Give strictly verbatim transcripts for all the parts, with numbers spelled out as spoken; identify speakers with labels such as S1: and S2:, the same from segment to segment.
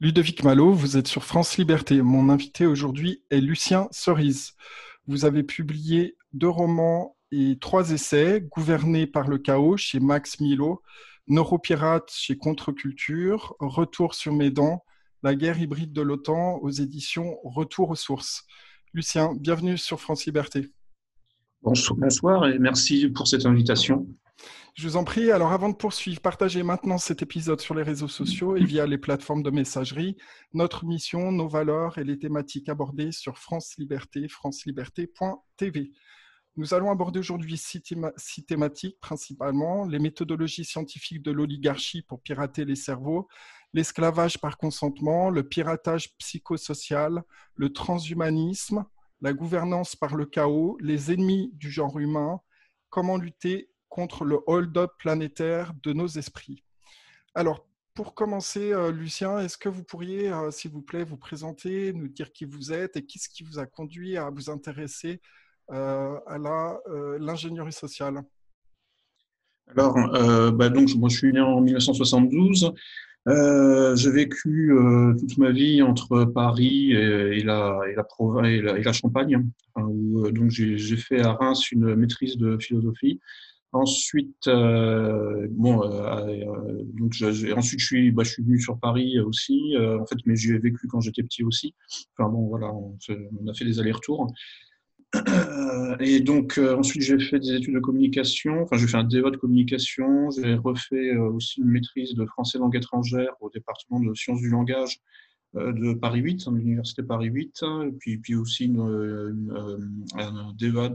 S1: Ludovic Malo, vous êtes sur France Liberté. Mon invité aujourd'hui est Lucien Cerise. Vous avez publié deux romans et trois essais, Gouverné par le chaos chez Max Milo, Neuropirate chez Contre-Culture, Retour sur mes dents, La guerre hybride de l'OTAN aux éditions Retour aux sources. Lucien, bienvenue sur France Liberté.
S2: Bonsoir et merci pour cette invitation.
S1: Je vous en prie. Alors, avant de poursuivre, partagez maintenant cet épisode sur les réseaux sociaux et via les plateformes de messagerie. Notre mission, nos valeurs et les thématiques abordées sur France Liberté, franceliberté point t v. Nous allons aborder aujourd'hui six, théma- six thématiques principalement: les méthodologies scientifiques de l'oligarchie pour pirater les cerveaux, l'esclavage par consentement, le piratage psychosocial, le transhumanisme, la gouvernance par le chaos, les ennemis du genre humain, comment lutter contre le hold-up planétaire de nos esprits. Alors, pour commencer, euh, Lucien, est-ce que vous pourriez, euh, s'il vous plaît, vous présenter, nous dire qui vous êtes et qu'est-ce qui vous a conduit à vous intéresser euh, à la, euh, l'ingénierie sociale?
S2: Alors, euh, bah donc, moi, je suis né en mille neuf cent soixante-douze. Euh, j'ai vécu euh, toute ma vie entre Paris et, et la, et, la, Prov- et, la, et la Champagne. Enfin, où, euh, donc, j'ai, j'ai fait à Reims une maîtrise de philosophie. Ensuite, euh, bon, euh, euh, donc je, j'ai- ensuite je suis, bah, je suis venu sur Paris aussi. Euh, en fait, mais j'y ai vécu quand j'étais petit aussi. Enfin bon, voilà, on, fait- on a fait des allers-retours. Euh, et donc, euh, ensuite, j'ai fait des études de communication. Enfin, j'ai fait un D E A de communication. J'ai refait euh, aussi une maîtrise de français langue étrangère au département de sciences du langage euh, de Paris huit, hein, de l'université Paris huit. Hein, et puis, puis aussi une, une, euh, un D E A de,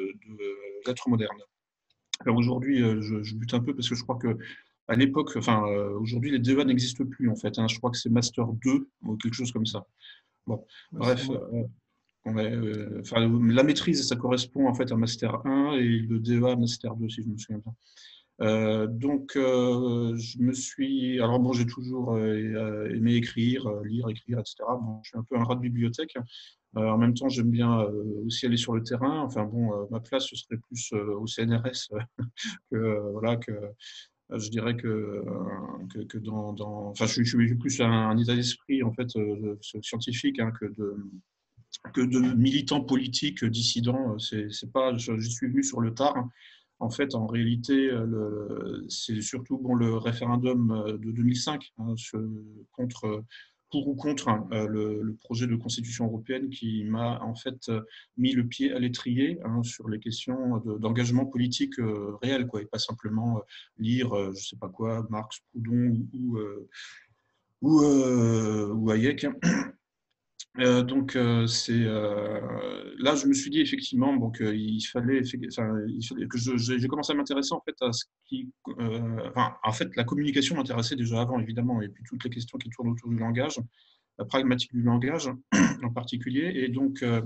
S2: de lettres modernes. Alors aujourd'hui, euh, je, je bute un peu parce que je crois que à l'époque, enfin, euh, aujourd'hui, les D E A n'existent plus en fait. Hein. Je crois que c'est Master deux ou quelque chose comme ça. Bon,
S1: Me
S2: bref.
S1: semble.
S2: euh, Ouais, euh, enfin, la maîtrise, ça correspond en fait à Master un et le D E A à Master deux, si je me souviens bien. Euh, donc, euh, je me suis. Alors, bon, j'ai toujours euh, aimé écrire, euh, lire, écrire, et cetera. Bon, je suis un peu un rat de bibliothèque. Euh, en même temps, j'aime bien euh, aussi aller sur le terrain. Enfin, bon, euh, ma place, ce serait plus euh, au C N R S que, euh, voilà, que je dirais que, euh, que, que dans, dans. Enfin, je suis, je suis plus un, un état d'esprit en fait euh, scientifique hein, que de que de militants politiques dissidents. C'est, c'est pas, j'y suis venu sur le tard. En fait, en réalité, le, c'est surtout bon, le référendum de deux mille cinq hein, contre, pour ou contre hein, le, le, projet de constitution européenne qui m'a en fait mis le pied à l'étrier hein, sur les questions de, d'engagement politique euh, réel, quoi, et pas simplement euh, lire, euh, je sais pas quoi, Marx, Proudhon ou, euh, ou, euh, ou Hayek. Euh, donc euh, c'est euh, là je me suis dit effectivement donc euh, il fallait, enfin, il fallait que je, j'ai j'ai commencé à m'intéresser en fait à ce qui euh, enfin, en fait la communication m'intéressait déjà avant évidemment et puis toutes les questions qui tournent autour du langage, la pragmatique du langage en particulier et donc euh,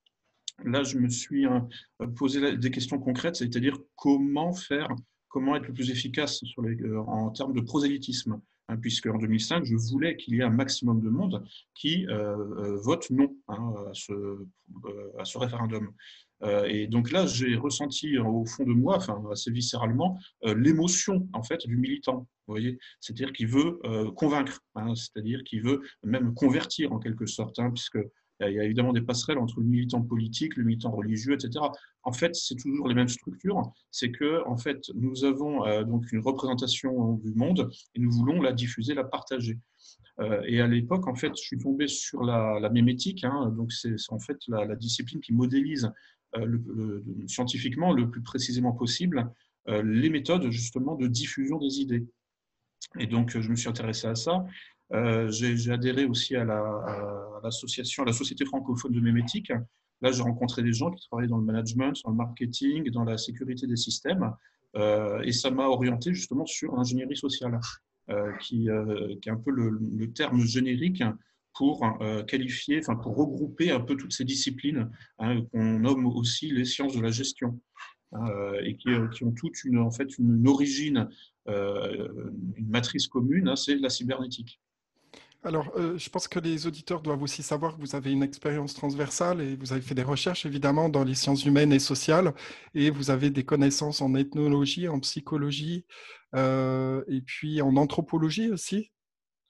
S2: là je me suis euh, posé des questions concrètes, c'est-à-dire comment faire, comment être le plus efficace sur les, euh, en termes de prosélytisme. Hein, puisque en deux mille cinq, je voulais qu'il y ait un maximum de monde qui euh, euh, vote non hein, à, ce, euh, à ce référendum. Euh, et donc là, j'ai ressenti au fond de moi, enfin assez viscéralement, euh, l'émotion en fait du militant. Vous voyez, c'est-à-dire qu'il veut euh, convaincre, hein, c'est-à-dire qu'il veut même convertir en quelque sorte, hein, puisque il y a évidemment des passerelles entre le militant politique, le militant religieux, et cetera. En fait, c'est toujours les mêmes structures. C'est que, en fait, nous avons euh, donc une représentation du monde et nous voulons la diffuser, la partager. Euh, et à l'époque, en fait, je suis tombé sur la, la mémétique. Hein, donc, c'est en fait la, la, discipline qui modélise euh, le, le, scientifiquement, le plus précisément possible, euh, les méthodes justement de diffusion des idées. Et donc, je me suis intéressé à ça. Euh, j'ai, j'ai adhéré aussi à, la, à l'association, à la Société francophone de mémétique. Là, j'ai rencontré des gens qui travaillaient dans le management, dans le marketing, dans la sécurité des systèmes. Euh, et ça m'a orienté justement sur l'ingénierie sociale, euh, qui, euh, qui est un peu le, le terme générique pour euh, qualifier, enfin pour regrouper un peu toutes ces disciplines hein, qu'on nomme aussi les sciences de la gestion hein, et qui, qui, ont toutes une, en fait, une, une origine, euh, une matrice commune, hein, c'est la cybernétique.
S1: Alors, euh, je pense que les auditeurs doivent aussi savoir que vous avez une expérience transversale et vous avez fait des recherches évidemment dans les sciences humaines et sociales et vous avez des connaissances en ethnologie, en psychologie euh, et puis en anthropologie aussi.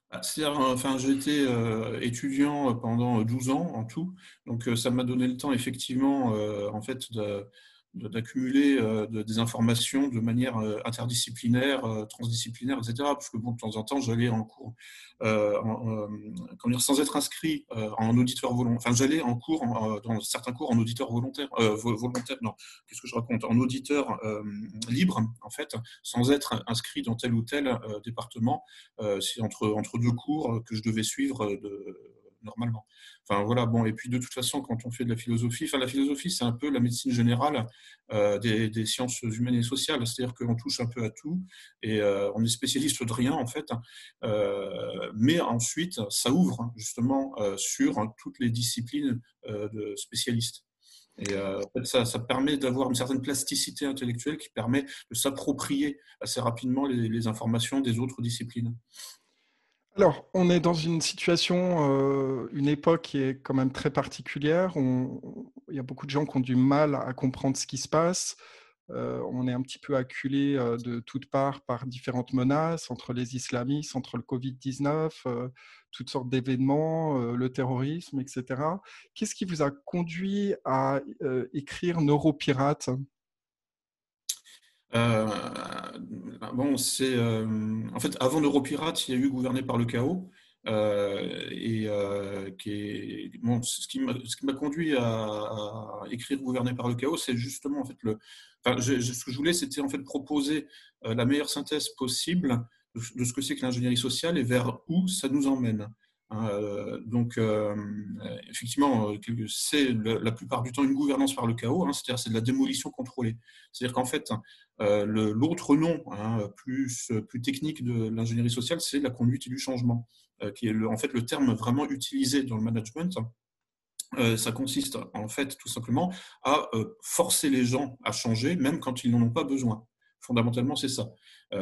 S2: C'est-à-dire, enfin, j'ai été euh, étudiant pendant douze ans en tout, donc euh, ça m'a donné le temps effectivement, euh, en fait, de, de, d'accumuler euh, de, des informations de manière euh, interdisciplinaire, euh, transdisciplinaire, et cetera. Parce que bon, de temps en temps, j'allais en cours, euh, en, euh, comment dire, sans être inscrit euh, en auditeur volontaire. Enfin, j'allais en cours, en, dans certains cours en auditeur volontaire, euh, volontaire, non, qu'est-ce que je raconte, en auditeur euh, libre, en fait, sans être inscrit dans tel ou tel euh, département. Euh, c'est entre, entre deux cours que je devais suivre de, normalement. Enfin voilà, bon, et puis de toute façon, quand on fait de la philosophie, enfin la philosophie, c'est un peu la médecine générale euh, des, des sciences humaines et sociales, c'est-à-dire qu'on touche un peu à tout et euh, on est spécialiste de rien en fait, euh, mais ensuite, ça ouvre justement euh, sur toutes les disciplines euh, de spécialistes. Et euh, en fait, ça, ça permet d'avoir une certaine plasticité intellectuelle qui permet de s'approprier assez rapidement les, les informations des autres disciplines.
S1: Alors, on est dans une situation, euh, une époque qui est quand même très particulière. On- il y a beaucoup de gens qui ont du mal à comprendre ce qui se passe. Euh, on est un petit peu acculé euh, de toutes parts par différentes menaces, entre les islamistes, entre le covid dix-neuf, euh, toutes sortes d'événements, euh, le terrorisme, et cetera. Qu'est-ce qui vous a conduit à euh, écrire Neuropirate?
S2: Euh, bon, c'est euh, en fait avant Neuropirate, il y a eu Gouverné par le chaos, euh, et euh, qui est bon, ce qui m'a ce qui m'a conduit à, à écrire Gouverné par le chaos, c'est justement en fait le. Enfin, je, je, ce que je voulais, c'était en fait proposer euh, la meilleure synthèse possible de, de ce que c'est que l'ingénierie sociale et vers où ça nous emmène. Euh, donc, euh, effectivement, c'est la plupart du temps une gouvernance par le chaos, hein, c'est-à-dire c'est de la démolition contrôlée. C'est-à-dire qu'en fait, euh, l'autre nom, hein, plus, plus technique de l'ingénierie sociale, c'est la conduite du changement, euh, qui est le, en fait le terme vraiment utilisé dans le management. Euh, ça consiste en fait tout simplement à euh, forcer les gens à changer, même quand ils n'en ont pas besoin. Fondamentalement, c'est ça.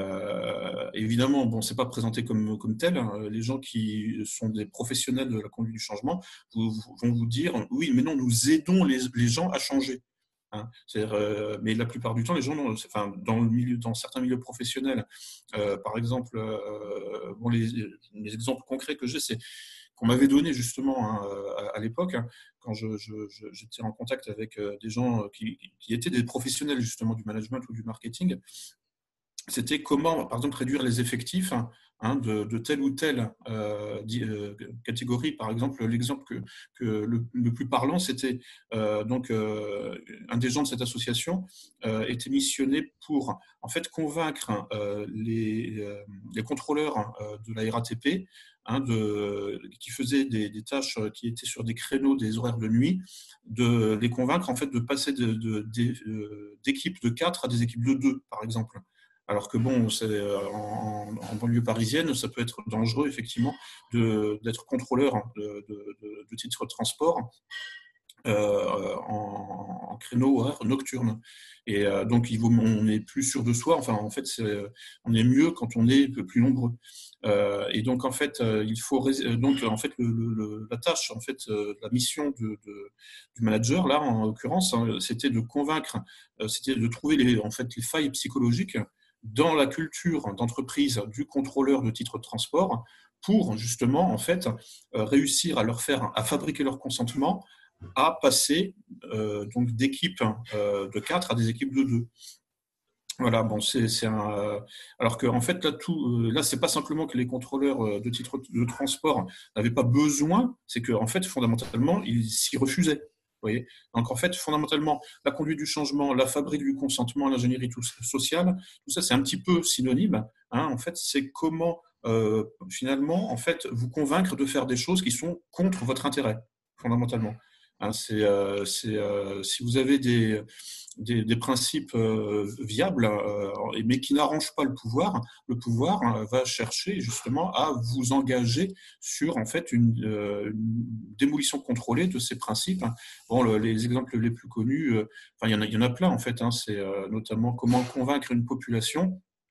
S2: Euh, évidemment, bon, c'est pas présenté comme, comme tel, hein. Les gens qui sont des professionnels de la conduite du changement vous, vont vous dire oui, mais non, nous aidons les, les gens à changer. Hein. Euh, mais la plupart du temps, les gens, enfin, dans, le milieu, dans certains milieux professionnels, euh, par exemple, euh, bon, les, les exemples concrets que j'ai, c'est qu'on m'avait donné justement hein, à, à l'époque, hein, quand je, je, je, j'étais en contact avec euh, des gens qui, qui étaient des professionnels justement du management ou du marketing. C'était comment, par exemple, réduire les effectifs hein, de, de telle ou telle euh, euh, catégorie. Par exemple, l'exemple que, que le, le plus parlant, c'était euh, donc euh, un des gens de cette association euh, était missionné pour en fait convaincre euh, les, euh, les contrôleurs euh, de la R A T P hein, de, qui faisaient des, des tâches qui étaient sur des créneaux, des horaires de nuit, de les convaincre en fait de passer de, de, de, d'équipes de quatre à des équipes de deux, par exemple. Alors que bon, c'est, euh, en, en banlieue parisienne, ça peut être dangereux effectivement de, d'être contrôleur de, de, de, de titres de transport euh, en, en créneau horaire nocturne. Et euh, donc, il vaut, on est plus sûr de soi. Enfin, en fait, c'est, on est mieux quand on est plus nombreux. Euh, et donc, en fait, euh, il faut donc en fait le, le, la tâche, en fait, euh, la mission de, de, du manager là, en l'occurrence, hein, c'était de convaincre, euh, c'était de trouver les, en fait les failles psychologiques dans la culture d'entreprise du contrôleur de titres de transport pour justement en fait euh, réussir à leur faire à fabriquer leur consentement à passer euh, donc d'équipes euh, de quatre à des équipes de deux. Voilà, bon, c'est, c'est un. Euh, alors que en fait là tout, euh, là c'est pas simplement que les contrôleurs euh, de titres de transport n'avaient pas besoin, c'est que en fait fondamentalement ils s'y refusaient. Vous voyez. Donc en fait fondamentalement la conduite du changement, la fabrique du consentement, l'ingénierie sociale, tout ça c'est un petit peu synonyme. Hein, en fait c'est comment euh, finalement en fait vous convaincre de faire des choses qui sont contre votre intérêt fondamentalement. Hein, c'est, euh, c'est, euh, si vous avez des, des, des principes euh, viables, euh, mais qui n'arrangent pas le pouvoir, le pouvoir euh, va chercher justement à vous engager sur en fait une, euh, une démolition contrôlée de ces principes. Bon, le, les exemples les plus connus, euh, enfin il y en a, il y en a plein en fait. Hein, c'est euh, notamment comment convaincre une population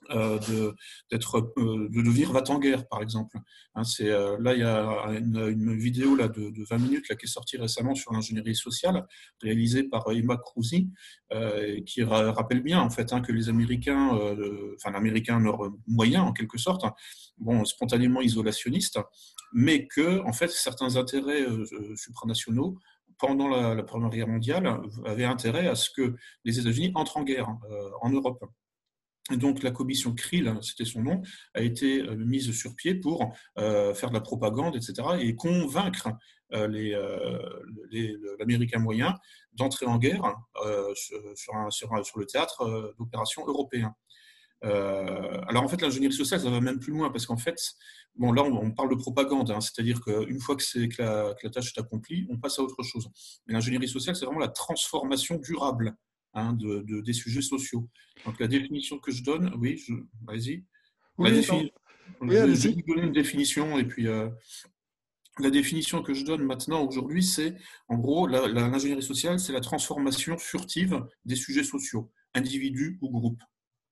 S2: Euh, de, d'être, euh, de devenir va-t-en-guerre, par exemple. Hein, c'est, euh, là, il y a une, une vidéo là, de, de vingt minutes là, qui est sortie récemment sur l'ingénierie sociale, réalisée par Emma Cruzy, euh, qui ra- rappelle bien en fait, hein, que les Américains, euh, enfin l'Américain nord-moyen en quelque sorte, hein, bon, spontanément isolationnistes, mais que en fait, certains intérêts euh, supranationaux pendant la, la Première Guerre mondiale avaient intérêt à ce que les États-Unis entrent en guerre euh, en Europe. Et donc la commission Krill, c'était son nom, a été mise sur pied pour euh, faire de la propagande, et cetera, et convaincre euh, les, euh, les, l'Américain moyen d'entrer en guerre euh, sur, un, sur, un, sur le théâtre euh, d'opérations européen. Euh, alors en fait, l'ingénierie sociale, ça va même plus loin, parce qu'en fait, bon là, on, on parle de propagande, hein, c'est-à-dire qu'une fois que, c'est, que, la, que la tâche est accomplie, on passe à autre chose. Mais l'ingénierie sociale, c'est vraiment la transformation durable, hein, de, de, des sujets sociaux. Donc la définition que je donne, oui, je, vas-y. La
S1: Oui, non,
S2: défini,
S1: oui,
S2: je, je vais
S1: allez-y.
S2: vous donner une définition, et puis euh, la définition que je donne maintenant, aujourd'hui, c'est, en gros, la, la, l'ingénierie sociale, c'est la transformation furtive des sujets sociaux, individus ou groupes.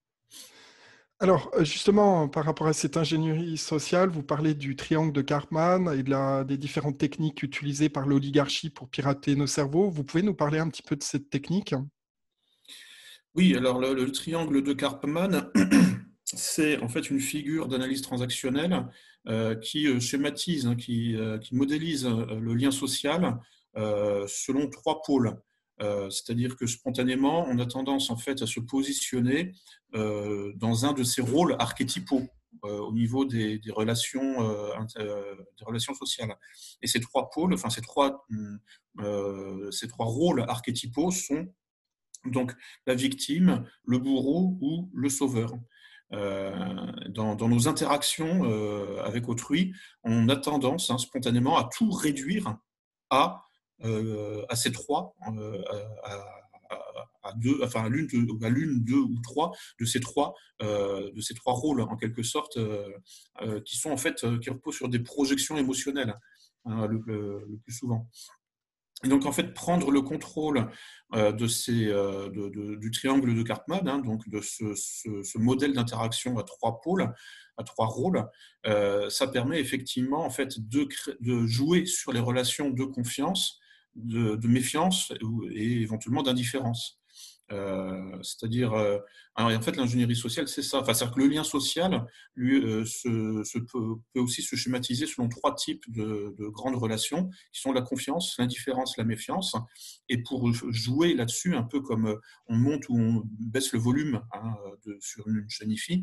S1: Alors, euh, justement, par rapport à cette ingénierie sociale, vous parlez du triangle de Karpman et de la, des différentes techniques utilisées par l'oligarchie pour pirater nos cerveaux. Vous pouvez nous parler un petit peu de cette technique?
S2: Oui, alors le, le triangle de Karpman, c'est en fait une figure d'analyse transactionnelle euh, qui euh, schématise, hein, qui, euh, qui, modélise euh, le lien social euh, selon trois pôles. Euh, c'est-à-dire que spontanément, on a tendance en fait à se positionner euh, dans un de ces rôles archétypaux euh, au niveau des, des relations, euh, euh, des relations sociales. Et ces trois pôles, enfin ces trois, euh, ces trois rôles archétypaux sont donc la victime, le bourreau ou le sauveur. Euh, dans, dans, nos interactions euh, avec autrui, on a tendance hein, spontanément à tout réduire à, euh, à ces trois, euh, à, à, à, deux, enfin à l'une, de, à l'une, deux ou trois de ces trois, euh, de ces trois rôles en quelque sorte, euh, euh, qui sont en fait qui reposent sur des projections émotionnelles hein, le, le, le plus souvent. Et donc, en fait, prendre le contrôle euh, de ces, euh, de, de, du triangle de Karpman, hein, donc de ce, ce, ce modèle d'interaction à trois pôles, à trois rôles, euh, ça permet effectivement en fait, de, de jouer sur les relations de confiance, de, de méfiance et éventuellement d'indifférence. Euh, c'est-à-dire, euh, alors, en fait, l'ingénierie sociale, c'est ça. Enfin, c'est-à-dire que le lien social, lui, euh, se, se peut, peut aussi se schématiser selon trois types de, de grandes relations, qui sont la confiance, l'indifférence, la méfiance. Et pour jouer là-dessus, un peu comme on monte ou on baisse le volume hein, de, sur une chaîne I-Fi,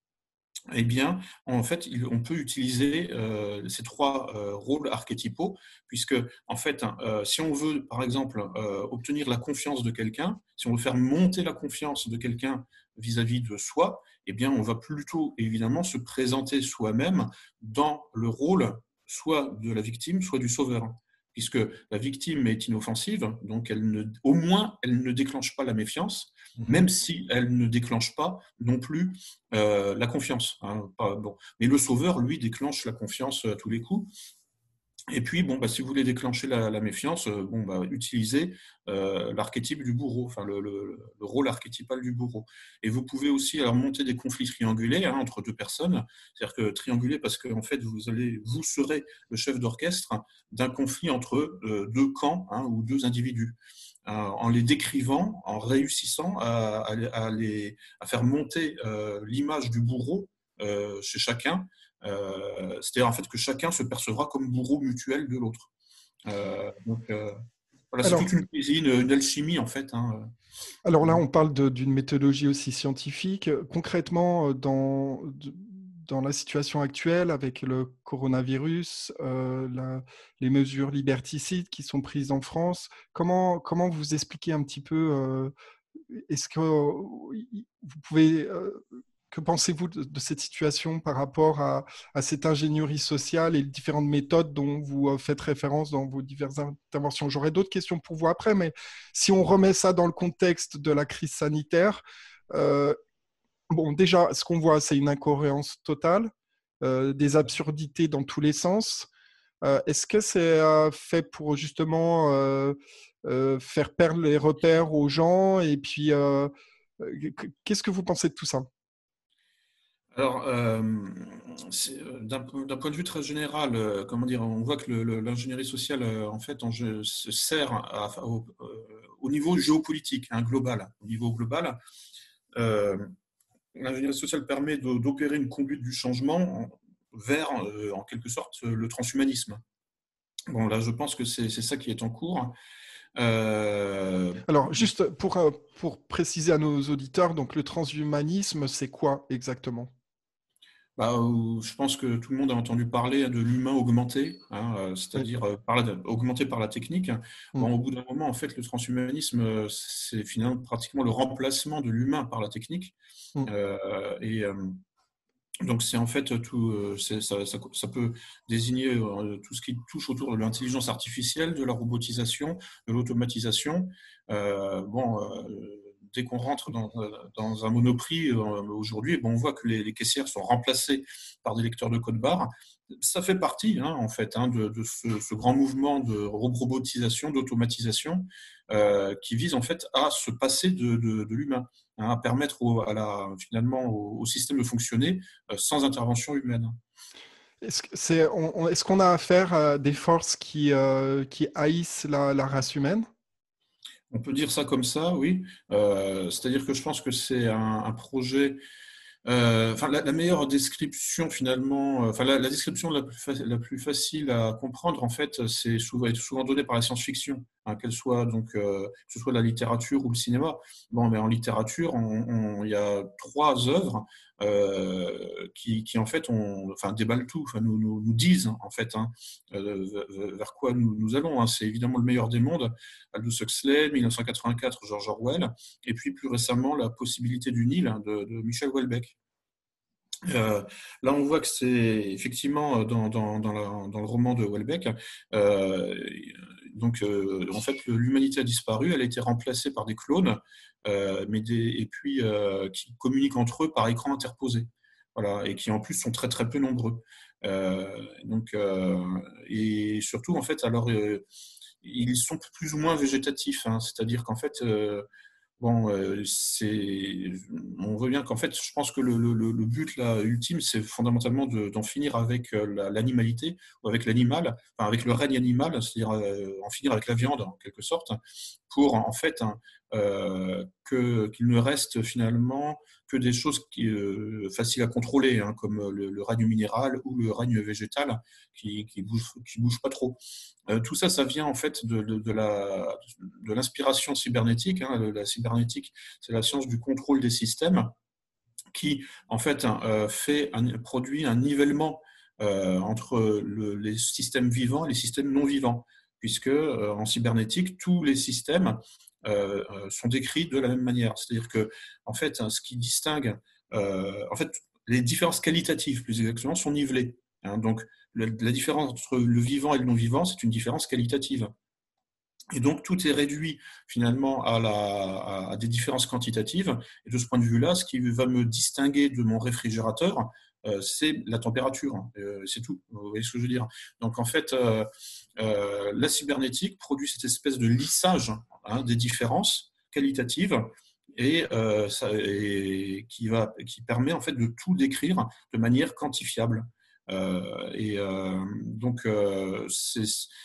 S2: eh bien, en fait, on peut utiliser euh, ces trois euh, rôles archétypaux, puisque, en fait, euh, si on veut, par exemple, euh, obtenir la confiance de quelqu'un, si on veut faire monter la confiance de quelqu'un vis-à-vis de soi, eh bien, on va plutôt, évidemment, se présenter soi-même dans le rôle soit de la victime, soit du sauveur. Puisque la victime est inoffensive, donc elle ne, au moins, elle ne déclenche pas la méfiance, même si elle ne déclenche pas non plus euh, la confiance. Hein, pas, bon. Mais le sauveur, lui, déclenche la confiance à tous les coups. Et puis, bon, bah, si vous voulez déclencher la, la méfiance, euh, bon, bah, utilisez euh, l'archétype du bourreau, enfin le, le, le rôle archétypal du bourreau. Et vous pouvez aussi alors monter des conflits triangulés hein, entre deux personnes, c'est-à-dire que triangulés parce que en fait vous allez, vous serez le chef d'orchestre d'un conflit entre euh, deux camps hein, ou deux individus. Euh, en les décrivant, en réussissant à, à, à, les, à faire monter euh, l'image du bourreau euh, chez chacun. Euh, c'est-à-dire en fait que chacun se percevra comme bourreau mutuel de l'autre. Euh, donc euh, voilà, c'est toute
S1: Alors,
S2: une cuisine, une alchimie en fait. Hein.
S1: alors là, on parle de- d'une méthodologie aussi scientifique. Concrètement, euh, dans, dans la situation actuelle avec le coronavirus, euh, la- les mesures liberticides qui sont prises en France, comment, comment vous expliquez un petit peu, euh, est-ce que euh, vous pouvez, euh, que pensez-vous de, de cette situation par rapport à, à cette ingénierie sociale et les différentes méthodes dont vous euh, faites référence dans vos diverses interventions? J'aurai d'autres questions pour vous après, mais si on remet ça dans le contexte de la crise sanitaire, euh, bon, déjà, ce qu'on voit, c'est une incohérence totale, euh, des absurdités dans tous les sens. Euh, est-ce que c'est euh, fait pour justement euh, euh, faire perdre les repères aux gens? Et puis, euh, qu'est-ce que vous pensez de tout ça?
S2: Alors, euh, c'est, euh, d'un, d'un point de vue très général, euh, comment dire, on voit que le- le- l'ingénierie sociale, euh, en fait, en jeu- se sert à- à- au, euh, au niveau géopolitique, hein, global. Au niveau global, euh, l'ingénierie sociale permet de- d'opérer une conduite du changement en- vers, euh, en quelque sorte, le transhumanisme. Bon, là, je pense que c'est c'est ça qui est en cours. Euh,
S1: Alors, juste pour, euh, pour préciser à nos auditeurs, donc le transhumanisme, c'est quoi exactement?
S2: Bah, euh, je pense que tout le monde a entendu parler de l'humain augmenté, hein, euh,
S1: Oui.
S2: c'est-à-dire euh, par la- augmenté par la technique.
S1: Mm.
S2: Bon, au bout d'un moment, en fait, le transhumanisme, euh, c'est finalement pratiquement le remplacement de l'humain par la technique.
S1: Mm.
S2: Euh, et euh, donc, c'est en fait tout, euh, c'est- ça, ça- ça peut désigner euh, tout ce qui touche autour de l'intelligence artificielle, de la robotisation, de l'automatisation. Euh, bon, euh, dès qu'on rentre dans, euh, dans un Monoprix euh, aujourd'hui, bon, on voit que les, les caissières sont remplacées par des lecteurs de code barre. Ça fait partie, hein, en fait, hein, de, de ce, ce grand mouvement de robotisation, d'automatisation, euh, qui vise en fait à se passer de, de, de l'humain, hein, à permettre au, à la, finalement au, au système de fonctionner euh, sans intervention humaine.
S1: Est-ce que c'est, on- on- est-ce qu'on a affaire à des forces qui, euh, qui haïssent la, la race humaine?
S2: On peut dire ça comme ça, oui. Euh, c'est-à-dire que je pense que c'est un, un projet. Euh, enfin, la, la meilleure description finalement, euh, enfin la, la description la plus, fa- la plus facile à comprendre en fait, c'est souvent, est souvent donnée par la science-fiction, hein, qu'elle soit donc euh, que ce soit la littérature ou le cinéma. Bon, mais en littérature, on- on- il y a trois œuvres euh, qui, qui en fait, on, enfin déballent tout, enfin nous, nous, nous disent en fait hein, euh, vers vers quoi nous, nous allons. Hein. C'est évidemment le meilleur des mondes, Aldous Huxley, mille neuf cent quatre-vingt-quatre, George Orwell, et puis plus récemment la possibilité du Nil hein, de, de Michel Houellebecq. Euh, là, on voit que c'est effectivement euh, dans, dans, dans, la- dans le roman de Houellebecq. Euh, donc, euh, en fait, l'humanité a disparu, elle a été remplacée par des clones, euh, mais des, et puis euh, qui communiquent entre eux par écran interposé. Voilà, et qui en plus sont très très peu nombreux. Euh, donc, euh, et surtout, en fait, alors, euh, ils sont plus ou moins végétatifs, hein, c'est-à-dire qu'en fait, euh, Bon, euh, c'est, on voit bien qu'en fait, je pense que le, le, le but là, ultime, c'est fondamentalement de- d'en finir avec euh, la- l'animalité ou avec l'animal, enfin, avec le règne animal, c'est-à-dire euh, en finir avec la viande en quelque sorte, pour en fait hein, euh, que qu'il ne reste finalement que des choses qui, euh, faciles à contrôler, hein, comme le, le règne minéral ou le règne végétal, qui qui bouge qui bouge pas trop. Euh, tout ça, ça vient en fait de, de, de la, de l'inspiration cybernétique. Hein. La cybernétique, c'est la science du contrôle des systèmes qui, en fait, euh, fait un, produit un nivellement euh, entre le, les systèmes vivants et les systèmes non vivants, puisque euh, en cybernétique, tous les systèmes euh, sont décrits de la même manière. C'est-à-dire que, en fait, ce qui distingue, euh, en fait, les différences qualitatives, plus exactement, sont nivelées. Hein. Donc, le, la différence entre le vivant et le non vivant, c'est une différence qualitative. Et donc, tout est réduit finalement à, la, à des différences quantitatives. Et de ce point de vue-là, ce qui va me distinguer de mon réfrigérateur, euh, c'est la température. Euh, c'est tout. Vous voyez ce que je veux dire? Donc, en fait, euh, euh, la cybernétique produit cette espèce de lissage hein, des différences qualitatives et, euh, ça, et qui, va, qui permet en fait de tout décrire de manière quantifiable. Euh, et euh, donc, euh, c'est,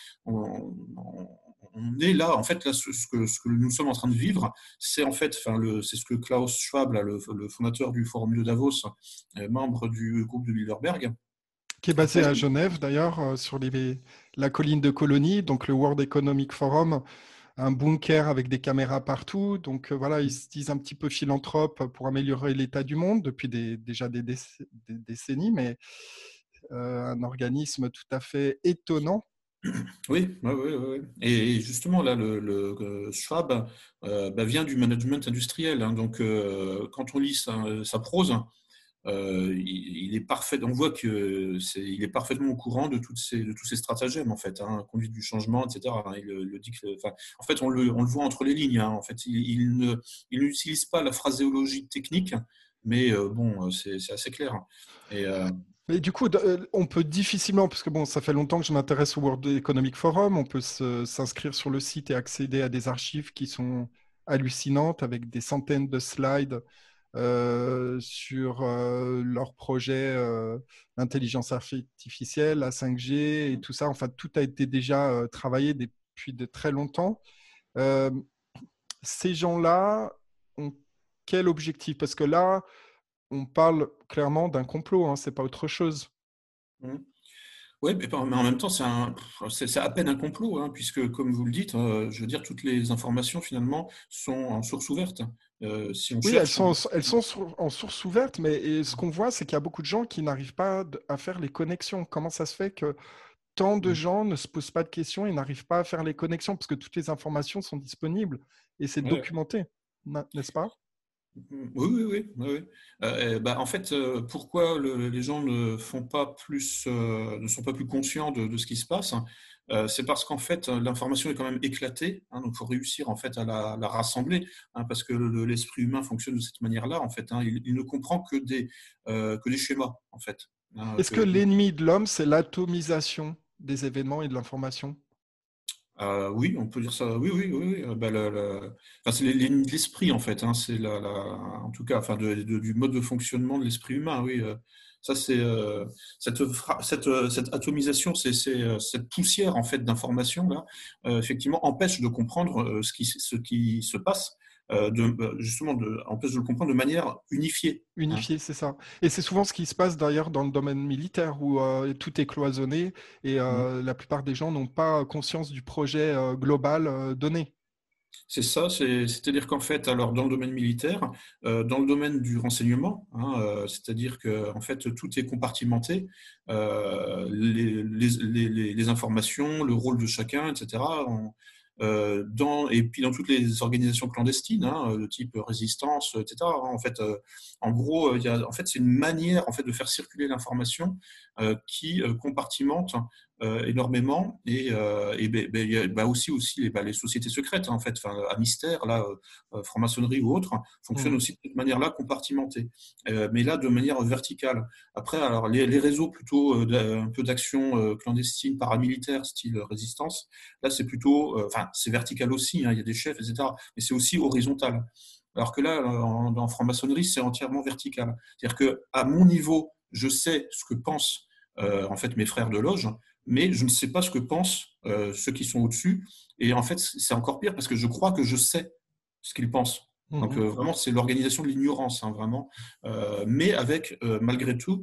S2: on, on, on est là, en fait, là, ce, ce, que, ce que nous sommes en train de vivre, c'est en fait, enfin, le, c'est ce que Klaus Schwab, là, le, le fondateur du Forum de Davos, euh, membre du groupe de Bilderberg,
S1: Qui est basé
S2: appelle.
S1: à Genève d'ailleurs, euh, sur les, la colline de Colonie, donc le World Economic Forum, un bunker avec des caméras partout. Donc euh, voilà, ils se disent un petit peu philanthropes pour améliorer l'état du monde depuis des, déjà des, déc- des décennies, mais euh, un organisme tout à fait étonnant.
S2: Oui, oui, oui, oui. Et justement, là, le, le euh, Schwab euh, bah, vient du management industriel. Hein. Donc, euh, quand on lit sa, sa prose, euh, il, il est parfait. On voit que c'est, il est parfaitement au courant de toutes ces, de tous ces stratagèmes, en fait, hein, conduite du changement, et cetera. Hein. Il, le dit que, enfin, en fait, on le, on le voit entre les lignes. Hein. En fait, il, il ne, il n'utilise pas la phraséologie technique, mais euh, bon, c'est, c'est assez clair. Et euh,
S1: Mais du coup, de- euh, on peut difficilement, parce que bon, ça fait longtemps que je m'intéresse au World Economic Forum, on peut se- s'inscrire sur le site et accéder à des archives qui sont hallucinantes avec des centaines de slides euh, sur euh, leur projet euh, d'intelligence artificielle, la cinq G et tout ça. Enfin, tout a été déjà euh, travaillé depuis de très longtemps. Euh, Ces gens-là ont quel objectif? Parce que là, on parle clairement d'un complot, hein, c'est pas autre chose.
S2: Oui, mais en mais en même temps, c'est un- c'est- c'est à peine un complot, hein, puisque, comme vous le dites, euh, je veux dire, toutes les informations, finalement, sont en source ouverte. Euh, si on
S1: Oui, elles
S2: cherche, on-
S1: sont, elles sont sur- en source ouverte, mais et ce qu'on voit, c'est qu'il y a beaucoup de gens qui n'arrivent pas d- à faire les connexions. Comment ça se fait que tant de gens ne se posent pas de questions et n'arrivent pas à faire les connexions? Parce que toutes les informations sont disponibles et c'est
S2: Ouais.
S1: documenté, n'a- n'est-ce pas?
S2: Oui, oui, oui, oui, oui. Euh, bah, en fait, euh, pourquoi le- les gens ne font pas plus, euh, ne sont pas plus conscients de, de ce qui se passe, hein. Euh, c'est parce qu'en fait, l'information est quand même éclatée, hein, donc il faut réussir en fait à la, la rassembler, hein, parce que le- l'esprit humain fonctionne de cette manière-là, en fait, hein. il, il ne comprend que des, euh, que des schémas, en fait, hein,
S1: Est-ce que
S2: que,
S1: l'ennemi de l'homme, c'est l'atomisation des événements et de l'information?
S2: Euh, oui, on peut dire ça. Oui, oui, oui, oui. Euh, bah, le- le- enfin, c'est l'é- l'esprit en fait, hein, c'est la, la- en tout cas, enfin, de- de- du mode de fonctionnement de l'esprit humain. Oui, euh, ça c'est euh, cette, fra- cette, euh, cette atomisation, c'est c'est, euh, cette poussière en fait d'information là, euh, effectivement, empêche de comprendre euh, ce qui ce qui se passe, euh, de euh, justement, de, empêche de le comprendre de manière unifiée, hein.
S1: Unifié, c'est ça. Et c'est souvent ce qui se passe d'ailleurs dans le domaine militaire où euh, tout est cloisonné et euh, la plupart des gens n'ont pas conscience du projet euh, global euh, donné.
S2: C'est ça, c'est- c'est-à-dire qu'en fait, alors dans le domaine militaire, euh, dans le domaine du renseignement, hein, euh, c'est-à-dire que en fait tout est compartimenté, euh, les, les, les, les- les informations, le rôle de chacun, et cetera. On- euh, dans, et puis dans toutes les organisations clandestines, hein, de type résistance, et cetera. En fait, euh, en gros, il y a, en fait, c'est une manière en fait de faire circuler l'information euh, qui euh, compartimente euh, énormément et, euh, et ben, ben, il y a bah, aussi aussi les, bah, les sociétés secrètes, hein, en fait, enfin, à mystère là, euh, franc-maçonnerie ou autre, fonctionnent
S1: Mhm.
S2: aussi de cette manière-là, compartimentée, euh, mais là de manière verticale. Après, alors les, les réseaux plutôt euh, d'un- un peu d'action euh, clandestine paramilitaire style résistance, là c'est plutôt, euh, enfin c'est vertical aussi, hein, il y a des chefs, et cetera, mais c'est aussi horizontal. Alors que là, en, en franc-maçonnerie, c'est entièrement vertical. C'est-à-dire que à mon niveau, je sais ce que pensent euh, en fait mes frères de loge, mais je ne sais pas ce que pensent euh, ceux qui sont au-dessus. Et en fait, c'est encore pire parce que je crois que je sais ce qu'ils pensent. Donc
S1: Mhm.
S2: euh, vraiment, c'est l'organisation de l'ignorance, hein, vraiment. Euh, mais avec, euh, malgré tout,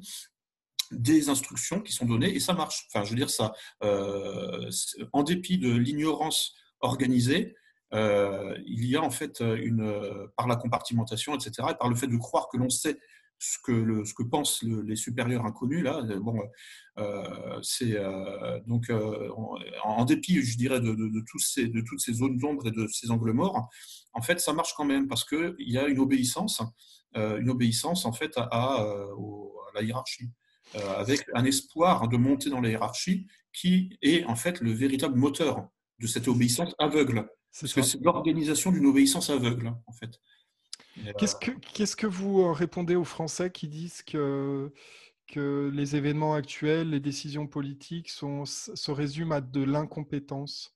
S2: des instructions qui sont données et ça marche. Enfin, je veux dire, ça, euh, en dépit de l'ignorance organisée, euh, il y a en fait une, euh, par la compartimentation, et cetera, et par le fait de croire que l'on sait ce que, le, ce que pensent le, les supérieurs inconnus, là, bon, euh, c'est euh, donc euh, en, en dépit, je dirais, de, de, de, tous ces, de toutes ces zones d'ombre et de ces angles morts, en fait, ça marche quand même parce qu'il y a une obéissance, euh, une obéissance en fait à, à, à la hiérarchie euh, avec un espoir de monter dans la hiérarchie qui est en fait le véritable moteur de cette
S1: C'est
S2: obéissance aveugle.
S1: c'est
S2: Parce que
S1: ça.
S2: c'est l'organisation d'une obéissance aveugle, en fait. Et,
S1: Qu'est-ce
S2: euh,
S1: que, qu'est-ce que vous euh, répondez aux Français qui disent que, que les événements actuels, les décisions politiques sont, se résument à de l'incompétence?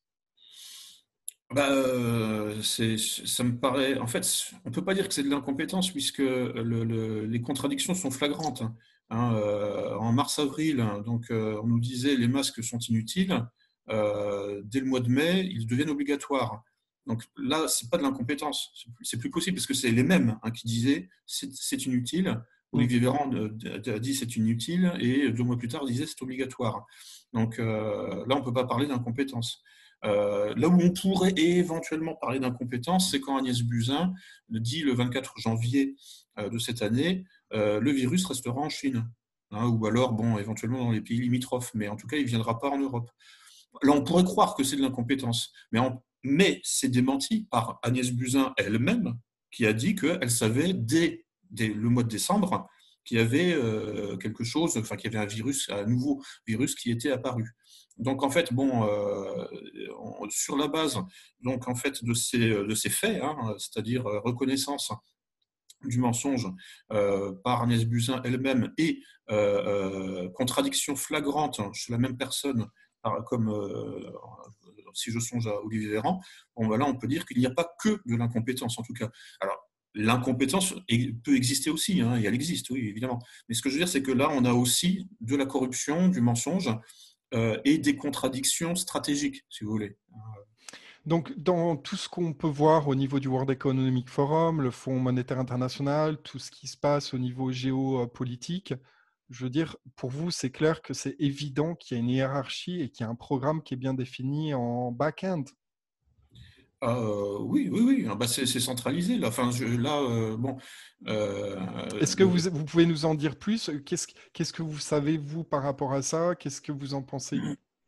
S2: bah, euh, c'est, ça me paraît. En fait, on peut pas dire que c'est de l'incompétence puisque le, le, les contradictions sont flagrantes. Hein, euh, en mars-avril, hein, donc euh, on nous disait les masques sont inutiles. Euh, dès le mois de mai, ils deviennent obligatoires. Donc là, c'est pas de l'incompétence, c'est plus, c'est plus possible parce que c'est les mêmes hein, qui disaient c'est, c'est inutile.
S1: Mm.
S2: Olivier Véran a dit c'est inutile et deux mois plus tard disait c'est obligatoire. Donc euh, là, on peut pas parler d'incompétence. Euh, là où on pourrait éventuellement parler d'incompétence, c'est quand Agnès Buzyn dit le vingt-quatre janvier euh, de cette année, euh, le virus restera en Chine. Hein, ou alors, bon, éventuellement dans les pays limitrophes, mais en tout cas, il ne viendra pas en Europe. Là, on pourrait croire que c'est de l'incompétence, mais, en, mais c'est démenti par Agnès Buzyn elle-même, qui a dit qu'elle savait dès, dès, le mois de décembre qu'il y avait euh, quelque chose, enfin qu'il y avait un virus, un nouveau virus qui était apparu. Donc en fait, bon, euh, on, sur la base donc en fait de ces, de ces faits, hein, c'est-à-dire reconnaissance du mensonge euh, par Agnès Buzyn elle-même et euh, euh, contradiction flagrante chez la même personne, comme euh, si je songe à Olivier Véran, bon, ben là on peut dire qu'il n'y a pas que de l'incompétence en tout cas. Alors l'incompétence peut exister aussi, hein, et elle existe, oui, évidemment. Mais ce que je veux dire, c'est que là, on a aussi de la corruption, du mensonge euh, et des contradictions stratégiques, si vous voulez.
S1: Donc, dans tout ce qu'on peut voir au niveau du World Economic Forum, le Fonds monétaire international, tout ce qui se passe au niveau géopolitique, je veux dire, pour vous, c'est clair que c'est évident qu'il y a une hiérarchie et qu'il y a un programme qui est bien défini en back-end.
S2: Euh, oui, oui, oui. Ah bah, c'est c'est centralisé. Là, enfin, je, là euh, bon. euh,
S1: Est-ce que vous, vous pouvez nous en dire plus? Qu'est-ce, qu'est-ce que vous savez, vous, par rapport à ça? Qu'est-ce que vous en pensez?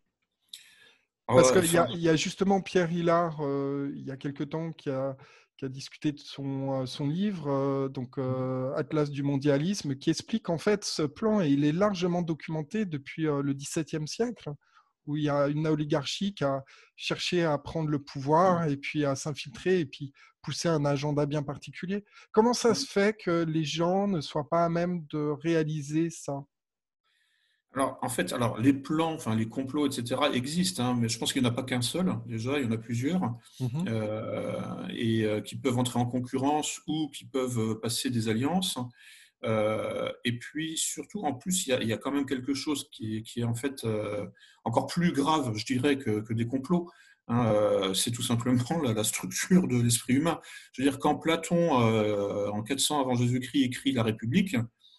S1: Parce
S2: euh,
S1: qu'il y
S2: enfin,
S1: a, il y a justement Pierre Hillard, euh, il y a quelque temps, qui a, qui a discuté de son, euh, son livre, euh, donc euh, Atlas du mondialisme, qui explique en fait ce plan, et il est largement documenté depuis euh, le XVIIe siècle, où il y a une oligarchie qui a cherché à prendre le pouvoir et puis à s'infiltrer et puis pousser un agenda bien particulier. Comment ça se fait que les gens ne soient pas à même de réaliser ça?
S2: alors, en fait, alors, les plans, enfin, les complots, et cetera existent, hein, mais je pense qu'il n'y en a pas qu'un seul. Déjà, il y en a plusieurs,
S1: Mhm.
S2: euh, et euh, qui peuvent entrer en concurrence ou qui peuvent euh, passer des alliances. Euh, et puis surtout, en plus, il y a, il y a quand même quelque chose qui est, qui est en fait euh, encore plus grave, je dirais, que, que des complots. Hein, euh, c'est tout simplement la, la structure de l'esprit humain. Je veux dire, quand Platon, euh, en quatre cents avant Jésus-Christ, écrit La République,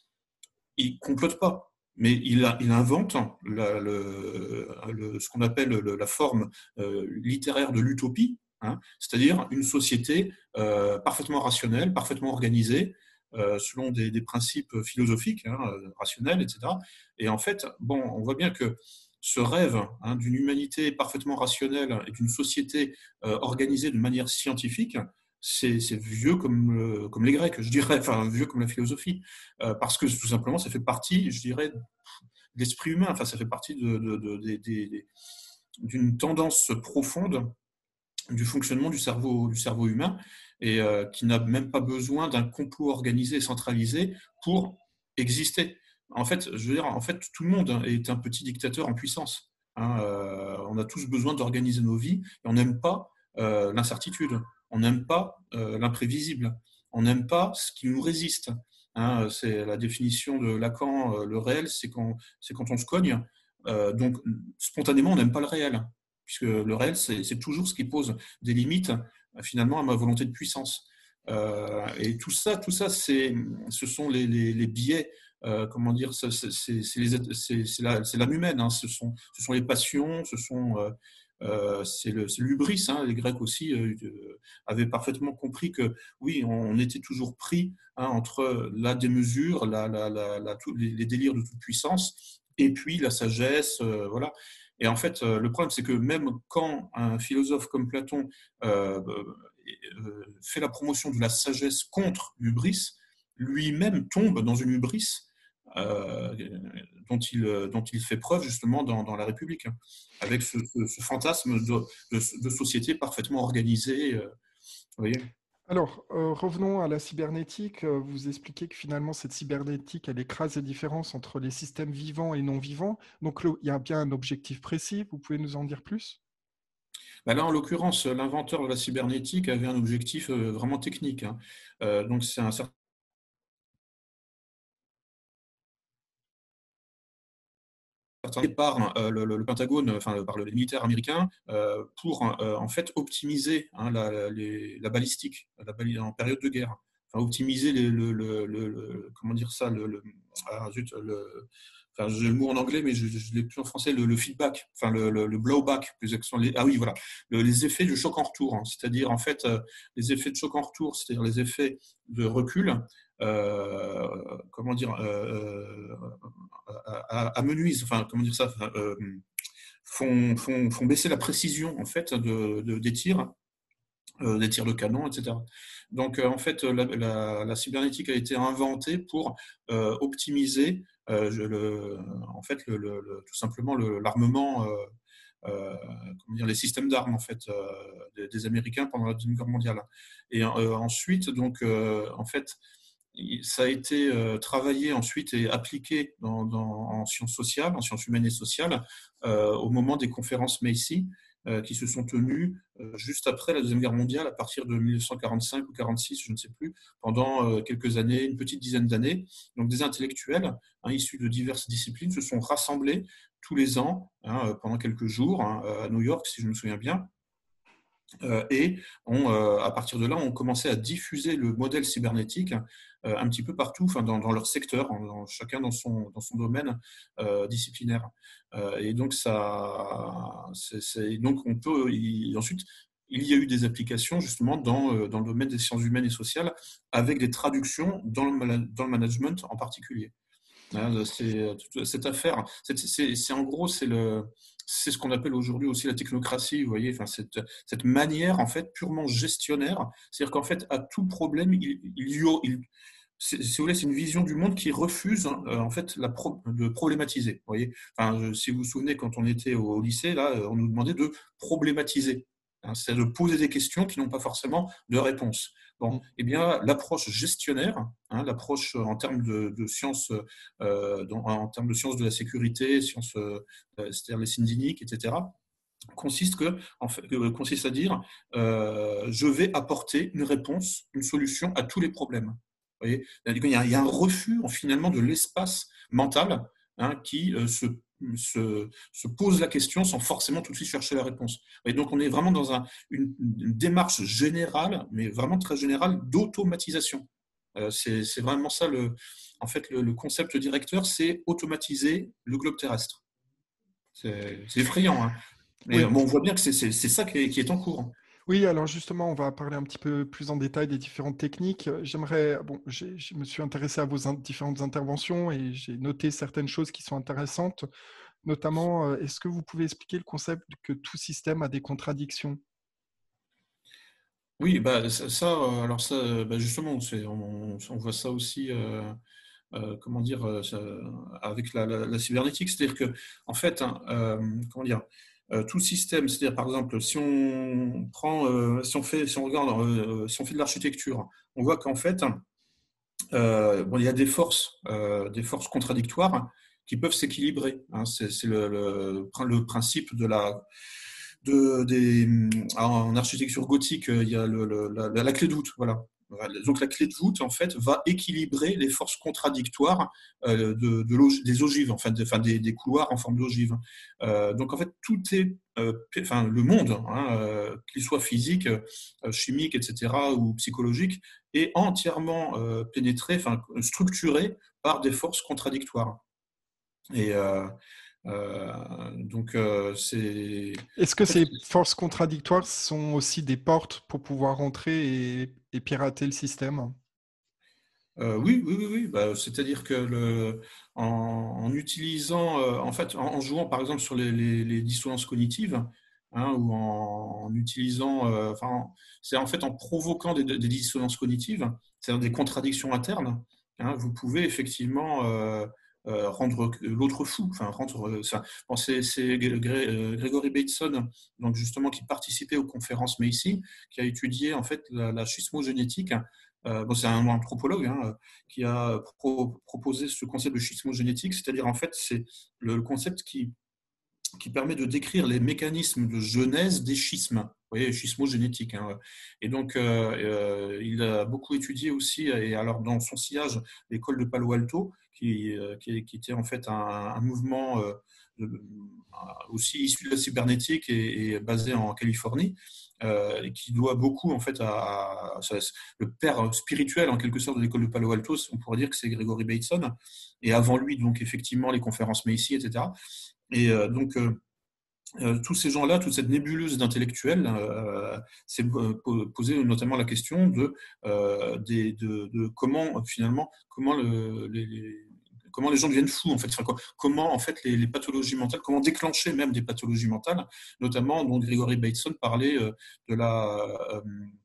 S2: il complote pas, mais il, a, il invente la, le, le, ce qu'on appelle le, la forme euh, littéraire de l'utopie, hein, c'est-à-dire une société euh, parfaitement rationnelle, parfaitement organisée, euh, selon des, des principes philosophiques, hein, rationnels, et cetera. Et en fait, bon, on voit bien que ce rêve, hein, d'une humanité parfaitement rationnelle et d'une société euh, organisée de manière scientifique, c'est vieux comme, euh, comme les Grecs, je dirais, enfin vieux comme la philosophie, euh, parce que tout simplement ça fait partie, je dirais, de l'esprit humain, enfin ça fait partie de, de, de, de, de, d'une tendance profonde du fonctionnement du cerveau, du cerveau humain, et euh, qui n'a même pas besoin d'un complot organisé et centralisé pour exister. En fait, je veux dire, en fait, tout le monde est un petit dictateur en puissance. Hein, euh, on a tous besoin d'organiser nos vies, et on n'aime pas euh, l'incertitude, on n'aime pas euh, l'imprévisible, on n'aime pas ce qui nous résiste. Hein, c'est la définition de Lacan, euh, le réel, c'est quand, c'est quand on se cogne. Euh, donc, spontanément, on n'aime pas le réel, puisque le réel, c'est toujours ce qui pose des limites, finalement, à ma volonté de puissance. Euh, et tout ça, tout ça, c'est, ce sont les, les, les biais, euh, comment dire, c'est l'âme humaine, hein, ce, sont, ce sont les passions, ce sont, euh, euh, c'est l'hubris, hein, les Grecs aussi euh, avaient parfaitement compris que oui, on était toujours pris, hein, entre la démesure, la, la, la, la, tous les, les délires de toute puissance, et puis la sagesse, euh, voilà. Et en fait, euh, le problème, c'est que même quand un philosophe comme Platon euh, euh, fait la promotion de la sagesse contre l'hubris, lui-même tombe dans une hubris euh, dont, il, dont il fait preuve justement dans, dans la République, hein, avec ce, ce, ce fantasme de, de, de, société parfaitement organisée. Euh, vous voyez.
S1: Alors, euh, revenons à la cybernétique. Euh, Vous expliquez que finalement, cette cybernétique, elle écrase les différences entre les systèmes vivants et non vivants. Donc, le- il y a bien un objectif précis. Vous pouvez nous en dire plus?
S2: Bah là, en l'occurrence, l'inventeur de la cybernétique avait un objectif euh, vraiment technique, hein. Euh, donc, c'est un certain par euh, le, le, Pentagone, enfin par le militaire américain, euh, pour euh, en fait optimiser, hein, la, les, la balistique la bali en période de guerre. Enfin, optimiser les, le, le, le, comment dire ça, le, le, ah, zut, le enfin, j'ai le mot en anglais, mais je, je l'ai plus en français, le, le feedback, enfin le, le, le blowback, plus les, ah oui, voilà, le, les effets de choc en retour, hein, c'est-à-dire en fait euh, les effets de choc en retour, c'est-à-dire les effets de recul, euh, comment dire, euh, amenuisent, enfin comment dire ça, euh, font, font, font baisser la précision en fait de, de, des tirs. Euh, des tirs de canon, et cetera. Donc, euh, en fait, la, la, la, cybernétique a été inventée pour euh, optimiser, euh, le, en fait, le, le, le, tout simplement l'armement, euh, euh, comment dire, les systèmes d'armes en fait euh, des, des Américains pendant la Deuxième Guerre mondiale. Et euh, ensuite, donc, euh, en fait, ça a été euh, travaillé ensuite et appliqué dans, dans, en sciences sociales, en sciences humaines et sociales, euh, au moment des conférences Macy, euh, qui se sont tenus euh, juste après la Deuxième Guerre mondiale, à partir de mille neuf cent quarante-cinq ou quarante-six, je ne sais plus, pendant euh, quelques années, une petite dizaine d'années. Donc des intellectuels hein, issus de diverses disciplines se sont rassemblés tous les ans, hein, pendant quelques jours, hein, à New York, si je me souviens bien. Euh, et on, euh, à partir de là, on commençait à diffuser le modèle cybernétique euh, un petit peu partout, enfin, dans, dans leur secteur, dans, chacun dans son, dans son domaine euh, disciplinaire. Euh, et donc, ça, c'est, c'est, donc on peut, il, ensuite, il y a eu des applications justement dans, euh, dans le domaine des sciences humaines et sociales, avec des traductions dans le, dans le management en particulier. C'est, cette affaire, c'est, c'est, c'est en gros, c'est le, c'est ce qu'on appelle aujourd'hui aussi la technocratie, vous voyez, enfin cette, cette manière en fait purement gestionnaire, c'est-à-dire qu'en fait à tout problème, il, il y a, il, c'est, si vous voulez, c'est une vision du monde qui refuse euh, en fait la pro, de problématiser, vous voyez. Enfin, je, si vous vous souvenez, quand on était au, au lycée, là, on nous demandait de problématiser, hein, c'est de poser des questions qui n'ont pas forcément de réponse. Bon, eh bien, l'approche gestionnaire, hein, l'approche en termes de, de sciences, euh, dans, en termes de sciences de la sécurité, sciences, euh, c'est-à-dire les syndiniques, et cetera, consiste, que, en fait, consiste à dire euh, je vais apporter une réponse, une solution à tous les problèmes. Vous voyez, il y a, il y a un refus finalement de l'espace mental hein, qui euh, se Se, se pose la question sans forcément tout de suite chercher la réponse. Et donc, on est vraiment dans un, une, une démarche générale, mais vraiment très générale, d'automatisation. Euh, c'est, c'est vraiment ça, le, en fait, le, le concept directeur, c'est automatiser le globe terrestre. C'est, c'est effrayant, hein. Mais
S1: Oui.
S2: bon, on voit bien que c'est, c'est, c'est ça qui est, qui est en cours.
S1: Oui, alors justement, on va parler un petit peu plus en détail des différentes techniques. J'aimerais, bon, j'ai- je me suis intéressé à vos in- différentes interventions et j'ai noté certaines choses qui sont intéressantes. Notamment, euh, est-ce que vous pouvez expliquer le concept que tout système a des contradictions?
S2: Oui, bah, ça, ça, euh, alors ça, euh, bah, justement, c'est, on, on voit ça aussi, euh, euh, comment dire, euh, ça- avec la, la- la cybernétique. C'est-à-dire que, en fait, hein, euh, comment dire, euh, tout système, c'est-à-dire par exemple, si on prend, euh, si on fait, si on regarde, euh, si on fait de l'architecture, on voit qu'en fait, euh, bon, il y a des forces, euh, des forces contradictoires qui peuvent s'équilibrer, hein. C'est, c'est le, le, le principe de la de, des, en architecture gothique, il y a le, le, la, la, clé de voûte. Voilà. Donc la clé de voûte, en fait, va équilibrer les forces contradictoires euh, de, de des ogives, enfin, de, enfin des, des couloirs en forme d'ogive. Euh, donc en fait, tout est, euh, enfin le monde, hein, euh, qu'il soit physique, euh, chimique, et cetera, ou psychologique, est entièrement euh, pénétré, enfin structuré par des forces contradictoires. Et euh, euh, donc euh, c'est
S1: Est-ce
S2: en
S1: que
S2: fait.
S1: ces forces contradictoires sont aussi des portes pour pouvoir entrer et, et pirater le système?
S2: Euh, oui, oui, oui, oui. Bah, c'est-à-dire que le, en, en utilisant, euh, en fait, en, en jouant par exemple sur les, les, les dissonances cognitives, hein, ou en, en utilisant, euh, enfin, c'est en fait en provoquant des, des dissonances cognitives, c'est-à-dire des contradictions internes, hein, vous pouvez effectivement euh, euh, rendre l'autre fou. Enfin, rendre, ça, bon, c'est, c'est Gré, euh, Gregory Bateson, donc justement qui participait aux conférences Macy, qui a étudié en fait la, la schismogénétique. Euh, bon, c'est un anthropologue hein, qui a pro proposé ce concept de schismogénétique, c'est-à-dire en fait c'est le, le concept qui, qui permet de décrire les mécanismes de genèse des schismes. Vous voyez, schismogénétique. Hein. Et donc, euh, euh, il a beaucoup étudié aussi, et alors dans son sillage, l'école de Palo Alto, qui, euh, qui, qui était en fait un, un mouvement euh, de, aussi issu de la cybernétique et, et basé en Californie, euh, et qui doit beaucoup en fait à, à, à, le père spirituel en quelque sorte de l'école de Palo Alto. On pourrait dire que c'est Gregory Bateson, et avant lui donc effectivement les conférences Macy, et cetera. Et euh, donc euh, euh, tous ces gens-là, toute cette nébuleuse d'intellectuels, euh, s'est posé notamment la question de, euh, des, de, de comment finalement comment le, les, les comment les gens deviennent fous en fait, enfin, quoi, comment en fait les, les pathologies mentales, comment déclencher même des pathologies mentales, notamment dont Gregory Bateson parlait euh, de la euh,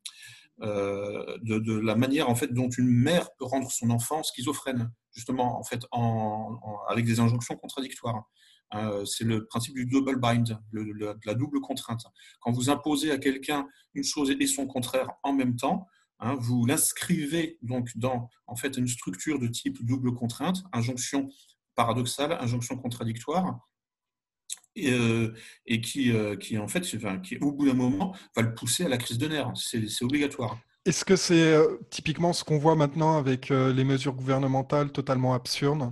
S2: euh, de, de, la manière en fait dont une mère peut rendre son enfant schizophrène, justement en fait en, en, avec des injonctions contradictoires. Euh, c'est le principe du double bind, le, le, de la double contrainte. Quand vous imposez à quelqu'un une chose et son contraire en même temps, hein, vous l'inscrivez donc dans en fait une structure de type double contrainte, injonction paradoxale, injonction contradictoire. et, euh, et qui, euh, qui, en fait, enfin, qui, au bout d'un moment, va le pousser à la crise de nerfs. C'est c'est obligatoire.
S1: Est-ce que c'est euh, typiquement ce qu'on voit maintenant avec euh, les mesures gouvernementales totalement absurdes?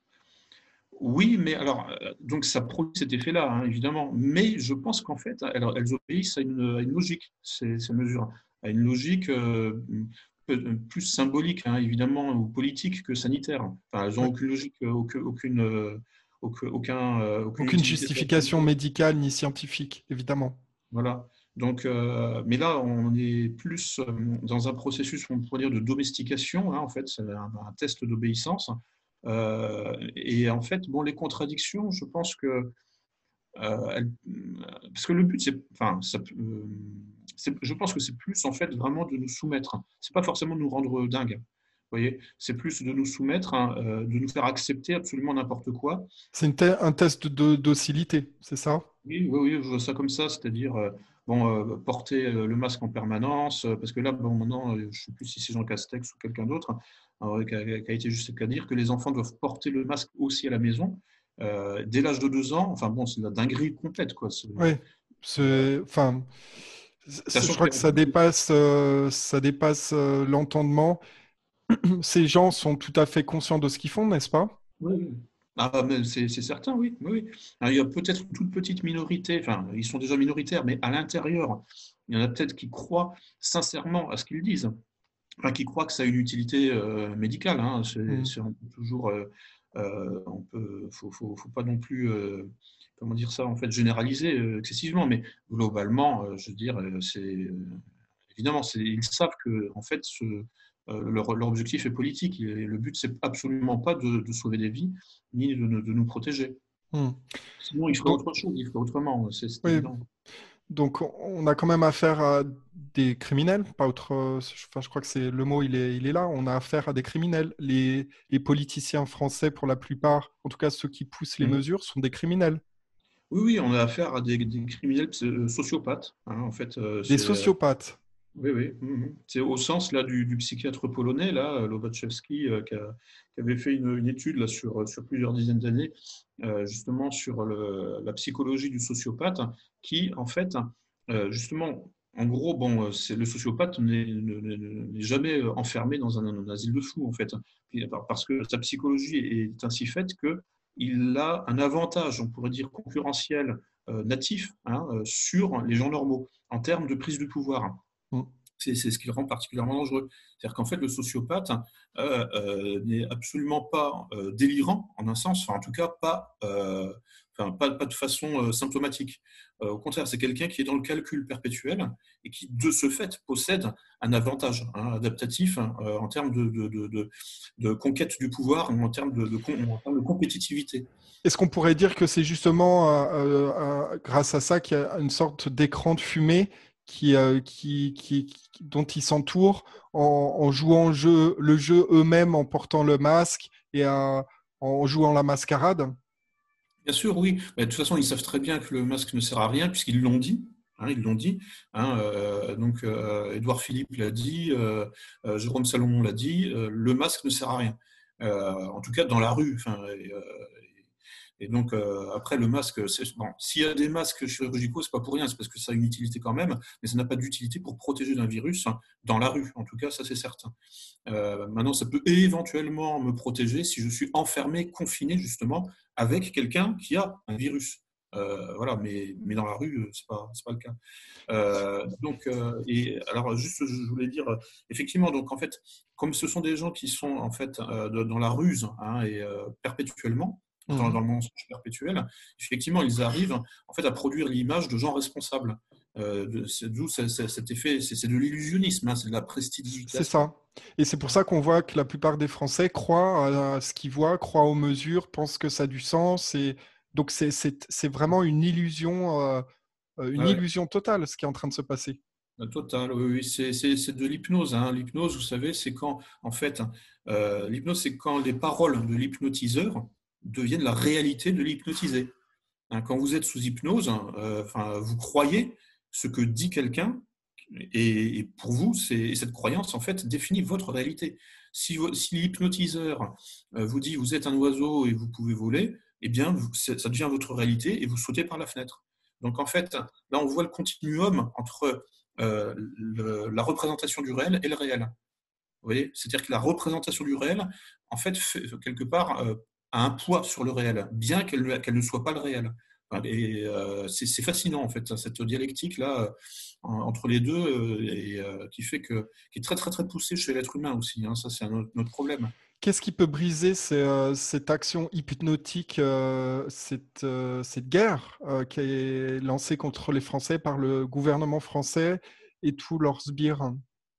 S2: Oui, mais alors, euh, donc ça produit cet effet-là, hein, évidemment. Mais je pense qu'en fait, elles, elles obéissent à une, à une logique, ces, ces mesures, à une logique euh, peu- plus symbolique, hein, évidemment, ou politique que sanitaire. Enfin, elles n'ont
S1: Oui.
S2: aucune logique, euh, aucune, aucune, euh, aucun, aucun, euh, aucune
S1: Aucune
S2: utilité sur la
S1: justification
S2: santé.
S1: médicale ni scientifique, évidemment.
S2: Voilà. Donc, euh, mais là, on est plus euh, dans un processus, on pourrait dire, de domestication. Hein, en fait, c'est un, un test d'obéissance. Euh, et en fait, bon, les contradictions, je pense que, euh, elles- parce que le but, c'est, enfin, ça, peut- euh, c'est- je pense que c'est plus en fait vraiment de nous soumettre. C'est pas forcément de nous rendre dingues. Vous voyez, c'est plus de nous soumettre, hein, euh, de nous faire accepter absolument n'importe quoi.
S1: C'est une te- un test de docilité, c'est ça?
S2: Oui, oui, oui, je vois ça comme ça, c'est-à-dire euh, bon, euh, porter euh, le masque en permanence, euh, parce que là, bon, maintenant, euh, je ne sais plus si c'est Jean Castex ou quelqu'un d'autre, hein, qui, a, qui a été juste qu'à dire que les enfants doivent porter le masque aussi à la maison, euh, dès l'âge de deux ans. Enfin bon, c'est de la dinguerie complète, quoi. C'est,
S1: Oui.
S2: euh,
S1: C'est, enfin, c'est- je
S2: sachant
S1: crois
S2: que
S1: que ça dépasse, euh, ça dépasse euh, l'entendement. Ces gens sont tout à fait conscients de ce qu'ils font, n'est-ce pas?
S2: oui, oui. Ah, mais c'est c'est certain, oui. Oui, oui. Alors, il y a peut-être une toute petite minorité, enfin, ils sont déjà minoritaires, mais à l'intérieur, il y en a peut-être qui croient sincèrement à ce qu'ils disent. Enfin, qui croient que ça a une utilité euh, médicale. Hein. C'est,
S1: Hmm.
S2: c'est- on peut toujours, euh, euh, on peut, faut, faut, faut pas non plus, euh, comment dire ça, en fait, généraliser euh, excessivement. Mais globalement, euh, je veux dire, euh, c'est euh, évidemment, c'est, ils savent que en fait, ce, euh, leur, leur objectif est politique. Et le but, c'est absolument pas de, de sauver des vies ni de, de nous protéger.
S1: Hmm.
S2: Sinon, il ferait
S1: Donc,
S2: autre chose, il ferait autrement. C'est, c'est
S1: oui,
S2: évident.
S1: donc on a quand même affaire à des criminels, pas autre. Enfin, je crois que c'est le mot, il est, il est là. On a affaire à des criminels. Les, les politiciens français, pour la plupart, en tout cas ceux qui poussent les
S2: Mhm.
S1: mesures, sont des criminels,
S2: Oui, oui, on a affaire à des, des criminels euh, sociopathes. Hein. En fait, euh,
S1: des
S2: c'est
S1: sociopathes.
S2: oui, oui. Mhm. C'est au sens là, du, du psychiatre polonais, là, Lobachevski, euh, qui, a- qui avait fait une, une étude là, sur, sur plusieurs dizaines d'années, euh, justement sur le- la psychologie du sociopathe, qui, en fait, euh, justement, en gros, bon, euh, c'est, le sociopathe n'est ne- ne- n'est jamais euh, enfermé dans un, un asile de fous, en fait, Et par- parce que sa psychologie est ainsi faite que il a un avantage, on pourrait dire, concurrentiel, euh, natif, hein, euh, sur les gens normaux, en termes de prise de pouvoir.
S1: Hmm.
S2: C'est c'est ce qui le rend particulièrement dangereux. C'est-à-dire qu'en fait, le sociopathe euh, euh, n'est absolument pas euh, délirant, en un sens, enfin, en tout cas, pas, euh, enfin, pas, pas de façon euh, symptomatique. Euh, au contraire, c'est quelqu'un qui est dans le calcul perpétuel et qui, de ce fait, possède un avantage hein, adaptatif hein, euh, en termes de, de, de, de, de conquête du pouvoir, en termes de, de, en termes de compétitivité.
S1: Est-ce qu'on pourrait dire que c'est justement euh, euh, euh, grâce à ça qu'il y a une sorte d'écran de fumée qui, euh, qui, qui- qui- dont ils s'entourent en, en jouant le jeu, le jeu eux-mêmes, en portant le masque et euh, en jouant la mascarade?
S2: Bien sûr, oui. Mais de toute façon, ils savent très bien que le masque ne sert à rien puisqu'ils l'ont dit. Hein, ils l'ont dit. Hein, euh, donc, euh, Édouard Philippe l'a dit, euh, euh, Jérôme Salomon l'a dit. Euh, le masque ne sert à rien. Euh, en tout cas, dans la rue. Enfin, et, euh, et donc, euh, après, le masque, c'est, bon, s'il y a des masques chirurgicaux, c'est pas pour rien, c'est parce que ça a une utilité quand même, mais ça n'a pas d'utilité pour protéger d'un virus hein, dans la rue. En tout cas, ça, c'est certain. Euh, maintenant, ça peut éventuellement me protéger si je suis enfermé, confiné justement, avec quelqu'un qui a un virus. Euh, voilà, mais, mais dans la rue, c'est pas, c'est pas le cas. Euh, donc, euh, et alors juste, je voulais dire, euh, effectivement, donc en fait, comme ce sont des gens qui sont en fait euh, dans la ruse hein, et euh, perpétuellement, dans,
S1: Mhm.
S2: dans le mensonge perpétuel, effectivement, ils arrivent en fait à produire l'image de gens responsables. Euh, de- c'est- D'où c'est- c'est- cet effet, c'est c'est de l'illusionnisme, hein, c'est de la
S1: C'est
S2: prestidigitation.
S1: ça. Et c'est pour ça qu'on voit que la plupart des Français croient à ce qu'ils voient, croient aux mesures, pensent que ça a du sens. Et donc c'est c'est- c'est vraiment une illusion, euh, une
S2: Ouais.
S1: illusion totale ce qui est en train de se passer.
S2: Total, oui, oui. C'est c'est- c'est de l'hypnose. Hein. L'hypnose, vous savez, c'est quand, en fait, euh, l'hypnose, c'est quand les paroles de l'hypnotiseur deviennent la réalité de l'hypnotisé. Hein, quand vous êtes sous hypnose, euh, enfin, vous croyez ce que dit quelqu'un, et, et pour vous, c'est, cette croyance, en fait, définit votre réalité. Si, vous- si l'hypnotiseur euh, vous dit vous êtes un oiseau et vous pouvez voler, eh bien, vous, ça devient votre réalité et vous sautez par la fenêtre. Donc, en fait, là, on voit le continuum entre euh, le, la représentation du réel et le réel. Vous voyez, c'est-à-dire que la représentation du réel, en fait, fait quelque part, euh, a un poids sur le réel, bien qu'elle qu'elle ne soit pas le réel. Et euh, c'est fascinant, en fait, cette dialectique-là euh, entre les deux, euh, et euh, qui fait que, qui est très, très, très poussée chez l'être humain aussi. Hein, ça, c'est un autre, notre problème.
S1: Qu'est-ce qui peut briser ces, euh, cette action hypnotique, euh, cette, euh, cette guerre euh, qui est lancée contre les Français par le gouvernement français et tous leurs sbires?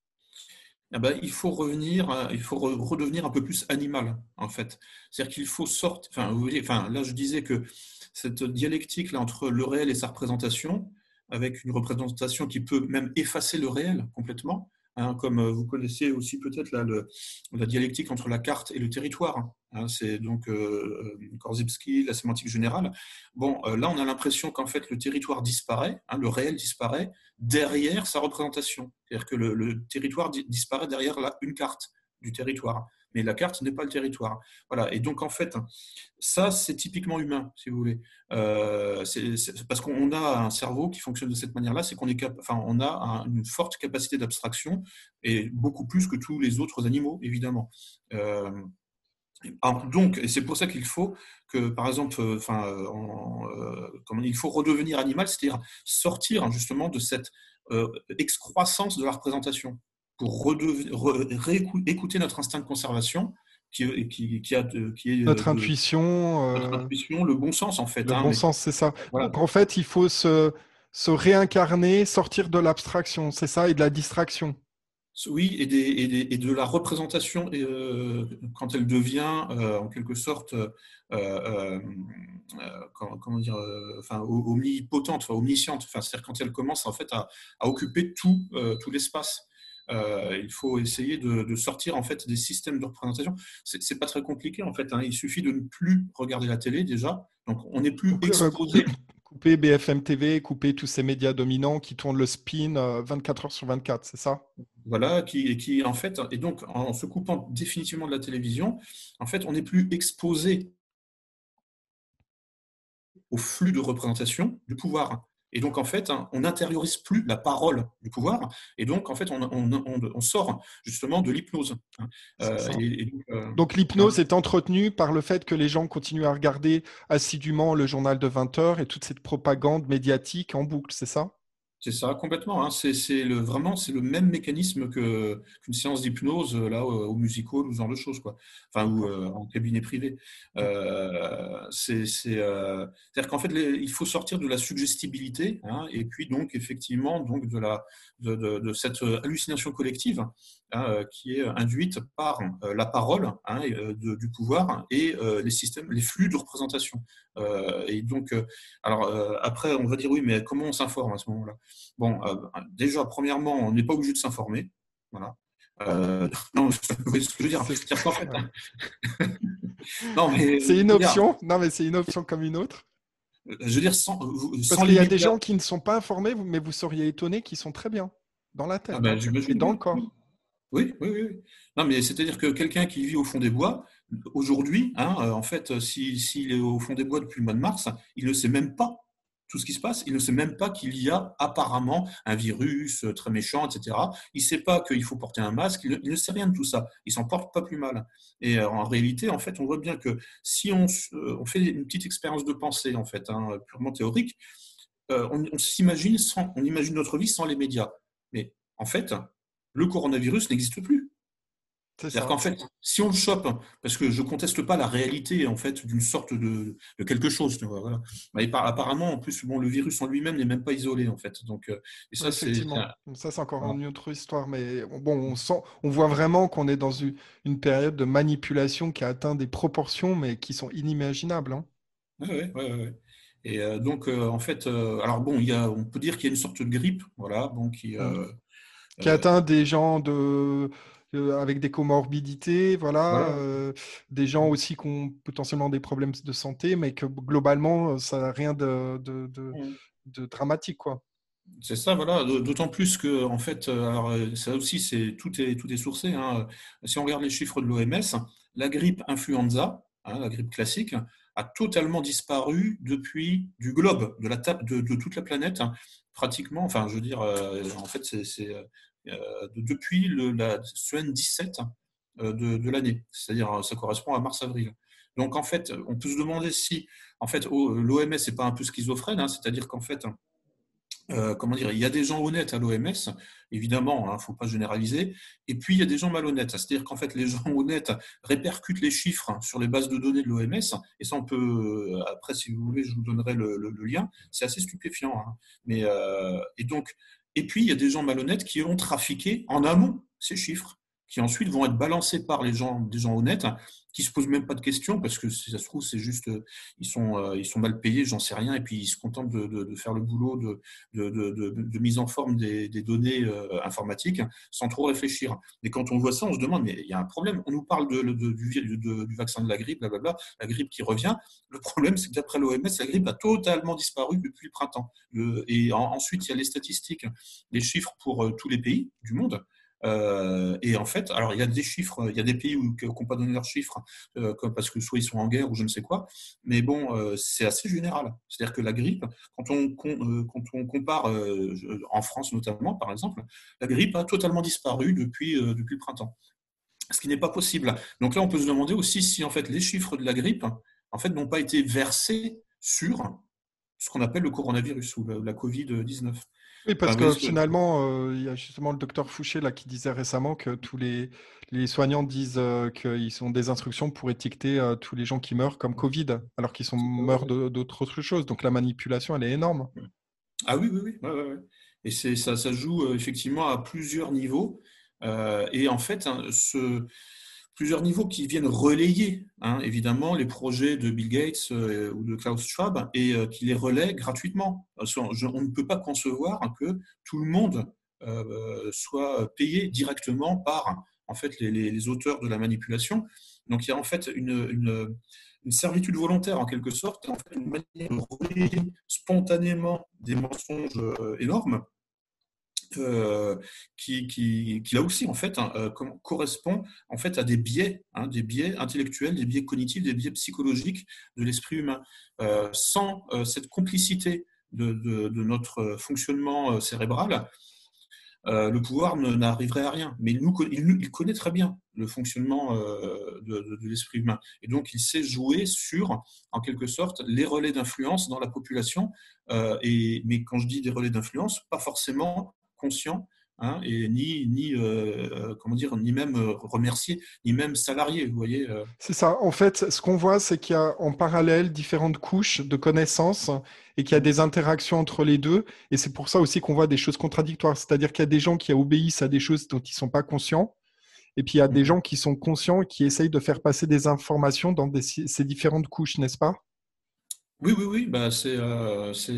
S2: Eh ben, il faut revenir, à- il faut re- redevenir un peu plus animal, en fait. C'est-à-dire qu'il faut sortir. Enfin, vous voyez, enfin, là, je disais que cette dialectique là entre le réel et sa représentation, avec une représentation qui peut même effacer le réel complètement, hein, comme euh, vous connaissez aussi peut-être là, le- la dialectique entre la carte et le territoire. Hein, c'est donc euh, Korzybski, la sémantique générale. Bon, euh, là, on a l'impression qu'en fait, le territoire disparaît, hein, le réel disparaît derrière sa représentation. C'est-à-dire que le, le territoire di- disparaît derrière la, une carte du territoire. Mais la carte n'est pas le territoire. Voilà. Et donc, en fait, ça, c'est typiquement humain, si vous voulez. Euh, c'est, c'est parce qu'on a un cerveau qui fonctionne de cette manière-là, c'est qu'on est cap- enfin, on a un- une forte capacité d'abstraction, et beaucoup plus que tous les autres animaux, évidemment. Euh, alors, donc, et c'est pour ça qu'il faut que, par exemple, euh, enfin, euh, en, euh, comment, il faut redevenir animal, c'est-à-dire sortir hein, justement de cette euh, excroissance de la représentation pour redev- re- réécou- écouter notre instinct de conservation qui, qui, qui, a de, qui est
S1: Notre
S2: de
S1: intuition,
S2: notre
S1: euh,
S2: intuition, le bon sens en fait.
S1: le
S2: Hein,
S1: bon
S2: mais
S1: sens, c'est ça.
S2: voilà,
S1: Donc en fait, il faut se, se réincarner, sortir de l'abstraction, c'est ça, et de la distraction.
S2: oui, et, des, et, des, et de la représentation euh, quand elle devient euh, en quelque sorte, euh, euh, euh, comment, comment dire, euh, enfin, omnipotente, enfin, omnisciente. Enfin, c'est-à-dire quand elle commence en fait à, à occuper tout, euh, tout l'espace. Euh, il faut essayer de, de, sortir en fait des systèmes de représentation. C'est, c'est pas très compliqué en fait. Hein. Il suffit de ne plus regarder la télé déjà. Donc on n'est plus
S1: Donc, euh,
S2: exposé.
S1: couper B F M T V, couper tous ces médias dominants qui tournent le spin euh, vingt-quatre heures sur vingt-quatre, c'est ça?
S2: Voilà, qui, qui en fait, et donc en se coupant définitivement de la télévision, en fait, on n'est plus exposé au flux de représentation du pouvoir. Et donc, en fait, on n'intériorise plus la parole du pouvoir. Et donc, en fait, on, on, on, on sort justement de l'hypnose.
S1: C'est
S2: Euh,
S1: ça.
S2: et, et donc, euh,
S1: Donc
S2: hein,
S1: l'hypnose est entretenue par le fait que les gens continuent à regarder assidûment le journal de vingt heures et toute cette propagande médiatique en boucle, c'est ça?
S2: c'est ça, complètement. Hein. C'est, c'est le, vraiment, c'est le même mécanisme que, qu'une séance d'hypnose euh, là, au, au musical ou ce genre de choses, quoi. Enfin, ou
S1: D'accord.
S2: euh, en cabinet privé. Euh, c'est, c'est, euh, c'est-à-dire qu'en fait, les, il faut sortir de la suggestibilité, hein, et puis donc effectivement donc de la de, de, de cette hallucination collective hein, euh, qui est induite par euh, la parole hein, et, euh, de, du pouvoir et euh, les systèmes, les flux de représentation. Euh, et donc, euh, alors euh, après, on va dire oui, mais comment on s'informe à ce moment-là? Bon, euh, déjà, premièrement, on n'est pas obligé de s'informer. Voilà. Euh, non, vous voyez ce que je veux dire.
S1: C'est
S2: C'est-à-dire qu'en fait,
S1: ouais.
S2: non, mais
S1: C'est une
S2: je veux dire,
S1: option. Non, mais c'est une option comme une autre.
S2: je veux dire sans,
S1: Parce
S2: sans
S1: qu'il y a
S2: limite.
S1: des gens qui ne sont pas informés, mais vous seriez étonné qu'ils sont très bien dans la
S2: Ah
S1: tête
S2: ben,
S1: hein, et
S2: j'imagine
S1: dans le
S2: bien. Oui,
S1: corps.
S2: oui, oui, oui. Oui. Non, mais c'est-à-dire que quelqu'un qui vit au fond des bois, aujourd'hui, hein, euh, en fait, si, s'il est au fond des bois depuis le mois de mars, il ne sait même pas tout ce qui se passe. Il ne sait même pas qu'il y a apparemment un virus euh, très méchant, et cetera. Il ne sait pas qu'il faut porter un masque. Il ne, il ne sait rien de tout ça. Il s'en porte pas plus mal. Et euh, en réalité, en fait, on voit bien que si on, euh, on fait une petite expérience de pensée, en fait, hein, purement théorique, euh, on, on s'imagine sans, on imagine notre vie sans les médias. Mais en fait, le coronavirus n'existe plus.
S1: C'est
S2: C'est-à-dire
S1: ça.
S2: qu'en fait, si on le chope, parce que je conteste pas la réalité en fait d'une sorte de, de quelque chose, tu vois, voilà. Mais apparemment, en plus, bon, le virus en lui-même n'est même pas isolé en fait. Donc, euh, et
S1: Ouais,
S2: ça, c'est,
S1: effectivement. Donc ça, c'est encore
S2: voilà.
S1: une autre histoire. Mais bon, on sent, on voit vraiment qu'on est dans une, une période de manipulation qui a atteint des proportions, mais qui sont inimaginables. Hein.
S2: Ouais, ouais, ouais, ouais. Et euh, donc, euh, en fait, euh, alors bon, il y a, on peut dire qu'il y a une sorte de grippe, voilà, bon, qui,
S1: Mm.
S2: euh,
S1: Qui
S2: euh,
S1: atteint des gens de, euh, avec des comorbidités, voilà,
S2: voilà.
S1: euh, des gens aussi qui ont potentiellement des problèmes de santé, mais que globalement, ça n'a rien de, de, de, de dramatique, quoi.
S2: C'est ça, voilà. D'autant plus que, en fait, euh, alors, euh, ça aussi, c'est tout est tout est sourcé. Hein. Si on regarde les chiffres de l'O M S, la grippe influenza, hein, la grippe classique, a totalement disparu depuis du globe, de la table, de, de toute la planète, hein, pratiquement. Enfin, je veux dire, euh, en fait, c'est, c'est euh, depuis le, la semaine dix-sept euh, de, de l'année, c'est-à-dire ça correspond à mars-avril. Donc, en fait, on peut se demander si, en fait, l'O M S n'est pas un peu schizophrène, hein, c'est-à-dire qu'en fait, Euh, comment dire, il y a des gens honnêtes à l'O M S, évidemment, il hein, ne faut pas généraliser, et puis il y a des gens malhonnêtes, c'est-à-dire qu'en fait les gens honnêtes répercutent les chiffres sur les bases de données de l'O M S, et ça on peut, après si vous voulez je vous donnerai le, le, le lien, c'est assez stupéfiant. Hein. Mais, euh, et, donc, et puis il y a des gens malhonnêtes qui ont trafiqué en amont ces chiffres, qui ensuite vont être balancés par les gens, des gens honnêtes, qui ne se posent même pas de questions, parce que si ça se trouve, c'est juste, ils sont, euh, ils sont mal payés, j'en sais rien, et puis ils se contentent de, de, de faire le boulot de, de, de, de, de mise en forme des, des données euh, informatiques sans trop réfléchir. Mais quand on voit ça, on se demande, mais il y a un problème. On nous parle de, de, du, de, du vaccin de la grippe, blablabla, la grippe qui revient. Le problème, c'est que d'après l'O M S, la grippe a totalement disparu depuis le printemps. Le, et en, ensuite, il y a les statistiques, les chiffres pour euh, tous les pays du monde. Euh, et en fait, alors il y a des chiffres, il y a des pays qui n'ont pas donné leurs chiffres euh, comme parce que soit ils sont en guerre ou je ne sais quoi, mais bon, euh, c'est assez général. C'est-à-dire que la grippe, quand on, euh, quand on compare euh, en France notamment, par exemple, la grippe a totalement disparu depuis, euh, depuis le printemps, ce qui n'est pas possible. Donc là, on peut se demander aussi si en fait les chiffres de la grippe en fait n'ont pas été versés sur ce qu'on appelle le coronavirus ou la, la covid dix-neuf.
S1: Oui, parce
S2: Enfin,
S1: que
S2: que...
S1: finalement, euh, il y a justement le docteur Fouché là, qui disait récemment que tous les, les soignants disent euh, qu'ils ont des instructions pour étiqueter euh, tous les gens qui meurent comme Covid, alors qu'ils sont meurent de- d'autres choses. Donc la manipulation, elle est énorme.
S2: Ah oui, oui, oui. Ouais, ouais, ouais. Et c'est, ça, ça joue euh, effectivement à plusieurs niveaux. Euh, et en fait, hein, ce, plusieurs niveaux qui viennent relayer, hein, évidemment, les projets de Bill Gates euh, ou de Klaus Schwab et euh, qui les relaient gratuitement. Parce qu'on- je- on ne peut pas concevoir que tout le monde euh, soit payé directement par en fait, les, les- les auteurs de la manipulation. Donc il y a en fait une, une- une servitude volontaire en quelque sorte, en fait, une manière de relayer spontanément des mensonges euh, énormes euh, qui, qui, qui là aussi en fait hein, euh, correspond en fait à des biais, hein, des biais intellectuels, des biais cognitifs, des biais psychologiques de l'esprit humain. Euh, sans euh, cette complicité de, de, de notre fonctionnement euh, cérébral, euh, le pouvoir ne, n'arriverait à rien. Mais il, nous, il, il connaît très bien le fonctionnement euh, de, de, de l'esprit humain. Et donc, il sait jouer sur, en quelque sorte, les relais d'influence dans la population. Euh, et, mais quand je dis des relais d'influence, pas forcément conscients, hein, et ni, ni, euh, comment dire, ni même remerciés, ni même salariés, vous voyez. Euh.
S1: C'est ça. En fait, ce qu'on voit, c'est qu'il y a en parallèle différentes couches de connaissances et qu'il y a des interactions entre les deux. Et c'est pour ça aussi qu'on voit des choses contradictoires. C'est-à-dire qu'il y a des gens qui obéissent à des choses dont ils ne sont pas conscients. Et puis, il y a des gens qui sont conscients et qui essayent de faire passer des informations dans des, ces différentes couches, n'est-ce pas?
S2: Oui, oui, oui, bah c'est, euh, c'est,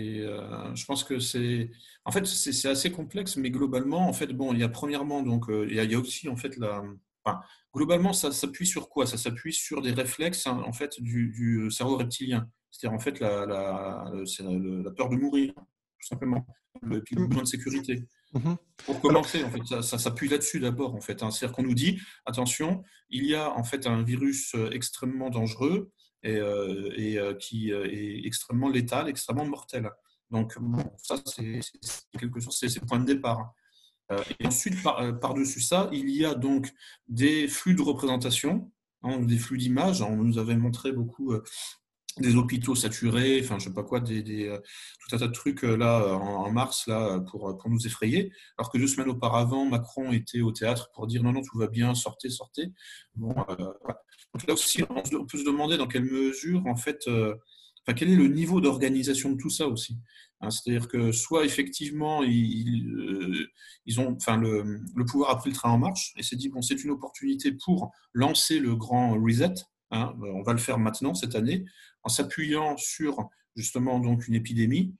S2: euh, je pense que c'est, en fait, c'est c'est assez complexe, mais globalement, en fait, bon, il y a premièrement, donc, euh, il y a, il y a aussi, en fait, la, enfin, globalement, ça s'appuie sur quoi? Ça s'appuie sur des réflexes, hein, en fait, du, du cerveau reptilien. C'est-à-dire, en fait, la, la, c'est la, la peur de mourir, tout simplement, le, puis le besoin de sécurité.
S1: Mhm.
S2: Pour
S1: Alors,
S2: commencer, en fait, ça, ça s'appuie là-dessus d'abord, en fait, hein. C'est-à-dire qu'on nous dit, attention, il y a en fait un virus euh, extrêmement dangereux et, euh, et euh, qui euh, est extrêmement létal, extrêmement mortel. Donc, bon, ça, c'est c'est quelque chose, c'est c'est le point de départ. Euh, et ensuite, par, euh, par-dessus ça, il y a donc des flux de représentation, hein, des flux d'images. On nous avait montré beaucoup euh, des hôpitaux saturés, enfin je sais pas quoi, des, des, euh, tout un tas de trucs euh, là euh, en, en mars là pour, pour nous effrayer. Alors que deux semaines auparavant, Macron était au théâtre pour dire non non tout va bien, sortez sortez. Bon, euh, voilà. Donc là aussi on, se- on peut se demander dans quelle mesure en fait, euh, enfin quel est le niveau d'organisation de tout ça aussi. Hein, c'est-à-dire que soit effectivement ils, euh, ils ont, enfin le, le pouvoir a pris le train en marche et s'est dit bon c'est une opportunité pour lancer le grand reset. Hein, on va le faire maintenant cette année en s'appuyant sur justement donc une épidémie,